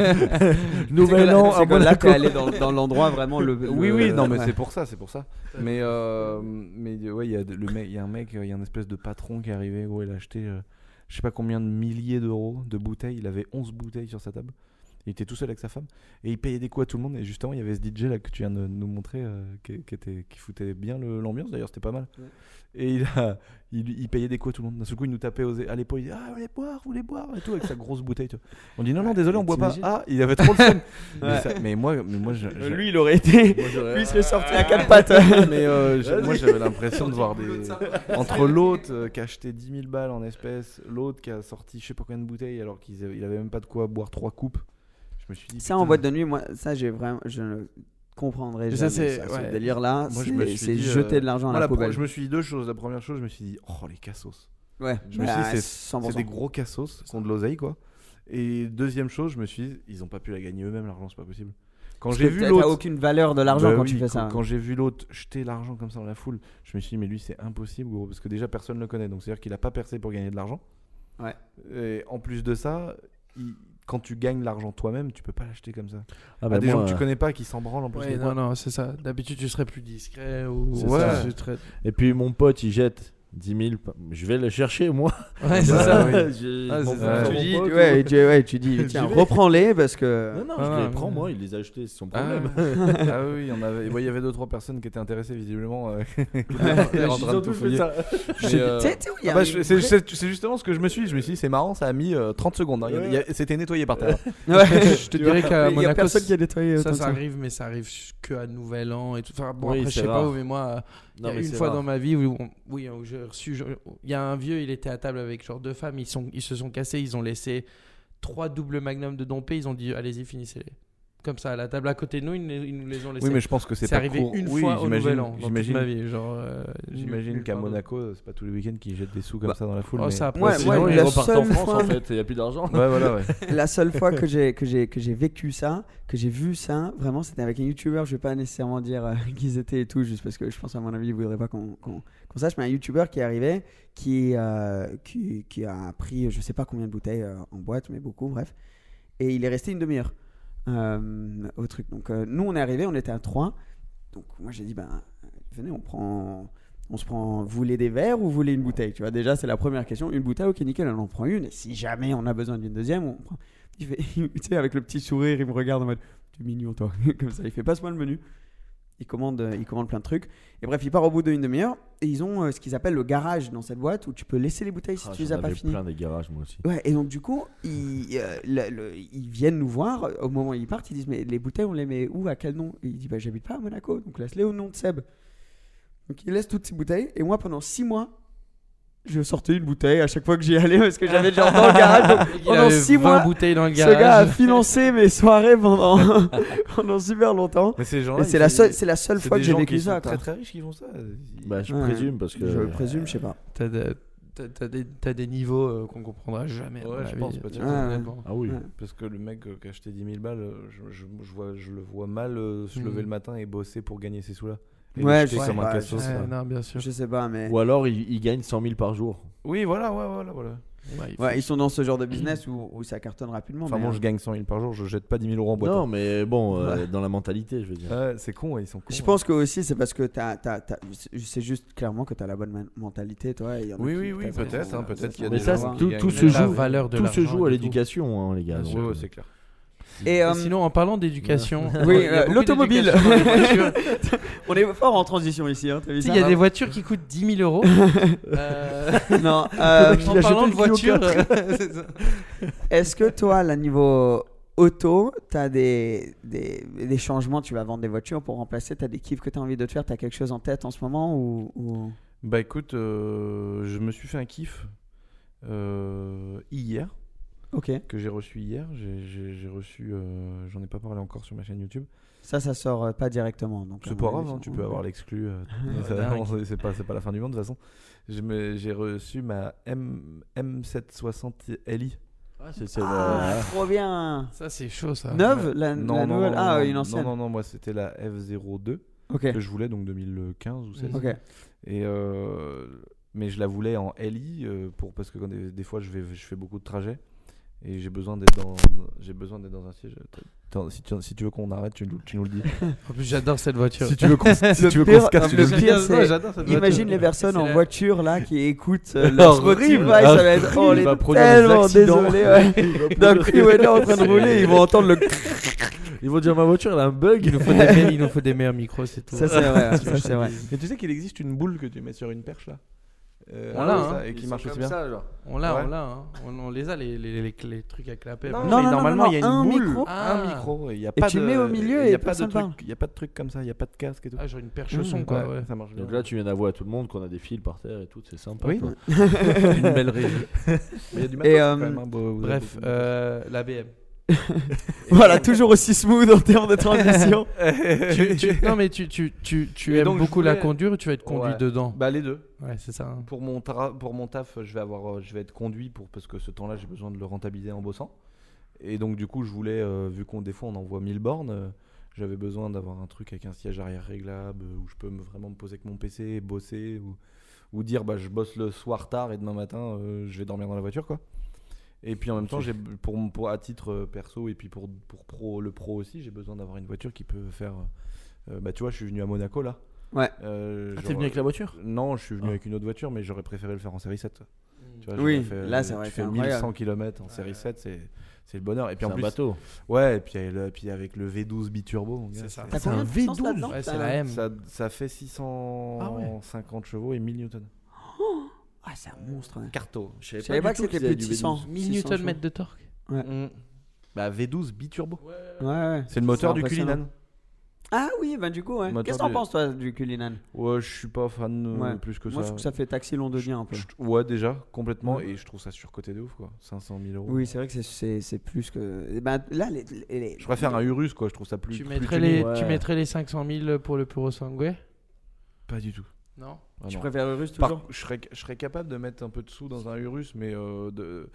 Nouvel An c'est à que là, Monaco. t'es allé dans, dans l'endroit vraiment le. le- Oui, oui, non, mais ouais. c'est pour ça, c'est pour ça. Mais, euh, mais ouais, il y a de- le mec, il y a un mec, il y a un espèce de patron qui est arrivé, gros, il a acheté, euh, je sais pas combien de milliers d'euros de bouteilles. Il avait onze bouteilles sur sa table. Il était tout seul avec sa femme et il payait des coups à tout le monde. Et justement, il y avait ce D J là que tu viens de nous montrer, euh, qui, qui était, qui foutait bien le- l'ambiance. D'ailleurs, c'était pas mal. Ouais. Et il, a, il, il payait des coups à tout le monde. D'un seul coup, il nous tapait aux, à l'épaule. Il disait, ah, vous voulez boire, vous voulez boire et tout avec sa grosse bouteille. tu vois. On dit non, non, désolé, on boit pas. T'imagines Ah, il avait trop le seum. mais, Ouais. ça- mais moi, mais moi, je, je- Lui, il aurait été. Moi, j'aurais- Lui, il serait sorti à quatre pattes. mais euh, j'ai- moi j'avais l'impression de voir des. Entre l'autre euh, qui a acheté dix mille balles en espèces, l'autre qui a sorti je sais pas combien de bouteilles alors qu'il avait, il avait même pas de quoi boire trois coupes. Je me suis dit. Ça, putain. en boîte de nuit, moi, ça, j'ai vraiment. Je ne comprendrai Mais jamais. ça, c'est- ça, ce ouais. délire-là. Moi, je c'est- me suis c'est dit, jeter euh, de l'argent moi, à la la pro- poubelle. Je me suis dit deux choses. La première chose, je me suis dit, oh les cassos. Ouais, Je me suis bah, dit, c'est- cent pour C'est cent. des gros cassos qui ont de l'oseille quoi. Et deuxième chose, je me suis dit, ils ont pas pu la gagner eux-mêmes l'argent, c'est pas possible. Quand Parce j'ai que vu t'as- l'autre. T'as aucune valeur de l'argent Bah quand oui, tu fais ça. Quand j'ai vu l'autre jeter l'argent comme ça dans la foule, je me suis dit, mais lui, c'est impossible, gros, parce que déjà, personne ne le connaît. Donc, c'est-à-dire qu'il a pas percé pour gagner de l'argent. Ouais. Et en plus de ça, il- quand tu gagnes l'argent toi-même, tu peux pas l'acheter comme ça. Ah À bah des moi, gens que tu euh, connais pas qui s'en branlent en plus. Ouais, de non, toi. non, c'est ça. D'habitude, tu serais plus discret ou. C'est Ouais, ça. tu serais- Et puis mon pote, il jette dix mille. Je vais le chercher, moi. Ouais, c'est ça. oui. Je- Ah, je m'en c'est fous ça. de Tu mon dis, pote, ouais, tu, ouais, tu dis, J'y tiens, vais. reprends-les parce que. Non, non, Ah, je les ouais. prends, moi. Il les a achetés, c'est son Ah, problème. ah oui, il y en avait. bon, il y avait deux trois personnes qui étaient intéressées visiblement. euh, qui étaient Ils en train de ont tout tous fait fouiller. ça. Mais, Je- euh, tu sais, tu sais où il y a ah bah, une je- c'est vraie- c'est- c'est justement ce que je me suis dit. Je me suis dit, c'est marrant, ça a mis euh, trente secondes. hein. Il y a- il y a- C'était nettoyé par terre. Ouais. Je te dirais qu'à Il y a Monaco, personne qui a nettoyé. ça, autant ça que arrive, mais ça arrive que à Nouvel An et tout. Enfin, bon, Oui, après, je c'est sais pas rare. où, mais moi, il y Non, a mais une c'est fois rare. dans ma vie où, on- oui, où j'ai reçu. genre, il y a un vieux, il était à table avec genre deux femmes, ils, sont, ils se sont cassés, ils ont laissé trois doubles magnums de dompé, ils ont dit allez-y, finissez-les. comme ça à la table à côté de nous, ils, ils nous les ont laissés. Oui, mais je pense que c'est, c'est pas arrivé court. une Oui, fois au j'imagine- Nouvel An dans toute j'imagine- ma vie. Genre, euh, J'imagine nulle qu'à part d'autre. Monaco, c'est pas tous les week-ends qu'ils jettent des sous comme Bah, ça dans la foule. oh, mais... ça, après, Ouais, sinon, ouais, Sinon, ils la repartent en seule France fois- en fait, il n'y a plus d'argent. Ouais, voilà, ouais. La seule fois que j'ai que j'ai que j'ai vécu ça, que j'ai vu ça, vraiment, c'était avec un YouTuber. Je vais pas nécessairement dire euh, qui ils étaient et tout, juste parce que je pense à mon avis, ils voudraient pas qu'on qu'on, qu'on sache. Mais un YouTuber qui est arrivé, qui euh, qui qui a pris, je sais pas combien de bouteilles euh, en boîte, mais beaucoup, bref. Et il est resté une demi-heure euh, au truc. Donc euh, nous, on est arrivé, on était à trois. Donc moi, j'ai dit, ben venez, on prend. On se prend, vous voulez des verres ou vous voulez une bouteille? Tu vois, déjà, c'est la première question. Une bouteille, ok, nickel, on en prend une. Et si jamais on a besoin d'une deuxième, on prend. Il fait, tu sais, avec le petit sourire, il me regarde en mode, tu es mignon, toi. Comme ça, il fait, passe-moi le menu. Il commande, euh, il commande plein de trucs. Et bref, il part au bout d'une demi-heure. Et ils ont euh, ce qu'ils appellent le garage dans cette boîte où tu peux laisser les bouteilles si Ah, tu les j'en as pas avais finies. plein des garages moi aussi. Ouais, et donc du coup, ils, euh, le- le- ils viennent nous voir. Au moment où ils partent, ils disent, mais les bouteilles, on les met où? À quel nom? Et il dit, bah, j'habite pas à Monaco, donc laisse-les au nom de Seb. Donc il laisse toutes ces bouteilles. Et moi, pendant six mois, je sortais une bouteille à chaque fois que j'y allais parce que j'avais genre dans le garage. Donc, Il pendant avait six vingt mois, bouteilles dans le ce gars a garage. financé mes soirées pendant, pendant super longtemps. Mais ces Et gens-là, c'est ils- la seule, c'est la seule c'est fois des que j'ai gens vécu qui ça. sont quoi. très très riches qui font ça. Ils- Bah, je Ouais. présume parce que. Je le présume, je sais pas. T'as, de- t'as- t'as des, t'as des niveaux euh, qu'on comprendra jamais. à Ouais, mon je avis. pense, peut-être. Ouais, ouais. Honnêtement. Ah oui. Ouais. Parce que le mec euh, qui a acheté dix mille balles, euh, je, je, je vois, je le vois mal euh, se Mhm. lever le matin et bosser pour gagner ces sous-là. Et Ouais, les jeter je sais comme un pas, cassos. je sais Ouais, quoi. non, bien sûr. Je sais pas, mais Ou alors il, il gagne cent mille par jour. Oui, voilà, ouais, voilà, voilà. Ouais, il faut- ouais, ils sont dans ce genre de business où, où ça cartonne rapidement. Enfin, mais, moi, euh, je gagne cent mille par jour, je jette pas dix mille euros en boîte. Non, hein. mais bon, euh, Ouais. dans la mentalité, je veux dire. Ouais, c'est con, ouais, ils sont cons. Je hein. pense que aussi c'est parce que t'as, t'as, t'as- c'est juste clairement que tu as la bonne man- mentalité, toi. et il y en a Oui, qui- oui, oui, peut-être, peut-être, ça- hein, peut-être ça qu'il y a s'en Mais des va ça, gens voir. qui tout, gagnent tout la se joue, valeur de tout se l'argent joue à et de l'éducation, hein, les gars. Ouais, Donc, ouais, euh, c'est clair. Et, Et euh, sinon, en parlant d'éducation, Oui, il y a euh, beaucoup l'automobile. d'éducation dans les voitures. on est fort en transition ici, hein, t'as vu Tu sais, ça il y a des voitures qui coûtent dix mille euros. Euh, Non, euh, en parlant de voitures, est-ce que toi, à niveau auto, tu as des, des, des changements? Tu vas vendre des voitures pour remplacer? Tu as des kiffs que tu as envie de te faire? Tu as quelque chose en tête en ce moment ou, ou... Bah écoute, euh, je me suis fait un kiff euh, hier, Ok. que j'ai reçu hier. J'ai, j'ai, j'ai reçu, euh, j'en ai pas parlé encore sur ma chaîne YouTube. Ça, ça sort euh, pas directement. Donc, C'est à pas mon grave, avis, hein, tu on- peux avoir l'exclu. euh, ça- dingue. non, c'est, c'est pas, c'est pas la fin du monde de toute façon. Je me- j'ai reçu ma M, M sept cent soixante L I. Ah, c'est, c'est Ah, la- trop bien. ça c'est chaud ça. Neuve, la, Non, la non, nouvelle. non, Ah, non, une non, ancienne. Non, non, non, moi c'était la F zéro deux Ok. que je voulais, donc deux mille quinze ou seize. Ok. Et euh, mais je la voulais en L I euh, pour, parce que quand des, des fois je, vais, je fais beaucoup de trajets et j'ai besoin d'être dans, j'ai besoin d'être dans un siège. Attends, si, tu, si tu veux qu'on arrête, tu, nous- tu nous le dis. En plus, j'adore cette voiture. Si tu veux qu'on, si Le tu veux qu'on pire- se casse, tu le nous le dis. pire, Non, c'est- j'adore cette voiture. Imagine les personnes C'est en la- voiture là qui écoutent euh, leur Horrible, Spotify, ça va être. Oh, on il est va produire des tellement accidents. désolé. Ouais. D'un coup, ouais, là, en train de rouler, ils vont entendre le. Ils vont dire ma voiture elle a un bug. Il nous faut des, me- il nous faut des meilleurs micros, c'est tout. Ça, c'est vrai. Ça, c'est vrai. Mais tu sais qu'il existe une boule que tu mets sur une perche là euh, On l'a, comme hein. ça, et qui marche aussi bien. On l'a, Ouais. on l'a. hein. On, on les a, les, les, les, les trucs à clapper. Non, Non, mais non, normalement non, il y a une un boule, micro. Ah. un micro. Il y a Et pas tu de, mets au milieu il y et a pas de personne truc, parle. il y a pas de truc comme ça, il y a pas de casque et tout. Ah, genre une perche Mmh. son, quoi. Ouais, Ouais. ça marche bien. Donc là, tu viens d'avouer à tout le monde qu'on a des fils par terre et tout, c'est sympa. Oui. quoi. une belle régie. Mais il y a du matos Et, quand euh, même, hein, beau- vous avez Bref, beaucoup de euh, la B M. Voilà, toujours aussi smooth en termes de transition. tu, tu- non, mais tu, tu, tu, tu Et aimes donc, je beaucoup la voulais- conduire ou tu vas être conduit Ouais. dedans? Bah les deux. Ouais, c'est ça. hein. Pour mon, tra- pour mon taf, je vais, avoir, euh, je vais être conduit pour, parce que ce temps-là, j'ai besoin de le rentabiliser en bossant. Et donc, du coup, je voulais, euh, vu qu'on des fois on envoie mille bornes, euh, j'avais besoin d'avoir un truc avec un siège arrière réglable euh, où je peux me, vraiment me poser avec mon P C et bosser. Ou, ou dire, bah, je bosse le soir tard et demain matin, euh, je vais dormir dans la voiture, quoi. Et puis en même temps, j'ai, pour, pour, à titre euh, perso et puis pour, pour pro, le pro aussi, j'ai besoin d'avoir une voiture qui peut faire. euh, bah, tu vois, je suis venu à Monaco là. Ouais. Euh, Ah, t'es genre- venu avec la voiture? Non, je suis venu Ah. avec une autre voiture, mais j'aurais préféré le faire en série sept. Tu vois, Oui, j'aurais fait, là, euh, ça aurait tu été fais incroyable. mille cent kilomètres en série sept, c'est, c'est le bonheur. Et puis C'est en un plus, bateau. ouais, et puis, euh, et puis avec le V douze biturbo, mon gars, C'est ça. T'as C'est combien un de puissance V douze? là-dedans? Ouais, c'est T'as- la M. ça, ça fait six cent cinquante chevaux et mille newtons. Ah, c'est un monstre. Ouais. Carto. Je savais pas que c'était plus de six cents. mille newton mètres de torque. Ouais. Mm. Bah V douze biturbo. Ouais, ouais. C'est le moteur C'est du impressionnant. Cullinan. Ah oui, ben du coup, ouais. Moteur Qu'est-ce que t'en de- penses, toi, du Cullinan? Ouais, je suis pas fan euh, Ouais. plus que Moi, ça. je trouve que ça fait taxi londonien un peu. Je- Ouais, déjà, complètement. Ouais. Et je trouve ça surcoté de ouf, quoi. cinq cent mille euros. Oui, c'est vrai que c'est- c'est c'est plus que. Eh ben, là, les, les- les- Je préfère un Urus, quoi. Je trouve ça plus. Tu plus mettrais, tuné. les, ouais. tu mettrais les cinq cent mille pour le Puro Sangue? Pas du tout. Non. Ah Tu non. préfères Urus Par- toujours? je, serais, je serais capable de mettre un peu de sous dans un Urus, mais euh, de.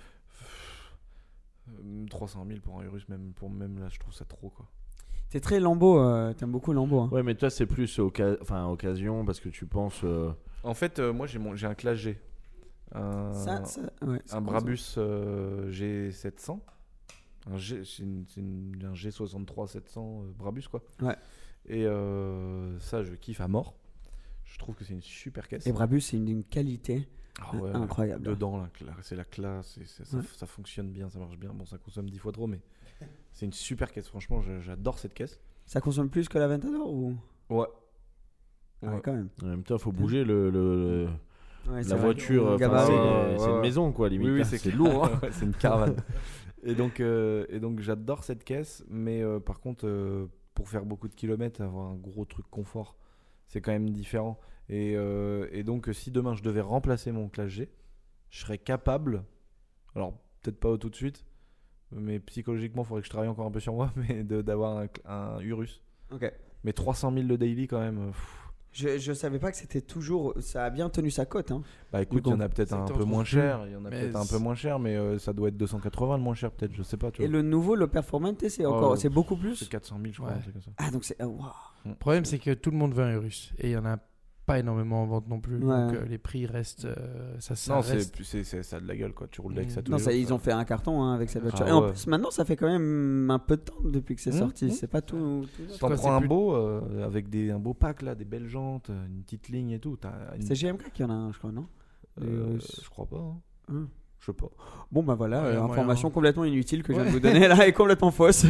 euh, trois cent mille pour un Urus, même, pour même là, je trouve ça trop, quoi. T'es très Lambo, euh, t'aimes beaucoup Lambo. Hein. Ouais, mais toi, c'est plus oca- enfin, occasion parce que tu penses. euh, En fait, euh, moi, j'ai mon- j'ai un Classe G. Un, Ça, ça, ouais, c'est un cool, Brabus euh, G sept cents. Un, G, c'est une- c'est une- un G soixante-trois sept cents euh, Brabus, quoi. Ouais. Et euh, ça, je kiffe à mort. Je trouve que c'est une super caisse. ça. Et Brabus, c'est une, d'une qualité Ah ouais, incroyable. Dedans, là, cla- c'est la classe, et c'est- ça, Ouais. ça fonctionne bien, ça marche bien. Bon, ça consomme dix fois trop, mais c'est une super caisse. Franchement, je- j'adore cette caisse. Ça consomme plus que l'Aventador ou Ouais. Ah ouais, Ouais. quand même. En même temps, faut bouger le, le- le- Ouais, c'est la vrai. voiture. Le enfin, gabarit. c'est Ouais, c'est ouais, une ouais. maison, quoi, limite. Oui, oui, hein, c'est c'est clair. lourd. hein. Ouais, c'est une caravane. et donc, euh, et donc j'adore cette caisse, mais euh, par contre, euh, pour faire beaucoup de kilomètres, avoir un gros truc confort, c'est quand même différent. Et, euh, et donc, euh, si demain je devais remplacer mon Classe G, je serais capable, alors peut-être pas tout de suite, mais psychologiquement, il faudrait que je travaille encore un peu sur moi, mais de- d'avoir un, un Urus. Ok. Mais trois cent mille le daily quand même. euh, pff. Je, je savais pas que c'était toujours. Ça a bien tenu sa cote. Hein. Bah écoute, Du il y en coup, a peut-être c'est un que t'en peu trouves moins plus. cher, il y en a Mais peut-être un c'est- peu moins cher, mais euh, ça doit être deux cent quatre-vingts le moins cher peut-être, je sais pas. Tu Et vois. le nouveau, le Performante, c'est encore, Oh, c'est beaucoup plus. C'est quatre cent mille, je crois. Ouais. un truc comme ça. Ah donc c'est. ah, waouh. Le problème, c'est que tout le monde veut un Urus. Et il y en a pas énormément en vente non plus. Ouais. Donc euh, les prix restent. euh, ça, ça Non, reste. c'est, c'est, c'est- ça a de la gueule quoi. Tu roules avec Mm. ça tous Non, les ça, jours, ils ça. ont fait un carton hein, avec cette voiture. Ah Et en ouais. plus, maintenant, ça fait quand même un peu de temps depuis que c'est Mmh, sorti. mmh. C'est pas tout. tout- T'en Quoi, prends c'est un plus- beau euh, avec des, un beau pack là, des belles jantes, euh, une petite ligne et tout. T'as une- C'est G M K qui en a un, je crois, non euh, des Urus. je crois pas. hein. Hum. Je sais pas. Bon, bah voilà, Ouais, euh, moyen. information complètement inutile que je viens de Ouais. vous donner là est complètement fausse.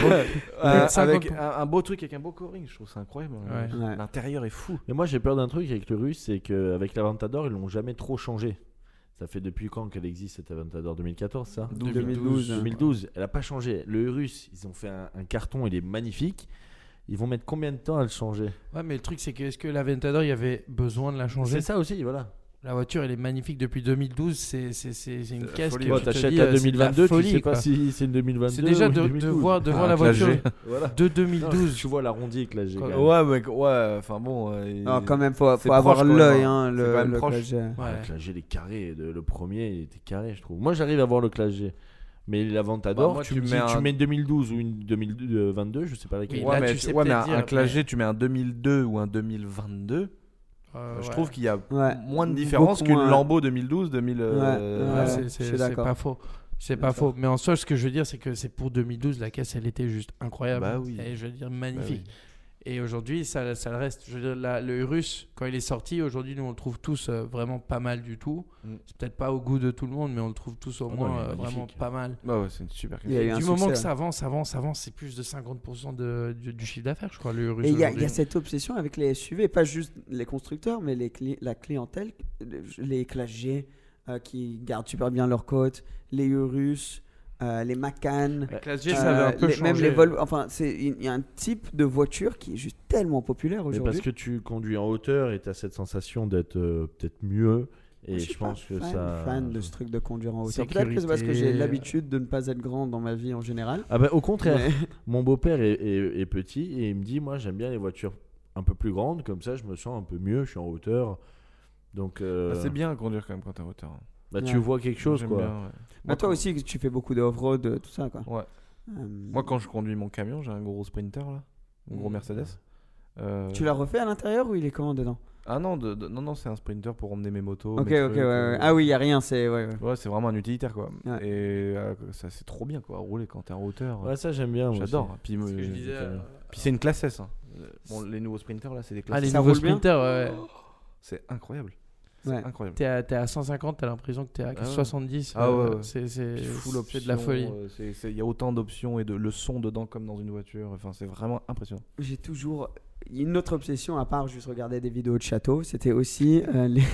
Euh, cinquante avec pour- un, un beau truc avec un beau coring, je trouve ça incroyable. Ouais. Ouais. L'intérieur est fou. Et moi, j'ai peur d'un truc avec le Russe, c'est qu'avec l'Aventador, ils l'ont jamais trop changé. Ça fait depuis quand qu'elle existe cette Aventador? deux mille quatorze, ça deux mille douze. deux mille douze, elle a pas changé. Le Urus, ils ont fait un, un carton, il est magnifique. Ils vont mettre combien de temps à le changer? Ouais, mais le truc, c'est que est-ce que l'Aventador, il y avait besoin de la changer? C'est ça aussi, voilà. La voiture, elle est magnifique depuis deux mille douze. C'est, c'est, c'est, c'est une la caisse folie. que Bon, tu te t'achètes dis, la euh, c'est de la deux mille vingt-deux, folie, tu sais quoi. pas si c'est une deux mille vingt-deux C'est déjà ou de, une de deux mille douze. voir, de Ah, voir la un Classe voiture G. Voilà. de deux mille douze. Tu vois l'arrondi que là, j'ai Quoi. gagné. Ouais, mais ouais, enfin bon. euh, il- Alors, quand même, faut, c'est faut avoir proche, quand l'œil. même, Hein, c'est le, quand même le proche. Classe G. Ouais. Le Classe G, les carrés, de- le premier, il était carré, je trouve. Moi, j'arrive à voir le Classe G. Mais l'Aventador, Bah, moi, tu, tu me mets dis, tu un- mets deux mille douze ou une deux mille vingt-deux, je sais pas laquelle. Oui, Ouais, là, mais, tu tu- sais ouais, mais peut-être un, dire, un Classe mais- G, tu mets un deux mille deux ou un deux mille vingt-deux. Euh, Je ouais. trouve qu'il y a Ouais. moins de différence Beaucoup qu'une moins. Lambo deux mille douze, deux mille. euh, Ouais, Ouais, ouais. c'est, je c'est, suis c'est d'accord. pas faux. C'est pas faux. Mais en soi, ce que je veux dire, c'est que c'est pour deux mille douze, la caisse, elle était juste incroyable. Bah oui. Et je veux dire, Bah magnifique. oui. Et aujourd'hui, ça, ça le reste. Je veux dire, la- le Urus, quand il est sorti, aujourd'hui, nous, on le trouve tous euh, vraiment pas mal du tout. Mm. C'est peut-être pas au goût de tout le monde, mais on le trouve tous au Ah non, moins il est euh, magnifique. vraiment pas mal. Bah ouais, c'est une super Il y a eu caisse. un Du moment succès, que ouais. ça avance, avance, avance, c'est plus de cinquante pour cent de, du, du chiffre d'affaires, je crois, le Urus. Et il y, a- il y aujourd'hui. a cette obsession avec les S U V, pas juste les constructeurs, mais les cli- la clientèle, les Classe G euh, qui gardent super bien leur cote, les Urus, euh, les Macan, La Classe G, euh, ça avait un peu les- changé. même les Volvo. Enfin, c'est il y a un type de voiture qui est juste tellement populaire Mais aujourd'hui. parce que tu conduis en hauteur et tu as cette sensation d'être euh, peut-être mieux. Et suis je pas pense que fan, ça. fan de ce truc de conduire en hauteur. Peut-être que c'est parce que j'ai Sécurité. l'habitude de ne pas être grand dans ma vie en général. Ah bah, au contraire, Mais- mon beau-père est, est- est petit et il me dit moi j'aime bien les voitures un peu plus grandes, comme ça je me sens un peu mieux, je suis en hauteur. Donc euh, Bah, c'est bien à conduire quand même quand t'es en hauteur. hein. bah, tu Ouais. vois quelque chose J'aime quoi. bien, ouais. Bah, Moi, toi quand- aussi, tu fais beaucoup de off-road, euh, tout ça, quoi. Ouais. Euh, Moi, quand je conduis mon camion, j'ai un gros Sprinter là, un gros Mm. Mercedes. Euh, Tu l'as refait à l'intérieur ou il est comment dedans? Ah non, de- de- non, non, c'est un Sprinter pour emmener mes motos. Ok, mes ok, trucs, ouais, euh, ouais. Ah oui, il y a rien, c'est ouais, ouais. Ouais, c'est vraiment un utilitaire quoi. Ouais. Et euh, ça, c'est trop bien quoi, à rouler quand t'es en hauteur. Ouais, ça j'aime bien. moi J'adore. aussi. Puis, Ce me- que je je- disais, euh, Puis c'est une classe S. hein. Euh, Bon, les nouveaux Sprinters là, c'est des classes Ah, les S. Ça nouveaux roule bien sprinters, ouais. C'est incroyable. C'est Ouais. incroyable. T'es à, t'es à cent cinquante, t'as l'impression que t'es à Ah ouais. soixante-dix. Ah ouais, euh, ouais. C'est, c'est, Puis full c'est de la option, folie. euh, c'est- c'est- Il y a autant d'options et de le son dedans comme dans une voiture. Enfin, c'est vraiment impressionnant. J'ai toujours une autre obsession à part juste regarder des vidéos de château, c'était aussi euh, les,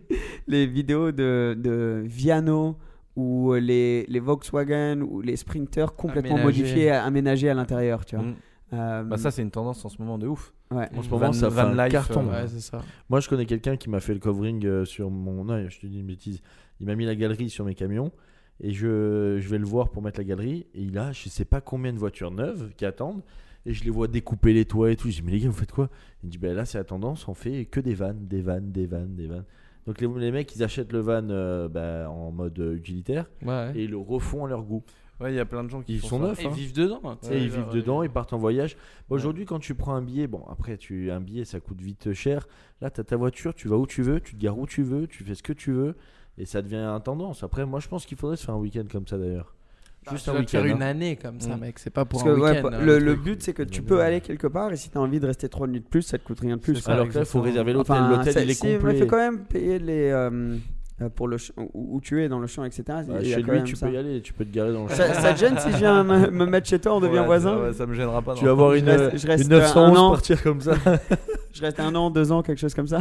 les vidéos de, de Viano ou les, les Volkswagen ou les Sprinters complètement Aménagés. modifiés, aménagés à l'intérieur, tu vois. Mm. Euh, Bah ça c'est une tendance en ce moment de ouf. Ouais. En ce moment, Van- ça fait Van un Life, carton. euh, Ouais, c'est ça. Moi, je connais quelqu'un qui m'a fait le covering euh, sur mon œil. Je te dis une bêtise. Il m'a mis la galerie sur mes camions et je, je vais le voir pour mettre la galerie. Et il a, je sais pas combien de voitures neuves qui attendent. Et je les vois découper les toits et tout. Je dis, mais les gars, vous faites quoi? Il me dit, ben là, c'est la tendance. On fait que des vannes, des vannes, des vannes, des vannes. Donc les, les mecs, ils achètent le van euh, bah, en mode euh, utilitaire Ouais. et ils le refont à leur goût. Ouais, il y a plein de gens qui Ils font sont ça. neufs. Et hein. ils vivent dedans. tu sais, Et ils genre, vivent dedans, euh, ils partent en voyage. Bon, aujourd'hui, quand tu prends un billet, bon, après, tu un billet, ça coûte vite cher. Là, tu as ta voiture, tu vas où tu veux, tu te gares où tu veux, tu fais ce que tu veux. Et ça devient une tendance. Après, moi, je pense qu'il faudrait se faire un week-end comme ça d'ailleurs. bah, Juste tu un dois te faire week-end. une hein. année comme ça, Mm. mec. C'est pas pour Parce un que ouais, week-end. pa- hein, le, le truc. but c'est que tu Ouais, peux ouais. aller quelque part et si tu as envie de rester trois nuits de plus, ça te coûte rien de plus. C'est ça, Alors que là, il faut exactement. réserver l'hôtel. Enfin, l'hôtel, ça- il est si, mais complet. il faut quand même payer les euh, euh, pour le ch- où, où tu es dans le champ, et cetera. Bah, Il y a chez quand lui, même tu ça. peux y aller, tu peux te garer dans le Ça, champ. ça te gêne si je viens me, me mettre chez toi, on devient Ouais, voisin. ça, ouais, ça me gênera pas. Tu non. vas avoir une, Je reste- je reste une neuf cent onze un an. partir comme ça. Je reste un an, deux ans, quelque chose comme ça.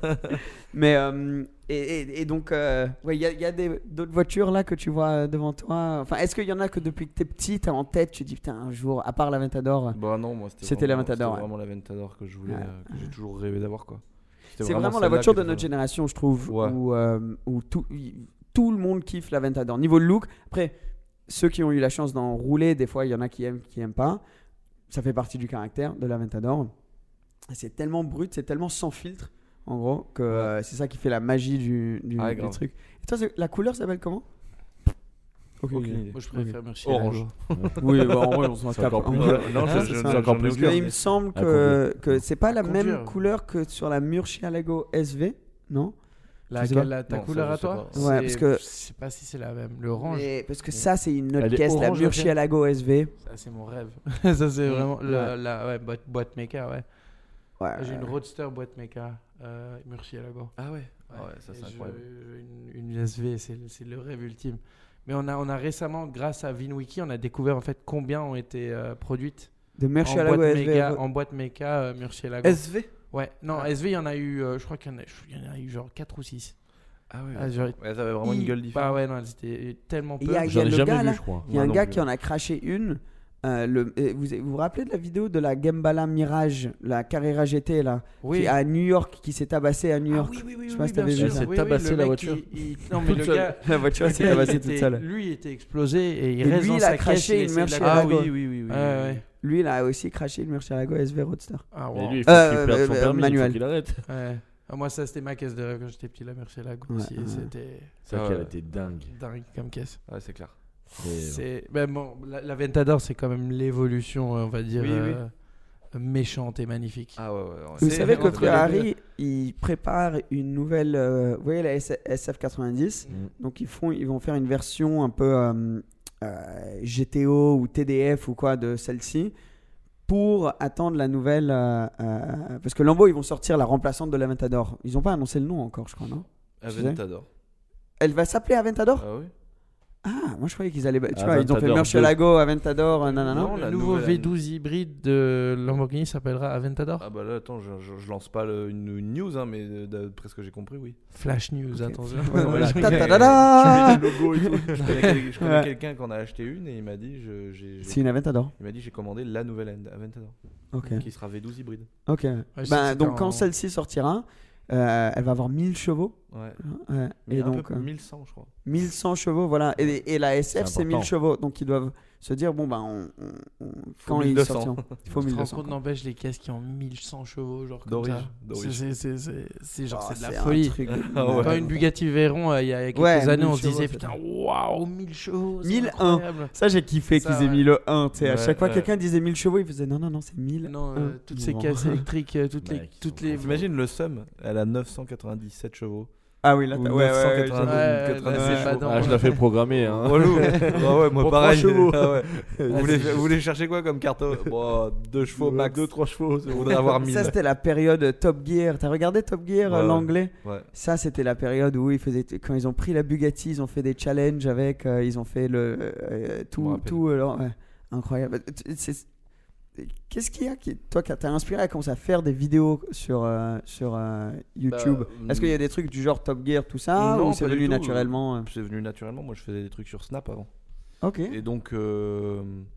Mais euh, et, et, et donc, euh, ouais, il y a, il y a des, d'autres voitures là que tu vois devant toi. Enfin, est-ce qu'il y en a que depuis que t'es petit, t'as en tête, tu dis putain un jour, à part l'Aventador. Bah non, moi c'était C'était vraiment- l'Aventador, C'était ouais. vraiment l'Aventador que je voulais, Ouais. euh, que j'ai toujours rêvé d'avoir quoi. C'était C'est vraiment, la celle-là voiture que de je notre faisais. génération, je trouve, Ouais. où, euh, où tout, y- tout le monde kiffe l'Aventador. Niveau look, après, ceux qui ont eu la chance d'en rouler, des fois, il y en a qui aiment, qui aiment pas. Ça fait partie du caractère de l'Aventador. C'est tellement brut, c'est tellement sans filtre, en gros, que euh, c'est ça qui fait la magie du, du, Ouais, du grave. truc. Et toi, c'est- la couleur s'appelle comment? Aucune idée. idée. Moi, je préfère Murcielago. Orange. Oui, bah, en vrai, on s'en C'est tape. encore En plus vrai, dur. Non, hein, je- c'est je- ça. c'est encore J'en ai plus aucune dur. Mais il me semble À que, que c'est pas la Conduire. même couleur que sur la Murcielago S V, non? La, Je sais pas. la- ta Non, ça, couleur je à sais toi pas. Ouais, c'est- parce que- Je sais pas si c'est la même. Le orange. Mais- parce que ça, c'est une autre Elle est caisse, la orange, Murcielago S V. Ça, c'est mon rêve. ça, c'est vraiment la, la ouais, boîte, boîte méca, ouais. Ouais. J'ai une Roadster boîte méca, euh, Murcielago. Ah ouais. Ouais, Ah ouais, ça et c'est je- incroyable. Une, une S V, c'est c'est le rêve ultime. Mais on a, on a récemment, grâce à VinWiki, on a découvert en fait combien ont été euh, produites De en Murcielago boîte S V. méca, en boîte méca euh, Murcielago. S V. Ouais, non, S V, il y en a eu, euh, je crois qu'il y, en a- il y en a eu genre quatre ou six. Ah ouais. Ah, genre, Ouais, ça avait vraiment une hi- gueule différente. Bah ouais, non, elles étaient tellement Il peu. y a, il y J'en a ai le jamais gars vu, là, je crois. il y a Moi un non gars plus. qui en a craché une. Euh, le, euh, vous vous vous rappelez de la vidéo de la Gembala Mirage, la Carrera G T là, Oui. qui est à New York, qui s'est tabassée à New Ah York. oui, oui, oui, Je sais oui, pas si bien t'avais vu sûr. ça. Elle s'est Oui, tabassée, oui, le la mec, voiture. il- il- Non, mais Toute le seule. gars, La voiture le s'est gars, il tabassée était- toute seule. Lui, il était explosé et il Et reste lui, dans il a sa craché caisse, il une essaie de la- Murcielago. Ah oui, oui, oui. oui, Ouais, oui. ouais. Lui, il a aussi craché le Murcielago S V Roadster. Ah, Mais wow. lui, il faut Euh, qu'il perde son euh, permis, il manuel. faut qu'il arrête. Ouais. Ah, moi, ça, c'était ma caisse de rêve quand j'étais petit, la Murcielago Ouais, aussi. et ouais. C'était C'est vrai Ah qu'elle ouais. était dingue. dingue comme caisse. Ouais, c'est clair. Et, C'est ben bon, la, la Ventador, c'est quand même l'évolution, euh, on va dire, Oui, oui. euh, méchante et magnifique. Ah ouais, ouais. ouais. Vous C'est- savez que entre les deux. Ferrari, il prépare une nouvelle. euh, vous voyez la S F quatre-vingt-dix. Mm. Donc ils font, ils vont faire une version un peu euh, euh, G T O ou T D F ou quoi de celle-ci pour attendre la nouvelle. euh, euh, parce que Lambo, ils vont sortir la remplaçante de l'Aventador. Ils n'ont pas annoncé le nom encore, je crois, non? Aventador. Elle va s'appeler Aventador? Ah oui. Ah, moi je croyais qu'ils allaient. Tu vois, ils ont fait Aventador Murcielago, Aventador, euh, nanana. Non, le la nouveau nouvelle- V douze hybride de Lamborghini s'appellera Aventador. Ah bah là, attends, je, je, je lance pas le- une, une news, hein, mais euh, d'après ce que j'ai compris, oui. Flash News, attention. Ouais, voilà. Je- Ta-ta-da-da. Je connais, quel- je connais Ouais. quelqu'un qui en a acheté une et il m'a dit, je, j'ai, j'ai- C'est une Aventador. il m'a dit j'ai commandé la nouvelle Aventador, Ok. qui sera V douze hybride. Ok. je sais Ben, que c'était donc en- quand celle-ci sortira, euh, elle va avoir mille chevaux. Ouais. Ouais. Mais Et un donc peu euh, mille cent, je crois. mille cent chevaux, voilà. Et, et la S F, C'est c'est mille important. chevaux. Donc ils doivent se dire, bon, ben, on, on- on- quand ils mille deux cents. sortiront, il faut Tu te rends mille deux cents. compte, n'empêche, les caisses qui ont mille cent chevaux, genre comme D'origine, ça. d'origine. C'est- c'est- c'est- C'est genre, Oh, c'est de la un folie. truc de- Ah ouais. Quand une Bugatti Veyron, euh, il y a quelques Ouais, années, on mille se disait, chevaux, putain, waouh, mille chevaux. c'est mille un. incroyable. Ça, j'ai kiffé Ça, qu'ils aient ouais. mis le un. Tu sais, à Ouais, chaque fois que ouais. quelqu'un disait mille chevaux, il faisait non, non, non, c'est mille. Non, un. euh, toutes ces Non. caisses électriques, euh, toutes les, Mec, ils toutes sont les. T'imagines le Sum, elle a neuf cent quatre-vingt-dix-sept chevaux. Ah oui, là, Ou t'as- ouais, ouais, ouais, neuf cent quatre-vingt-douze, ouais, quatre-vingt-dix là, c'est chevaux. pas dans- Ah, je la fais programmer. Hein. Relou. Ah ouais, moi Pour pareil. trois chevaux. Ah ouais. Vous, Ah, voulez, c'est- vous voulez chercher quoi comme carte? Bon, deux chevaux max. deux trois chevaux. Je voudrais avoir mille. Ça, c'était la période Top Gear. T'as regardé Top Gear, Ouais, euh, ouais. l'anglais? Ouais. Ça, c'était la période où ils faisaient, quand ils ont pris la Bugatti, ils ont fait des challenges avec, euh, ils ont fait le euh, Je me tout, rappelle. tout, euh, leur- ouais, incroyable. C'est- Qu'est-ce qu'il y a qui, toi, qui t'a inspiré à commencer à faire des vidéos sur euh, sur euh, YouTube? Bah, Est-ce qu'il y a des trucs du genre Top Gear, tout ça, Non, ou c'est pas du venu tout. naturellement? euh C'est venu naturellement. Moi, je faisais des trucs sur Snap avant. Ok. Et donc, euh,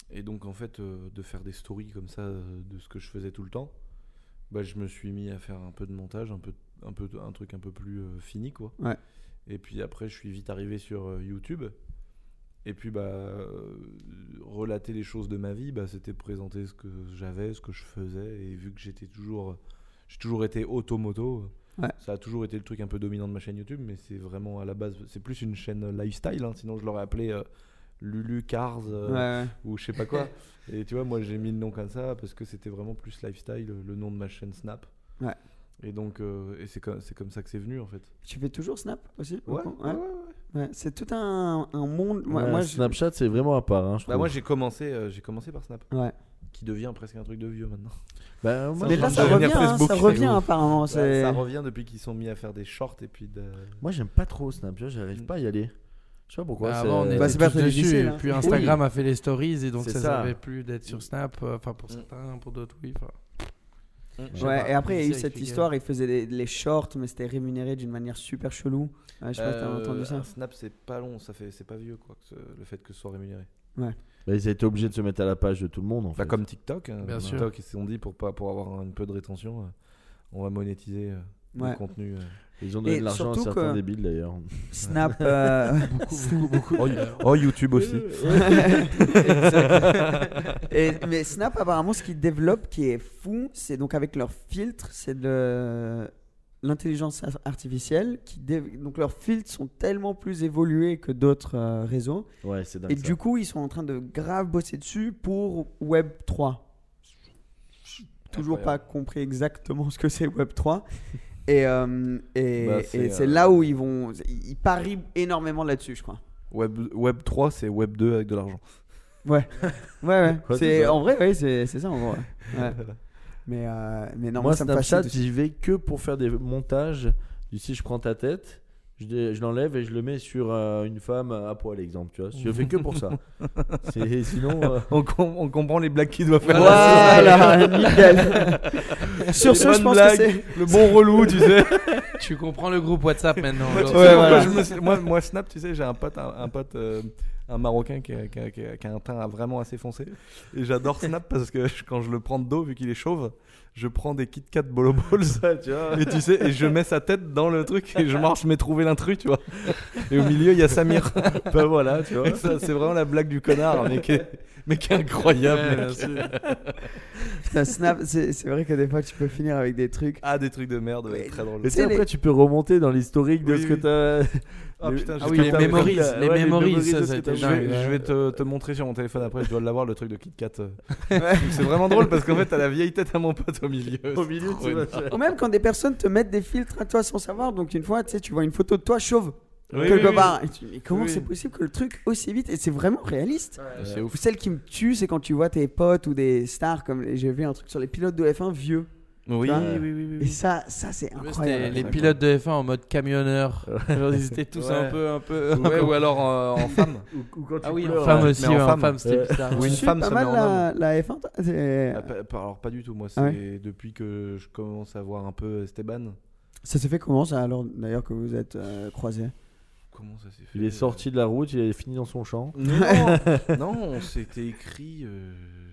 Et donc en fait, euh, de faire des stories comme ça euh, de ce que je faisais tout le temps, bah, je me suis mis à faire un peu de montage, un peu, un peu, un truc un peu plus euh, fini quoi. Ouais. Et puis après, je suis vite arrivé sur euh, YouTube. Et puis bah, euh, relater les choses de ma vie, bah, c'était présenter ce que j'avais, ce que je faisais. Et vu que j'étais toujours, j'ai toujours été automoto. Ouais. Ça a toujours été le truc un peu dominant de ma chaîne YouTube, mais c'est vraiment à la base, c'est plus une chaîne lifestyle, hein, sinon je l'aurais appelé euh, Lulu Cars euh, Ouais, ouais. ou je sais pas quoi. Et tu vois, moi j'ai mis le nom comme ça parce que c'était vraiment plus lifestyle, le nom de ma chaîne Snap. Ouais. Et donc, euh, et c'est comme, c'est comme ça que c'est venu en fait. Tu fais toujours Snap aussi? Ouais, ouais, ouais, ouais, ouais. Ouais, c'est tout un, un monde. Moi, Ouais, moi, je- Snapchat, c'est vraiment à part. Hein, je Bah trouve. moi j'ai commencé, euh, j'ai commencé par Snap, Ouais. qui devient presque un truc de vieux maintenant. Bah, moi, Mais là, change ça de revient, devenir hein, Facebook. ça revient apparemment. Ça, c'est- ça revient depuis qu'ils sont mis à faire des shorts et puis de... moi, j'aime pas trop Snapchat, j'arrive pas à y aller. Je sais pas pourquoi. Bah, c'est- avant, on était Bah, c'est pas tous très dessus, difficile, et hein. puis Instagram a fait les stories, et donc C'est ça ça. servait plus d'être sur Snap. euh, Enfin, pour certains, pour d'autres, oui. enfin. Je sais Ouais, pas, et après, il y a eu avec cette les histoire, ils faisaient les, les shorts, mais c'était rémunéré d'une manière super chelou. Ouais, je sais pas si t'as Euh, entendu ça. un Snap c'est pas long, ça fait, c'est pas vieux quoi, que ce- le fait que ce soit rémunéré. Ouais. Bah, ils étaient obligés de se mettre à la page de tout le monde en Bah, fait. comme TikTok, hein. Bien sûr. TikTok ils se sont dit pour, pas, pour avoir un, un peu de rétention, euh, on va monétiser euh, Ouais. le contenu. euh. Ils ont donné Et de l'argent à surtout certains que- débiles d'ailleurs. Snap. euh, Beaucoup, beaucoup. Oh, oh, YouTube aussi. Exact. Et, mais Snap, apparemment, ce qu'ils développent qui est fou, c'est donc avec leur filtre, c'est de l'intelligence ar- artificielle. Qui dé- Donc leurs filtres sont tellement plus évolués que d'autres euh, réseaux. Ouais, c'est dingue. Et ça. du coup, ils sont en train de grave bosser dessus pour Web trois. Toujours pas Incroyable. compris exactement ce que c'est Web trois. Et, euh, et, Bah, et c'est, c'est euh, là où ils vont. Ils parient énormément là-dessus, je crois. Web, Web trois, c'est Web deux avec de l'argent. Ouais. Ouais, ouais. Ouais, c'est c'est, ça. en vrai, ouais, c'est, c'est ça, en vrai. Ouais. Mais, euh, mais non, moi, Moi, ça me fascine. Snapchat, j'y vais que pour faire des montages. Ici, je prends ta tête, je, dé- je l'enlève et je le mets sur euh, une femme à poil, exemple. Tu vois, je fais que pour ça. C'est, sinon, euh, on, com- on comprend les blagues qu'il doit faire. Voilà, nickel. Sur Les ce, je bonnes pense blagues, que c'est. le bon relou, tu sais. Tu comprends le groupe WhatsApp maintenant. Moi, tu genre. sais, Ouais, moi, voilà. je me suis- moi, moi, Snap, tu sais, j'ai un pote, un, un pote, euh, un Marocain qui a, qui, a, qui a- qui a un teint vraiment assez foncé. Et j'adore Snap parce que je- quand je le prends de dos, vu qu'il est chauve, je prends des Kit Kat Bolo Balls. tu vois. Et tu sais, et je mets sa tête dans le truc et je marche, mais trouver l'intrus, tu vois. Et au milieu, il y a Samir. Bah voilà, tu vois. Et ça, c'est vraiment la blague du connard, mais qui est, mais qui est incroyable. Ouais, mec. bien sûr. Putain, Snap, c'est, c'est vrai que des fois, tu peux finir avec des trucs. Ah, des trucs de merde, ouais, Ouais. très drôle. Et tu sais, C'est après, les- tu peux remonter dans l'historique de Oui, ce que oui. t'as. Ah, Le- putain, Ah je oui, vais les te- memories, ouais, les les memories, memories ça, de ça ce a que été t'as Je vu. dingue. vais, je vais te, te montrer sur mon téléphone après, je dois l'avoir, le truc de Kit Kat. C'est vraiment drôle parce qu'en fait, t'as la vieille tête à mon pote au milieu. Au milieu, C'est tu vois. trop Ou même quand des personnes te mettent des filtres à toi sans savoir. Donc, une fois, tu sais, tu vois une photo de toi chauve. Oui, quelque oui, oui. part. Et tu te dis, mais comment Oui. c'est possible que le truc aussi vite. Et c'est vraiment réaliste. C'est ouf. Ou celle qui me tue, c'est quand tu vois tes potes ou des stars, comme j'ai vu un truc sur les pilotes de F un vieux. Oui, Tu vois oui, oui, oui, Et oui. ça, ça c'est Ouais, incroyable. c'était les pilotes de F un en mode camionneur. Genre, ils étaient tous Ouais. un peu. Un peu Ouais, ou alors euh, en femme. Ou, ou quand tu Ah oui, en pleures, femme ouais. aussi. Mais en ouais, en femme. femme, c'était Ouais. bizarre. Ou Tu une suis femme, pas ça mal met en la, la F un, toi c'est- Ah, pas- pas- alors pas du tout, moi c'est Ah ouais depuis que je commence à voir un peu Esteban. Ça s'est fait comment ça alors d'ailleurs que vous êtes euh, croisés? Comment ça s'est fait? Il est sorti de la route, il est fini dans son champ. Non, non, on s'était écrit. euh,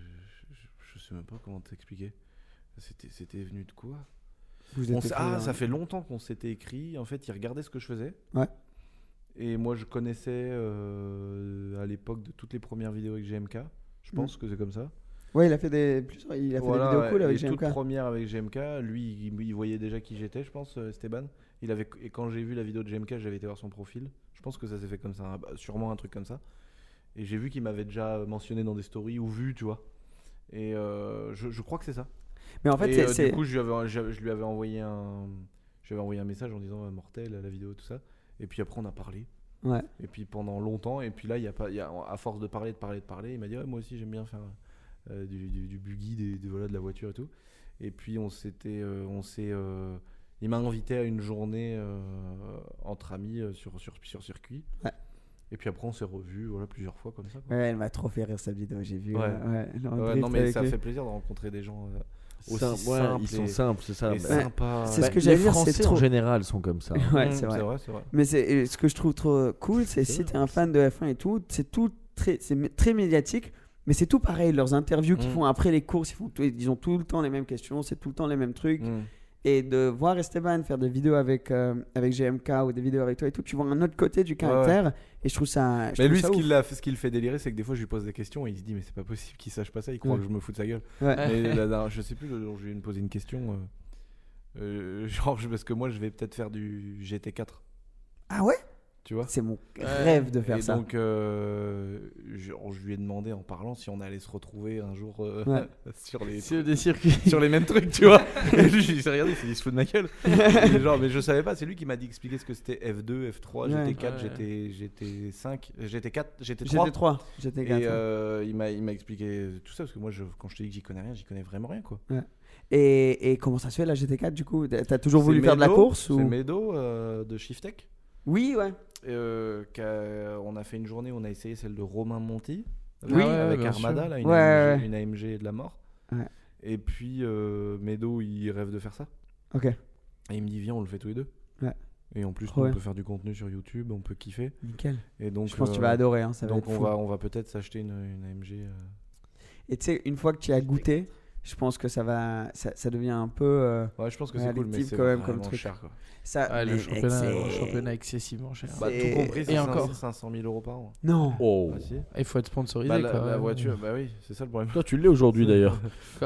je, je sais même pas comment t'expliquer. C'était, c'était venu de quoi? Vous On êtes s'est- écrits, Ah, hein. ça fait longtemps qu'on s'était écrit. En fait, il regardait ce que je faisais. Ouais. Et moi, je connaissais euh, à l'époque de toutes les premières vidéos avec G M K. Je pense que c'est comme ça. Ouais, il a fait des, plusieurs- il a fait Voilà, des vidéos ouais. cool avec Les G M K. toutes premières avec G M K, lui, il, il voyait déjà qui j'étais, je pense, euh, Esteban. Il avait, et quand j'ai vu la vidéo de G M K, j'avais été voir son profil. Je pense que ça s'est fait comme ça, hein. Bah, sûrement un truc comme ça. Et j'ai vu qu'il m'avait déjà mentionné dans des stories ou vu, tu vois. Et euh, je, je crois que c'est ça. Mais en fait, et c'est, euh, c'est- du coup, je lui avais, je, je lui avais envoyé un, je lui avais envoyé un message en disant euh, mortel la vidéo, tout ça. Et puis après, on a parlé. Ouais. Et puis pendant longtemps, et puis là, il y a pas, il y a, à force de parler, de parler, de parler, il m'a dit ouais, moi aussi j'aime bien faire euh, du, du, du buggy, des, des, voilà, de la voiture et tout. Et puis on s'était, euh, on s'est, euh, il m'a invité à une journée euh, entre amis euh, sur, sur, sur circuit. Ouais. Et puis après on s'est revus voilà, plusieurs fois comme ça. Quoi. Ouais, elle m'a trop fait rire cette vidéo, j'ai vu. Ouais. euh, ouais, le Ouais, drift non mais avec ça lui. fait plaisir de rencontrer des gens euh, aussi Simple, ouais, simples ils sont et- simples, c'est ça. et Bah, sympas. c'est ce que les j'allais dire, Français c'est trop- en général sont comme ça. Ouais, Mmh, c'est vrai. c'est vrai, c'est vrai. Mais c'est, et ce que je trouve trop cool, c'est si vrai. t'es un fan de F un et tout, c'est tout très, c'est mé- très médiatique, Mais c'est tout pareil, leurs interviews qu'ils Mm. font après les courses, ils, font tout- ils ont tout le temps les mêmes questions, c'est tout le temps les mêmes trucs. Mm. Et de voir Esteban faire des vidéos avec, euh, avec G M K ou des vidéos avec toi et tout, tu vois un autre côté du caractère. Et je trouve ça. Je Mais trouve lui, ça ce ouf. qui, l'a fait, ce qui le fait délirer, c'est que des fois, je lui pose des questions et il se dit, mais c'est pas possible qu'il sache pas ça, il croit Ouais. que je me fous de sa gueule. Ouais. Mais la dernière- je sais plus, le jour où je lui ai posé une question, euh, euh, genre, je- parce que moi, je vais peut-être faire du G T quatre. Ah ouais? Tu vois? C'est mon rêve de faire et ça. donc, euh, je, je lui ai demandé en parlant si on allait se retrouver un jour euh, Ouais. sur les Sur des circuits. sur les mêmes trucs, tu vois. Et lui, il s'est regardé, il s'est dit, il se fout de ma gueule. Et genre, mais je savais pas, c'est lui qui m'a dit expliquer ce que c'était F deux, F trois, Ouais. G T quatre, Ouais. G T, G T cinq, G T quatre, G T trois. G T trois, G T quatre. Et euh, il m'a il m'a expliqué tout ça parce que moi, je, quand je te dis que j'y connais rien, j'y connais vraiment rien, quoi. Ouais. Et, et comment ça se fait la G T quatre du coup? T'as toujours C'est voulu faire de la Medo, course C'est ou... Medo euh, de Shifttech. Oui, ouais. Euh, qu'a- on a fait une journée, on a essayé celle de Romain Monti avec, Oui. avec bien Armada, sûr. là, une, Ouais, A M G, ouais. une A M G de la mort. Ouais. Et puis euh, Medo, il rêve de faire ça. Ok. Et il me dit, viens, on le fait tous les deux. Ouais. Et en plus, Trop nous, on bien. peut faire du contenu sur YouTube, on peut kiffer. Nickel. Et donc, Je pense que tu euh, vas adorer. Hein, ça va donc être on fou. va, on va peut-être s'acheter une, une A M G. euh. Et tu sais, une fois que tu y as goûté, je pense que ça va, ça, ça devient un peu. euh, Ouais, je pense que Ouais, c'est cool, mais addictif c'est quand même vraiment comme truc. cher, quoi. ça, Ah, le mais, championnat, c'est- le championnat excessivement cher. Bah, C'est- tout compris, c'est Et cinq- encore. cinq cent mille euros par an. Non. Oh. Ah, si. Il faut être sponsorisé. Bah, la, quoi, la ouais. voiture, bah oui, c'est ça le problème. Toi, tu l'es aujourd'hui d'ailleurs. Quoi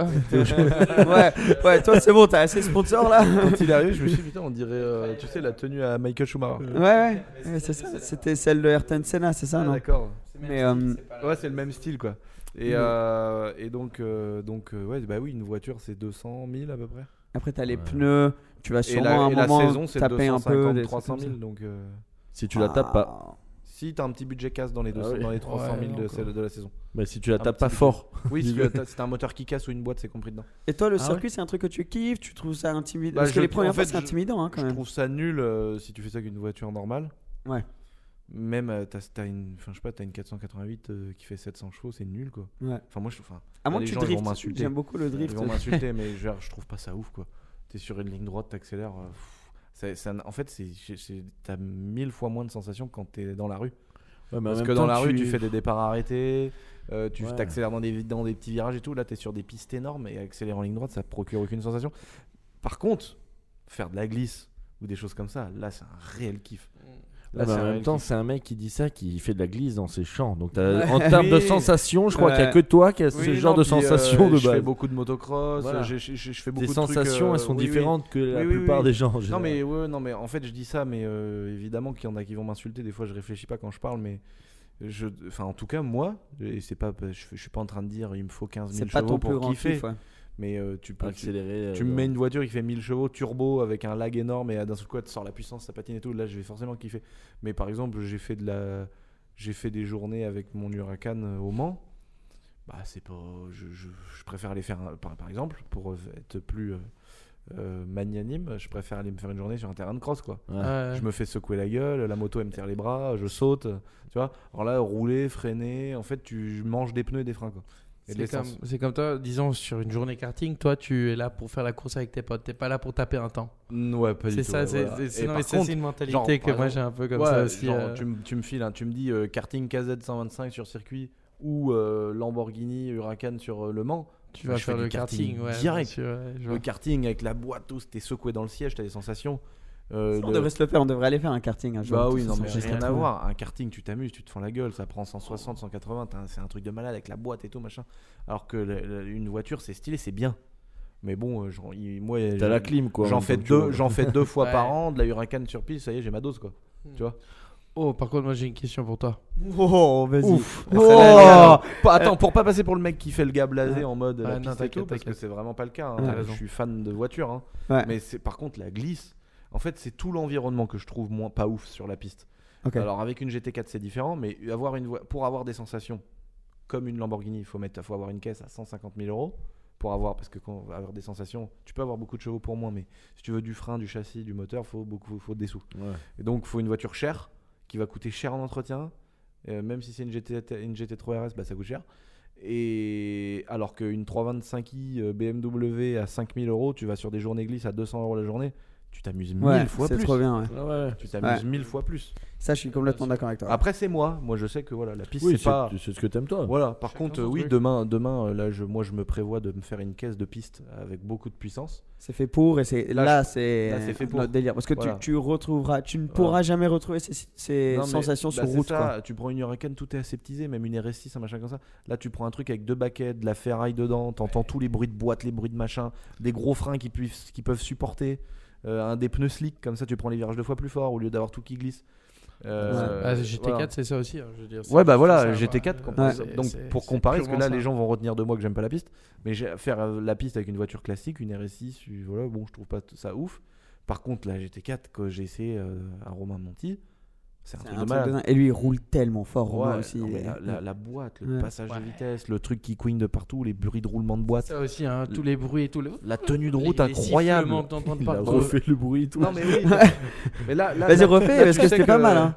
ouais, ouais, toi c'est bon, t'as assez de sponsors là. Quand il est arrivé, je me suis dit, putain, on dirait, euh, tu sais, la tenue à Michael Schumacher. Ouais, ouais, ouais, c'est ça. C'était celle de Ayrton Senna, c'est ça, Ah, non? d'accord. Mais euh, Ouais, c'est le même style, quoi. Et, Mais- euh, et donc, euh, donc euh, ouais, bah oui, une voiture, c'est deux cent mille à peu près. après t'as les Ouais. pneus, tu vas Et sûrement la, à un et la moment saison, c'est taper un peu des trois trucs cent comme ça. mille. Donc, euh, Si tu la tapes pas. Ah. si t'as un petit budget casse dans les, deux Ah oui. dans les trois cent mille Ouais, de, encore. celle de la saison. Mais si tu la Un tapes petit pas budget. fort. Oui, si tu as- si t'as un moteur qui casse ou une boîte, c'est compris dedans. Et toi, le Ah circuit, c'est un truc que tu kiffes? Tu trouves ça intimidant? Bah, Parce que je- les premières en fois, fait, c'est je- intimidant hein, quand Je même. trouve ça nul euh, si tu fais ça avec une voiture normale. Ouais. Même, euh, t'as, t'as une, enfin, je sais pas, t'as une quatre cent quatre-vingt-huit euh, qui fait sept cents chevaux, c'est nul, quoi. Ouais. Enfin, moi, je, enfin, À moins les que tu gens, ils vont driftes. m'insulter. J'aime beaucoup le drift. Ils vont m'insulter, mais genre, je trouve pas ça ouf, quoi. T'es sur une ligne droite, t'accélères. euh, pff, c'est- c'est un- en fait, c'est, c'est- c'est- t'as mille fois moins de sensations quand t'es dans la rue. Ouais, mais en Parce même que dans temps, la rue, tu fais des départs arrêtés, euh, tu Ouais. t'accélères dans des, dans des petits virages et tout. Là, t'es sur des pistes énormes et accélérer en ligne droite, ça procure aucune sensation. Par contre, faire de la glisse ou des choses comme ça, là, c'est un réel kiff. Là, Ouais, mais c'est en un même réel temps, kiff. c'est un mec qui dit ça, qui fait de la glisse dans ses champs. Donc, t'as- en termes de Oui. sensations, je crois qu'il n'y a Ouais. que toi qui as ce Oui, genre non, de puis, euh, sensations de Je fais base. beaucoup de motocross, Voilà. je, je- je- je fais beaucoup Tes de trucs, sensations, euh, elles sont oui, oui. différentes que la Oui, oui, plupart oui. des gens. en Non général. mais ouais, non mais en fait je dis ça, mais euh, évidemment qu'il y en a qui vont m'insulter. Des fois je réfléchis pas quand je parle, mais je, enfin en tout cas moi, et c'est pas, je, je suis pas en train de dire il me faut quinze C'est mille pas chevaux ton plus pour grand kiffer. kiff. Ouais. Mais euh, tu peux, tu, accélérer. tu me mets une voiture qui fait mille chevaux turbo avec un lag énorme et euh, d'un seul coup tu sors la puissance, ça patine et tout. Là je vais forcément kiffer. Mais par exemple j'ai fait de la, j'ai fait des journées avec mon Huracan euh, au Mans. Bah c'est pas, je, je, je préfère aller faire un- par, par exemple pour euh, être plus euh, euh, magnanime, je préfère aller me faire une journée sur un terrain de cross, quoi. Ouais. Ouais. Je me fais secouer la gueule, la moto elle me tire les bras, je saute, tu vois. Alors là, rouler, freiner, en fait, tu manges des pneus et des freins, quoi. Et de C'est comme, l'essence. c'est comme toi, disons sur une journée karting, toi tu es là pour faire la course avec tes potes, t'es pas là pour taper un temps. Mm, Ouais, pas du C'est tout. ça, ouais, c'est, voilà. c'est, Et c'est- non, par mais ça, contre, c'est une mentalité genre, que par moi exemple, j'ai un peu comme ouais, ça aussi. genre, euh. tu, me- tu me files, hein, tu me dis euh, karting K Z cent vingt-cinq sur circuit ou euh, Lamborghini Huracan sur euh, Le Mans. Tu Moi, vas je fais faire du le karting, ouais, direct. bien sûr, ouais, je Le vois. karting avec la boîte, tout, t'es secoué dans le siège, t'as des sensations. Euh, On le- devrait se le faire, on devrait aller faire un karting un jour. Bah tous oui, non, mais ensemble, ça rien serait à trop voir. Un karting, tu t'amuses, tu te fends la gueule, ça prend cent soixante, cent quatre-vingts, t'as un- c'est un truc de malade avec la boîte et tout, machin. Alors que la- la- une voiture, c'est stylé, c'est bien. Mais bon, euh, genre, il- moi, T'as j'en- la clim, quoi. j'en en fais même temps, deux, tu vois. j'en fais deux fois Ouais. par an, de la Huracan sur piste, ça y est, j'ai ma dose, quoi. Tu vois. Oh, par contre, moi j'ai une question pour toi. Oh, vas-y. Ouf. Oh. Celle-là, elle est, alors, pas- attends, pour pas passer pour le mec qui fait le gars blasé en mode Ouais, la non, piste et t'inquiète, tout, parce que t'inquiète. c'est vraiment pas le cas. hein. T'as Je raison. suis fan de voiture, hein. Ouais. Mais c'est par contre la glisse. En fait, c'est tout l'environnement que je trouve moins pas ouf sur la piste. Ok. Alors avec une G T quatre c'est différent, mais avoir une vo- pour avoir des sensations comme une Lamborghini, il faut mettre, faut avoir une caisse à cent cinquante mille euros pour avoir, parce que quand on va avoir des sensations, tu peux avoir beaucoup de chevaux pour moins, mais si tu veux du frein, du châssis, du moteur, faut beaucoup, faut des sous. Ouais. Et donc faut une voiture chère qui va coûter cher en entretien, euh, même si c'est une G T, une G T trois R S, bah ça coûte cher. Et alors qu'une trois vingt-cinq i euh, B M W à cinq mille euros, tu vas sur des journées glisse à deux cents euros la journée. tu t'amuses Ouais, mille fois c'est plus. trop bien, ouais. Ah ouais. Tu t'amuses Ouais. mille fois plus. Ça, je suis complètement d'accord avec toi. Après, c'est moi. Moi, je sais que voilà, la piste, Oui, c'est pas. c'est ce que t'aimes toi. Voilà. Par Chacun contre, son oui, truc. demain, demain, euh, là, je, moi, je me prévois de me faire une caisse de piste avec beaucoup de puissance. C'est fait pour et c'est Là, là, je- c'est là, c'est fait pour. notre délire parce que Voilà. tu, tu retrouveras, tu ne pourras Voilà. jamais retrouver ces, ces Non, mais, sensations bah, sur c'est route. ça, Quoi. Tu prends une Huracan, tout est aseptisé, même une R S six, un machin comme ça. Là, tu prends un truc avec deux baquettes, de la ferraille dedans, t'entends tous les bruits de boîte, les bruits de machin, des gros freins qui, puissent, qui peuvent supporter, euh, un des pneus slick, comme ça, tu prends les virages deux fois plus fort au lieu d'avoir tout qui glisse. Euh, Bah, G T quatre, voilà. c'est ça aussi. hein, je veux dire, c'est Ouais, bah juste voilà, ça, G T quoi. quatre. Euh, comparé- c'est- donc c'est- pour c'est comparer, parce que purement là, les ça. gens vont retenir de moi que j'aime pas la piste. Mais j'ai- faire euh, la piste avec une voiture classique, une R S six, euh, voilà, bon, je trouve pas t- ça ouf. Par contre, la G T quatre que j'ai essayé euh, à Romain Monti, c'est un C'est truc un de truc malade. de dingue. Et lui, il roule tellement fort, Romain Ouais, aussi. non, il mais est- la, la- la boîte, le Ouais. passage Ouais. de vitesse, le truc qui couine de partout, les bruits de roulement de boîte, Ça aussi, hein, tous les bruits et tout le. la tenue de Les- route les incroyable. sifflements, t'entends Il pas a de- refait le bruit et tout. Non mais oui. mais là, là, Vas-y, là- refais, là, parce tu que sais c'était pas mal, hein.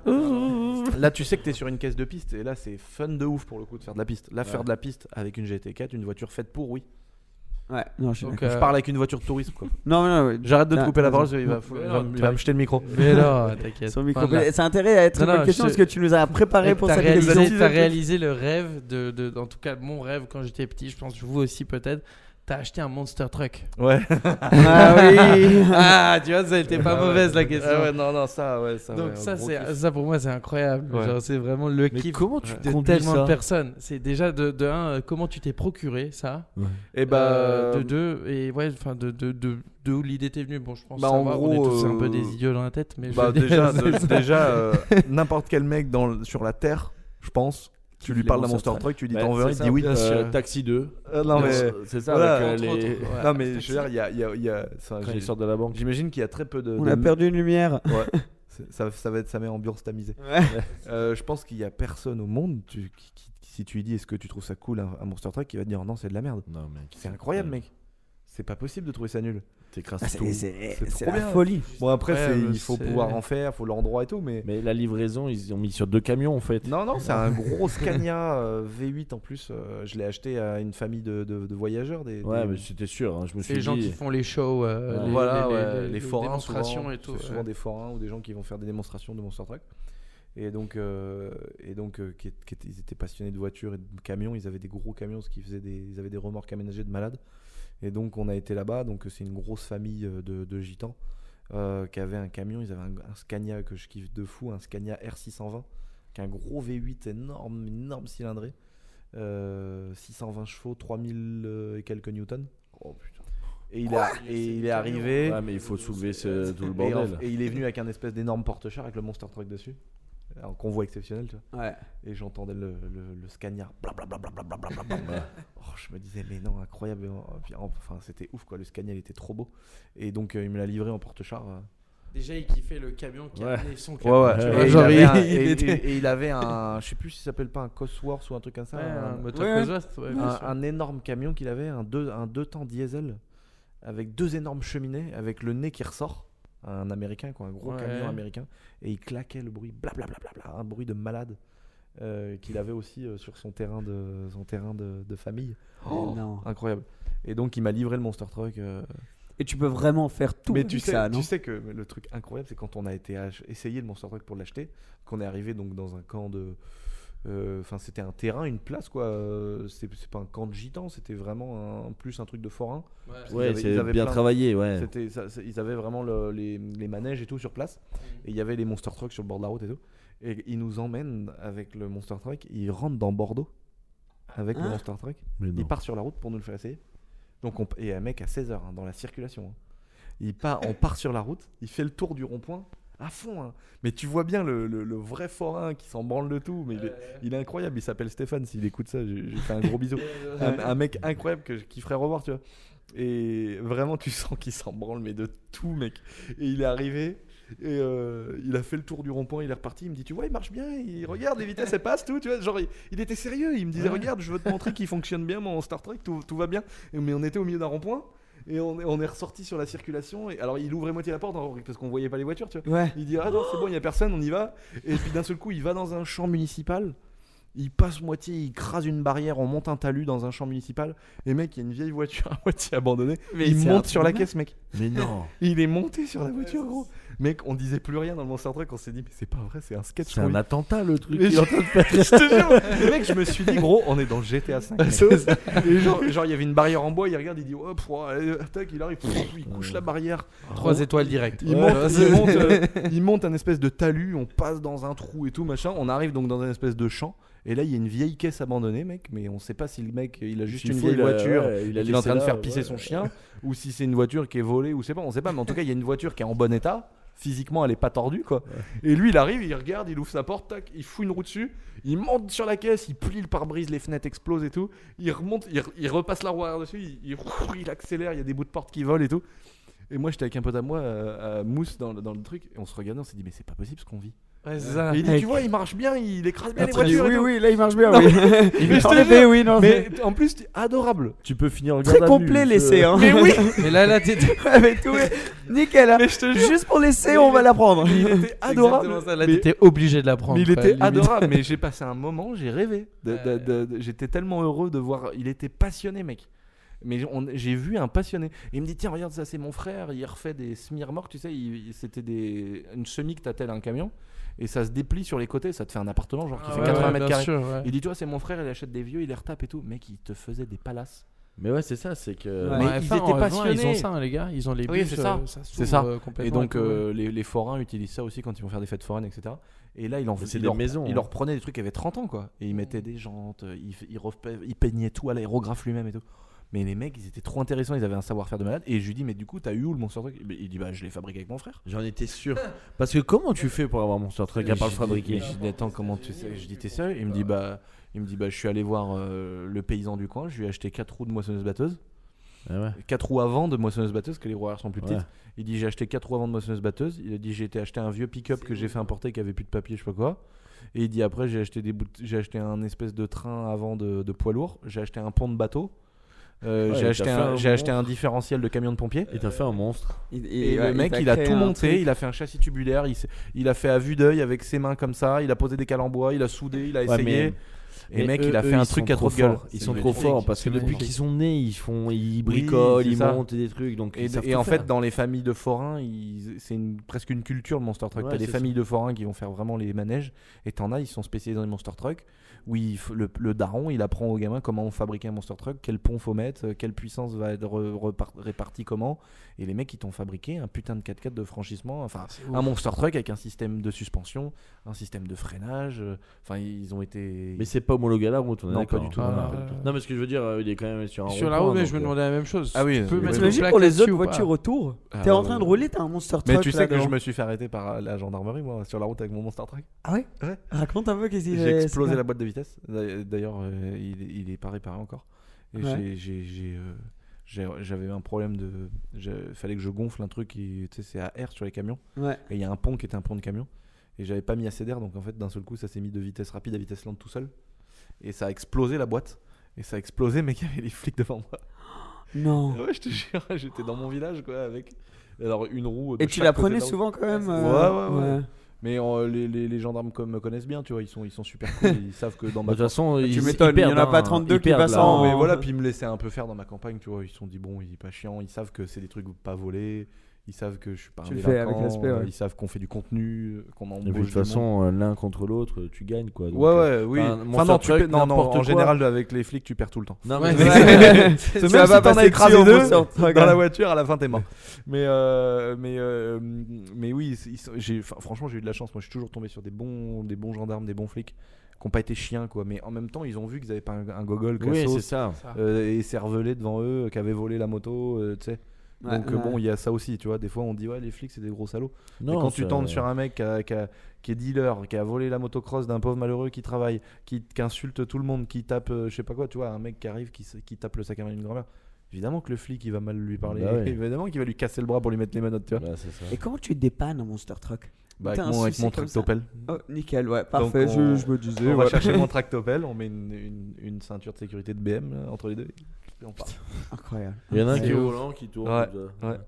Là, tu sais que t'es sur une caisse de piste et là, c'est fun de ouf pour le coup de faire de la piste. Là, Ouais. faire de la piste avec une G T quatre, une voiture faite pour, oui. Ouais, non, je suis Donc, d'accord. euh, Je parle avec une voiture de tourisme, quoi. Non, non, ouais. J'arrête de te T'as- couper la t'as parole, raison. il va, Mais il non, va- il va me jeter le micro. Mais non, t'inquiète. Son micro. Enfin, là- C'est intérêt à être Non, une bonne non, question je parce te- que tu nous as préparé pour t'as cette réalisé, question. t'as réalisé le rêve de, de, en tout cas mon rêve quand j'étais petit, je pense vous aussi peut-être. T'as acheté un Monster Truck. Ouais. Ah oui. Ah, tu vois, ça était pas Ah ouais. mauvaise la question. Ah ouais, non, non, ça, ouais, ça. Donc ouais, ça, un gros c'est, kiff. ça pour moi c'est incroyable. Ouais. Genre, c'est vraiment le Mais kiff comment tu de conduis tellement ça de personnes. C'est déjà de, de un, euh, comment tu t'es procuré ça. Et bah, Euh, de deux et ouais, enfin de de de de où l'idée t'est venue. Bon, je pense Bah, savoir, en on est gros, tous un peu euh, des idiots dans la tête, mais je bah, veux dire, déjà, c'est de- ça. déjà euh, n'importe quel mec dans, le- sur la terre, je pense, tu lui Les parles d'un Monster Monster Truck, tu lui dis Bah, t'en veux un, c'est il ça, dit oui. bien Euh, sûr. Taxi deux. euh, non, mais. C'est ça, Voilà, avec euh, entre les. autres, ouais. Non, mais je veux dire, il y a. il y a- il y a- ça, Quand j'ai- ils sortent de la banque. J'imagine qu'il y a très peu de. On de- a perdu une lumière. Ouais. C'est- Ça, ça va être, ça met ambiance tamisée. Ouais. Euh, je pense qu'il y a personne au monde, tu- qui- qui- si tu lui dis est-ce que tu trouves ça cool un, un Monster Truck, qui va te dire non, c'est de la merde. Non, mec. C'est incroyable, mec. C'est pas possible de trouver ça nul. T'écrases Ah, tout. C'est c'est- C'est c'est trop la bien. folie. Bon, après, Ouais, c'est- mais il faut c'est- pouvoir en faire, il faut l'endroit et tout, mais. Mais la livraison, ils ont mis sur deux camions en fait. Non, non, c'est un gros Scania euh, V huit en plus. euh, je l'ai acheté à une famille de, de- de voyageurs. Des, Ouais, des- mais c'était sûr. hein, Je me C'est suis les gens dit. qui font les shows, euh, Ouais. les, voilà, les, ouais, les, les les forains, démonstrations souvent, et tout. c'est souvent ouais. des forains ou des gens qui vont faire des démonstrations de Monster Truck. Et donc, euh, et donc euh, qui, qui étaient, ils étaient passionnés de voitures et de camions. Ils avaient des gros camions parce qu'ils faisaient des, ils avaient des remorques aménagées de malades. Et donc, on a été là-bas. Donc, c'est une grosse famille euh, de, de gitans euh, qui avait un camion. Ils avaient un, un Scania que je kiffe de fou, un Scania R six cent vingt, qui est un gros V huit énorme, énorme cylindré, euh, six cent vingt chevaux, trois mille euh, et quelques newtons. Oh putain. Et il, a, et il est arrivé. Ouais, mais il faut soulever ce, tout le Et, en- bordel. et il est venu avec un espèce d'énorme porte-char avec le Monster Truck dessus. Un convoi exceptionnel, tu vois. Ouais. Et j'entendais le, le, le Scania. Blablabla. Oh, je me disais, mais non, incroyable. Et puis, enfin, c'était ouf, quoi. Le Scania, il était trop beau. Et donc, euh, il me l'a livré en porte-char. euh. Déjà, il kiffait le camion qui Ouais. amenait son Ouais, camion. ouais. tu Et, vois, il genre, avait un, il- et- il était- et- et il avait un. Je sais plus s'il s'appelle pas un Cosworth ou un truc comme ça. Ouais, un, un moteur ouais. Cosworth, ouais, bien un- sûr. un énorme camion qu'il avait, un deux, un deux temps diesel, avec deux énormes cheminées, avec le nez qui ressort. Un américain, quoi, un gros Ouais. camion américain. Et il claquait le bruit, blablabla, un bruit de malade. euh, qu'il avait aussi euh, sur son terrain de, son terrain de, de famille. Oh, non. Incroyable. Et donc il m'a livré le Monster Truck. euh, Et tu peux vraiment faire tout mais avec tu sais, ça, non tu sais que le truc incroyable, c'est quand on a été ach- essayer le Monster Truck pour l'acheter, qu'on est arrivé donc dans un camp de, enfin euh, c'était un terrain, une place quoi. Euh, c'est, c'est pas un camp de gitans, c'était vraiment un, plus un truc de forain. Ouais. Parce Ouais, qu'ils avaient- c'est ils avaient bien plein de- travaillé, ouais. C'était, ça, c'est- ils avaient vraiment le- les, les manèges et tout sur place. Et il y avait les Monster Trucks sur le bord de la route et tout. Et ils nous emmènent avec le Monster Truck, ils rentrent dans Bordeaux avec le Hein Monster Truck. Mais non. Il part sur la route pour nous le faire essayer. Donc on, et un mec à seize heures hein, dans la circulation. hein. Il part, on part sur la route, il fait le tour du rond-point à fond. hein. Mais tu vois bien le, le- le vrai forain qui s'en branle de tout. Mais il est, il est incroyable. Il s'appelle Stéphane. S'il écoute ça, j'ai, j'ai fait un gros bisou. un, un mec incroyable que, qui ferait revoir, tu vois. Et vraiment, tu sens qu'il s'en branle, mais de tout, mec. Et il est arrivé. Et euh, il a fait le tour du rond-point, il est reparti, il me dit tu vois il marche bien, il regarde les vitesses elles passent tout, tu vois, genre il, il était sérieux, il me disait Ouais. regarde je veux te montrer qu'il fonctionne bien mon Star Trek, tout, tout va bien. Et, mais on était au milieu d'un rond-point et on, est- on est ressorti sur la circulation et alors il ouvrait moitié la porte hein, parce qu'on voyait pas les voitures tu vois. Ouais. Il dit ah non c'est bon il y a personne on y va et puis d'un seul coup il va dans un champ municipal Il passe moitié, il crase une barrière, on monte un talus dans un champ municipal. Et mec, il y a une vieille voiture à moitié abandonnée. Mais il c'est monte un sur la truc de caisse, mec. Mais non. Il est monté sur la voiture, gros. Mec, on disait plus rien dans le Monster Truck. On s'est dit, mais c'est pas vrai, c'est un sketch. C'est un attentat le truc Et qu'il est je- en train de faire. Je te jure. Et mec, je me suis dit, gros, on est dans G T A cinq. mec. Et genre, genre, il y avait une barrière en bois. Il regarde, il dit, hop, oh, allez, tac, il arrive, pff, il couche la barrière. Trois étoiles direct. Il, Ouais, monte, ouais, il, monte, euh, il monte un espèce de talus, on passe dans un trou et tout, machin. On arrive donc dans un espèce de champ. Et là, il y a une vieille caisse abandonnée, mec. Mais on sait pas si le mec, il a juste S'il une faut, vieille il a- voiture. ouais, il a qu'il est en train de laissé faire là, pisser ouais. son chien. Ou si c'est une voiture qui est volée, ou c'est pas, on sait pas. Mais en tout cas, il y a une voiture qui est en bon état. Physiquement, elle est pas tordue, quoi. Et lui, il arrive, il regarde, il ouvre sa porte, tac, il fout une roue dessus. Il monte sur la caisse, il plie le pare-brise, les fenêtres explosent et tout. Il remonte, il, il repasse la roue arrière dessus, il, il, il accélère, il y a des bouts de porte qui volent et tout. Et moi, j'étais avec un pote à moi, à, à Mousse, dans, le- dans le truc, et on se regardait, on s'est dit, mais c'est pas possible ce qu'on vit. Ouais, c'est ça. Et il dit, Mec. tu vois, il marche bien, il écrase bien les Attends, voitures. oui, et tout. oui, là il marche bien. Non, oui. mais je En te effet, jure. oui, non. Mais en plus, t'es adorable. Tu peux finir en Très garde à vue, complet ce- l'essai. Hein. Mais oui. Mais là, là, t'es. Ouais, mais tout est nickel. Hein. Mais je te jure. Juste pour l'essai, on va l'apprendre. Il était adorable. Exactement ça. Là, Mais- t'étais obligé de la prendre. Mais il quoi, était limite. adorable, mais j'ai passé un moment, j'ai rêvé. De- de- Ouais. de- de- j'étais tellement heureux de voir. Il était passionné, mec. Mais on- j'ai vu un passionné. Et il me dit, tiens, regarde, ça c'est mon frère. Il refait des semi-remorques, tu sais. il- il- c'était des, une semi que t'attelles à un camion. Et ça se déplie sur les côtés. Ça te fait un appartement, genre qui Ah fait ouais, quatre-vingts ouais, mètres bien carrés. sûr, ouais. Il dit, toi, c'est mon frère, il achète des vieux, il les retape et tout. Mec, il te faisait des palaces. Mais ouais, c'est ça, c'est que. Ouais. Mais En ils F un, étaient en F un, passionnés. Ils ont ça, hein, les gars. Ils ont les Oui, bus. c'est ça. euh, C'est s'ouvre, ça. euh, Et complètement donc, et tout, ouais. euh, les, les forains utilisent ça aussi quand ils vont faire des fêtes foraines, et cetera. Et là, il en Mais c'est il des leur, maisons, il hein. leur prenait des trucs qui avaient trente ans, quoi. Et ils mettaient des jantes, ils, ils, repe- ils peignaient tout à l'aérographe lui-même et tout. Mais les mecs, ils étaient trop intéressants, ils avaient un savoir-faire de malade. Et je lui dis, mais du coup, t'as eu où le Monster Truck? Il dit, bah, je l'ai fabriqué avec mon frère. J'en étais sûr. Parce que comment tu fais pour avoir Monster Truck à part le Je fabriquer dis, Je dis, attends, comment tu sais? Je dis, t'es sérieux? Il me dit, bah, il me dit, bah, je suis allé voir euh, le paysan du coin, je lui ai acheté quatre roues de moissonneuse-batteuse. Ah ouais. quatre roues avant de moissonneuse-batteuse, que les roues arrière sont plus petites. Ouais. Il dit, j'ai acheté quatre roues avant de moissonneuse-batteuse. Il a dit, j'ai été acheter un vieux pick-up que j'ai fait importer qui avait plus de papier, je sais pas quoi. Et il dit, après, j'ai acheté, des bouts de- j'ai acheté un espèce de train avant de, de poids lourd. J'ai acheté un pont de bateau. Euh, Ouais, j'ai il acheté, t'a fait un, un j'ai acheté un monstre. différentiel de camion de pompier. Et t'as fait un monstre. Il- Et ouais, le mec, t'a il a créé tout un monté, truc. il a fait un châssis tubulaire, il, s'est- il a fait à vue d'œil avec ses mains comme ça, il a posé des cales en bois, il a soudé, il a Ouais, essayé. mais- Et Mais mec, eux- il a eux, fait un ils truc sont qui a trop trop de gueule. forts. Ils C'est sont trop magnifique. forts parce que C'est depuis magnifique. qu'ils sont nés, ils font, ils bricolent, c'est ils ça. montent des trucs. Donc Et, ils savent et tout en faire. fait, dans les familles de forains, ils- c'est une, presque une culture le Monster Truck. Ouais, T'as des c'est familles ça. de forains qui vont faire vraiment les manèges, et t'en as, ils sont spécialisés dans les Monster Truck. Où il f- le, le daron, il apprend aux gamins comment on fabrique un Monster Truck, quel pont faut mettre, euh, quelle puissance va être re- repart- répartie comment. Et les mecs, ils t'ont fabriqué un putain de quatre-quatre de franchissement, enfin un Monster Truck avec un système de suspension, un système de freinage. euh, Enfin, ils ont été. Mais c'est pas homologué à la route, on est Non, d'accord. pas du tout. Ah, Ah, pas du euh, tout. Non, mais ce que je veux dire, euh, il est quand même sur un Sur la rond-point, route, mais donc, je me euh, demandais la même chose. Ah oui, Tu peux oui, mettre oui. une T'imagines plaque pour les là-dessus autres ou pas voitures autour? Ah, T'es en ouais, train de ouais. rouler, t'as un Monster Truck. Mais tu sais que là-dedans. je me suis fait arrêter par la gendarmerie, moi, sur la route avec mon Monster Truck. Ah ouais? Ouais. Raconte un peu qu'est-ce qu'il J'ai est- explosé c'est la boîte de vitesse. D'ailleurs, D'ailleurs, euh, il, il est pas réparé encore. Et Ouais. j'ai, j'ai, j'ai, euh, j'ai- j'avais un problème de. Il fallait que je gonfle un truc qui, tu sais, c'est à air sur les camions. Ouais. Et il y a un pont qui était un pont de camion. Et j'avais pas mis assez d'air, donc en fait, d'un seul coup, ça s'est mis de vitesse rapide à vitesse lente tout seul. Et ça a explosé la boîte. Et ça a explosé, mais il y avait les flics devant moi. Non. Ouais, je te jure, j'étais dans mon village, quoi, avec. Alors, une roue. de Et tu chaque la côté prenais de la route. souvent quand même Ouais, euh, ouais, ouais. Mais euh, les, les, les gendarmes comme me connaissent bien, tu vois, ils sont, ils sont super cool, ils savent que dans ma De toute façon, Tu ils- m'étonnes, ils perdent, il y en a pas hein, trente-deux ils qui perdent, passent là. en- mais voilà, puis ils me laissaient un peu faire dans ma campagne, tu vois, ils se sont dit bon, il est pas chiant, ils savent que c'est des trucs pas volés, ils savent que je suis pas Tu un le fais avec délinquant, respect, ouais. ils savent qu'on fait du contenu, euh, qu'on embauche Et puis, de toute du monde. façon, euh, l'un contre l'autre, tu gagnes quoi. Donc, Ouais, euh, ouais, oui. enfin, Enfin, Monster non, tu Truck, paies- non, non, n'importe en quoi. général, avec les flics, tu perds tout le temps. Non, Ouais, mais c'est- Même Tu si vas pas t'en as passer écrasé dessus au deux, Monster Truck, dans hein. la voiture, à la fin, t'es mort. Mais, euh, mais, euh, mais oui, ils- ils- j'ai, enfin, franchement, j'ai eu de la chance. Moi, je suis toujours tombé sur des bons, des bons gendarmes, des bons flics qui n'ont pas été chiens, quoi. Mais en même temps, ils ont vu qu'ils n'avaient pas un, un gogol, Oui, cassos, c'est ça. euh, et cervelé devant eux, euh, qui avait volé la moto, euh, tu sais. Ouais, Donc euh, ouais. bon, il y a ça aussi, tu vois. Des fois, on dit ouais, les flics, c'est des gros salauds. Non, Et quand tu ça- tombes sur un mec qui, a- qui a- qui est dealer, qui a volé la motocross d'un pauvre malheureux qui travaille, qui, qui insulte tout le monde, qui tape, euh, je sais pas quoi, tu vois, un mec qui arrive, qui, s- qui tape le sac à main d'une grand-mère. Évidemment que le flic, il va mal lui parler. Bah ouais. Évidemment qu'il va lui casser le bras pour lui mettre les manottes, tu vois. Bah, c'est ça. Et comment tu dépannes un Monster Truck? Bah, T'as avec un mon, avec souci mon comme ça tractopelle. Oh, nickel, ouais, Donc, parfait. on- je, je me disais. On va ouais. chercher mon tractopelle, on met une, une, une ceinture de sécurité de B M là, entre les deux. Et on part. Incroyable. Il y en a un Ouais. qui est au volant, qui tourne. Ouais, comme ça. ouais.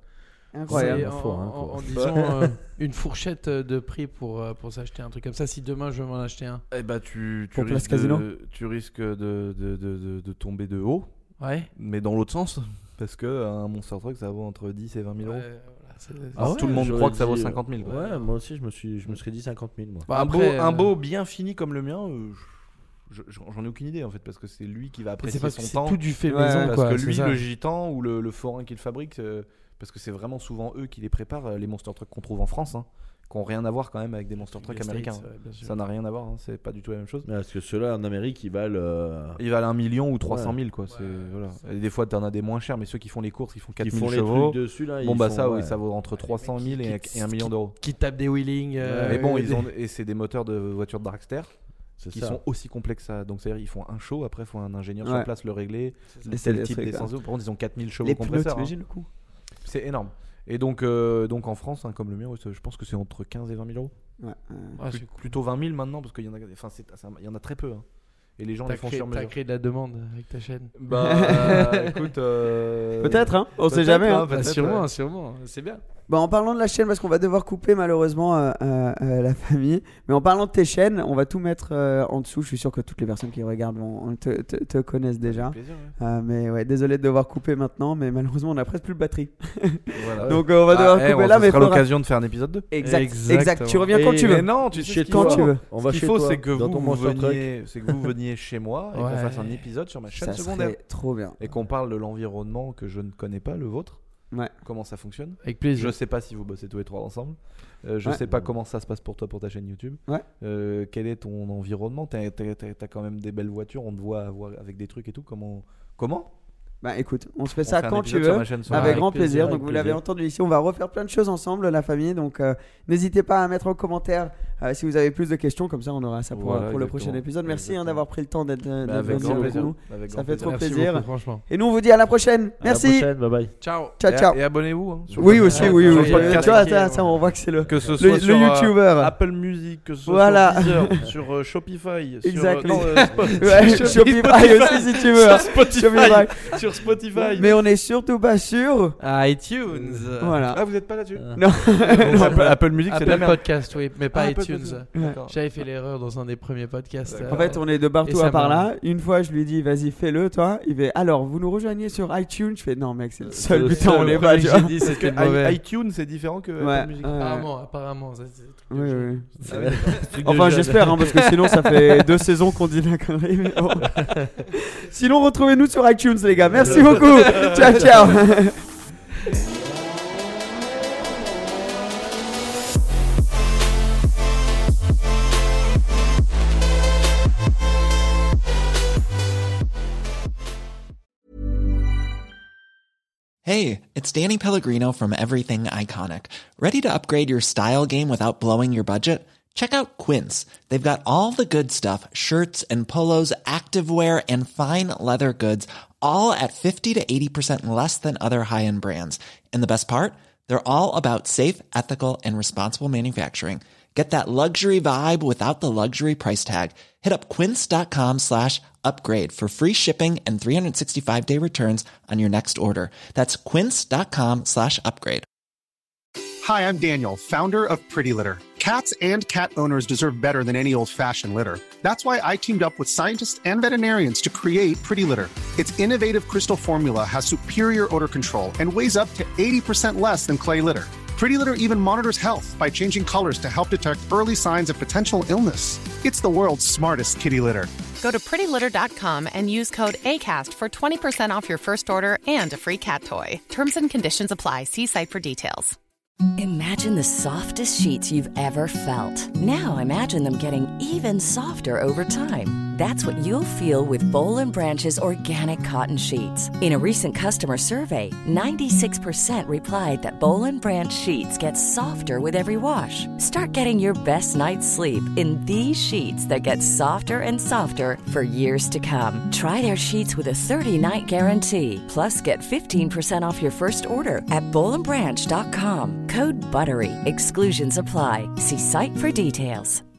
Incroyable. C'est en, Fort, hein, en- quoi. en disant euh, une fourchette de prix pour, euh, pour s'acheter un truc comme ça. Si demain je veux m'en acheter un. Eh bah, tu, tu Pour Place risques, Casino de, tu risques de, de, de, de, de tomber de haut, Ouais. mais dans l'autre sens. Parce que un Monster Truck, ça vaut entre dix et vingt mille euros. Ouais, voilà, c'est- Ah Alors, ouais, tout le monde j'aurais croit que ça dit, vaut euh, cinquante mille. quoi. Ouais, moi aussi, je me, suis, je me serais dit cinquante mille. Moi. Bah, un, après, beau, un euh, beau bien fini comme le mien, euh, je- je- j'en ai aucune idée en fait, parce que c'est lui qui va c'est apprécier parce son que c'est temps. tout du fait Ouais, maison, Parce quoi. que c'est lui, ça. le gitan ou le, le forain qui le fabrique, euh, parce que c'est vraiment souvent eux qui les préparent, euh, les Monster Trucks qu'on trouve en France, hein, qui n'ont rien à voir quand même avec des Monster Trucks Les américains. States, ouais, bien sûr. Ça n'a rien à voir, hein, c'est pas du tout la même chose. Mais parce que ceux-là en Amérique, ils valent. euh, Ils valent un million ou trois cent mille quoi. Ouais, c'est, ouais, voilà. c'est- Et des fois t'en as des moins chers, mais ceux qui font les courses, ils font quatre Ils mille font les chevaux. trucs dessus là. Bon ils bah font, ça, ouais. oui, ça vaut entre trois cent mille et, qui- et un million d'euros. Qui tapent des wheelings. euh, Mais bon, ils des- ont et c'est des moteurs de voitures de dragster C'est qui ça. sont aussi complexes que ça. Donc c'est-à-dire ils font un show, après il faut un ingénieur Ouais. sur place le régler. Les C'est le les type trucs, d'essence. là. Par contre, ils ont quatre mille chevaux Les pneus, compresseurs. hein. t'imagines le coup C'est énorme. Et donc, euh, donc en France, hein, comme le mien, ouais, je pense que c'est entre quinze et vingt mille euros. Ouais, ouais. Ah, Plus- c'est cool. Plutôt vingt mille maintenant, parce qu'il y en a, enfin, c'est- c'est un- il y en a très peu. hein. Et les gens T'as les font créé, sur t'as mesure. créé de la demande avec ta chaîne. Bah, écoute. euh, Peut-être, hein on sait peut-être, jamais. hein, Hein. peut-être, Bah, sûrement, ouais. sûrement. C'est bien. Bon, en parlant de la chaîne, parce qu'on va devoir couper malheureusement euh, euh, euh, la famille, mais en parlant de tes chaînes, on va tout mettre euh, en dessous. Je suis sûr que toutes les personnes qui regardent vont, te, te- te connaissent déjà. Avec plaisir, ouais. Euh, mais ouais, désolé de devoir couper maintenant, mais malheureusement on a presque plus de batterie. Voilà. Donc euh, on va Ah, devoir eh, couper on- là, ce mais sera faudra- l'occasion de faire un épisode deux. Exact, Exactement. exact. Tu reviens quand Et- tu mais veux. non, tu sais Chez ce qu'il quand faut. tu veux. On Ce va qu'il chez faut, toi, c'est que dans vous, ton vous Monster Truck. veniez, c'est que vous veniez chez moi et qu'on Ouais. fasse un épisode sur ma chaîne Ça secondaire serait trop bien. et qu'on parle de l'environnement que je ne connais pas, le vôtre. Ouais. Comment ça fonctionne. Avec plaisir. Je sais pas si vous bossez tous les trois ensemble. Euh, je Ouais. sais pas comment ça se passe pour toi pour ta chaîne YouTube. Ouais. Euh, quel est ton environnement. T'as, t'as- t'as- t'as quand même des belles voitures. On te voit avoir avec des trucs et tout. Comment Comment Bah écoute, on se fait On ça fait un quand tu épisode sur veux, ma chaîne sur- avec Avec grand plaisir. plaisir, Donc avec vous l'avez plaisir. entendu ici, on va refaire plein de choses ensemble, la famille. Donc euh, n'hésitez pas à mettre en commentaire euh, si vous avez plus de questions, comme ça on aura ça pour, Voilà, pour le exactement. prochain épisode. Merci hein, Exactement. d'avoir pris le temps d'être, euh, Bah, d'être avec venu grand avec plaisir. nous. Avec Ça grand fait plaisir. trop Merci plaisir. beaucoup, franchement. Et nous on vous dit à la prochaine. À la Merci. prochaine, bye bye. Ciao. Ciao Et- ciao. Et, abonnez-vous. hein, sur Oui le- aussi, sur oui, le oui. podcast. Tu vois, Ok, ça, ouais. ça, on voit que c'est le. Que ce Le- soit le sur euh, YouTuber. Apple Music, que ce soit Voilà. sur Deezer, sur euh, Shopify, sur, Exact. euh, non, euh, Spo- Ouais, sur Shopify aussi si tu veux. sur Spotify, Shopify. sur Spotify. Mais on est surtout pas sûr. iTunes. Voilà. Ah, vous êtes pas là-dessus. Non. Donc, Apple, Apple Music, c'est de la Apple merde. Podcast, oui, mais pas Ah, Apple iTunes. Podcast. Ouais. D'accord. J'avais fait l'erreur dans un des premiers podcasts. D'accord. En fait, on est de Et partout ça à par va. là. Une fois, je lui dis, vas-y, fais-le, toi. Il fait, alors, vous nous rejoignez sur iTunes. Je fais, non, mec, c'est le seul le putain, seul on est premier pas, que tu j'ai vois. dit, Parce que c'était mauvais. i- iTunes, c'est différent que Ouais, Apple Music. ouais. Apparemment, apparemment, ça, c'est des trucs de Oui, jeu. oui. C'est vrai. Truc de Enfin, jeune. j'espère, hein, parce que sinon, ça fait deux saisons qu'on dit la connerie. mais bon. Sinon, retrouvez-nous sur iTunes, les gars. Merci beaucoup. Ciao, ciao. Hey, it's Danny Pellegrino from Everything Iconic. Ready to upgrade your style game without blowing your budget? Check out Quince. They've got all the good stuff, shirts and polos, activewear, and fine leather goods, all at fifty to eighty percent less than other high-end brands. And the best part? They're all about safe, ethical, and responsible manufacturing. Get that luxury vibe without the luxury price tag. Hit up quince.com slash upgrade for free shipping and three sixty-five day returns on your next order. That's quince.com slash upgrade. Hi, I'm Daniel, founder of Pretty Litter. Cats and cat owners deserve better than any old-fashioned litter. That's why I teamed up with scientists and veterinarians to create Pretty Litter. Its innovative crystal formula has superior odor control and weighs up to eighty percent less than clay litter. Pretty Litter even monitors health by changing colors to help detect early signs of potential illness. It's the world's smartest kitty litter. Go to pretty litter dot com and use code ACAST for twenty percent off your first order and a free cat toy. Terms and conditions apply. See site for details. Imagine the softest sheets you've ever felt. Now imagine them getting even softer over time. That's what you'll feel with Bowl and Branch's organic cotton sheets. In a recent customer survey, ninety-six percent replied that Bowl and Branch sheets get softer with every wash. Start getting your best night's sleep in these sheets that get softer and softer for years to come. Try their sheets with a thirty-night guarantee. Plus, get fifteen percent off your first order at bowl and branch dot com. Code BUTTERY. Exclusions apply. See site for details.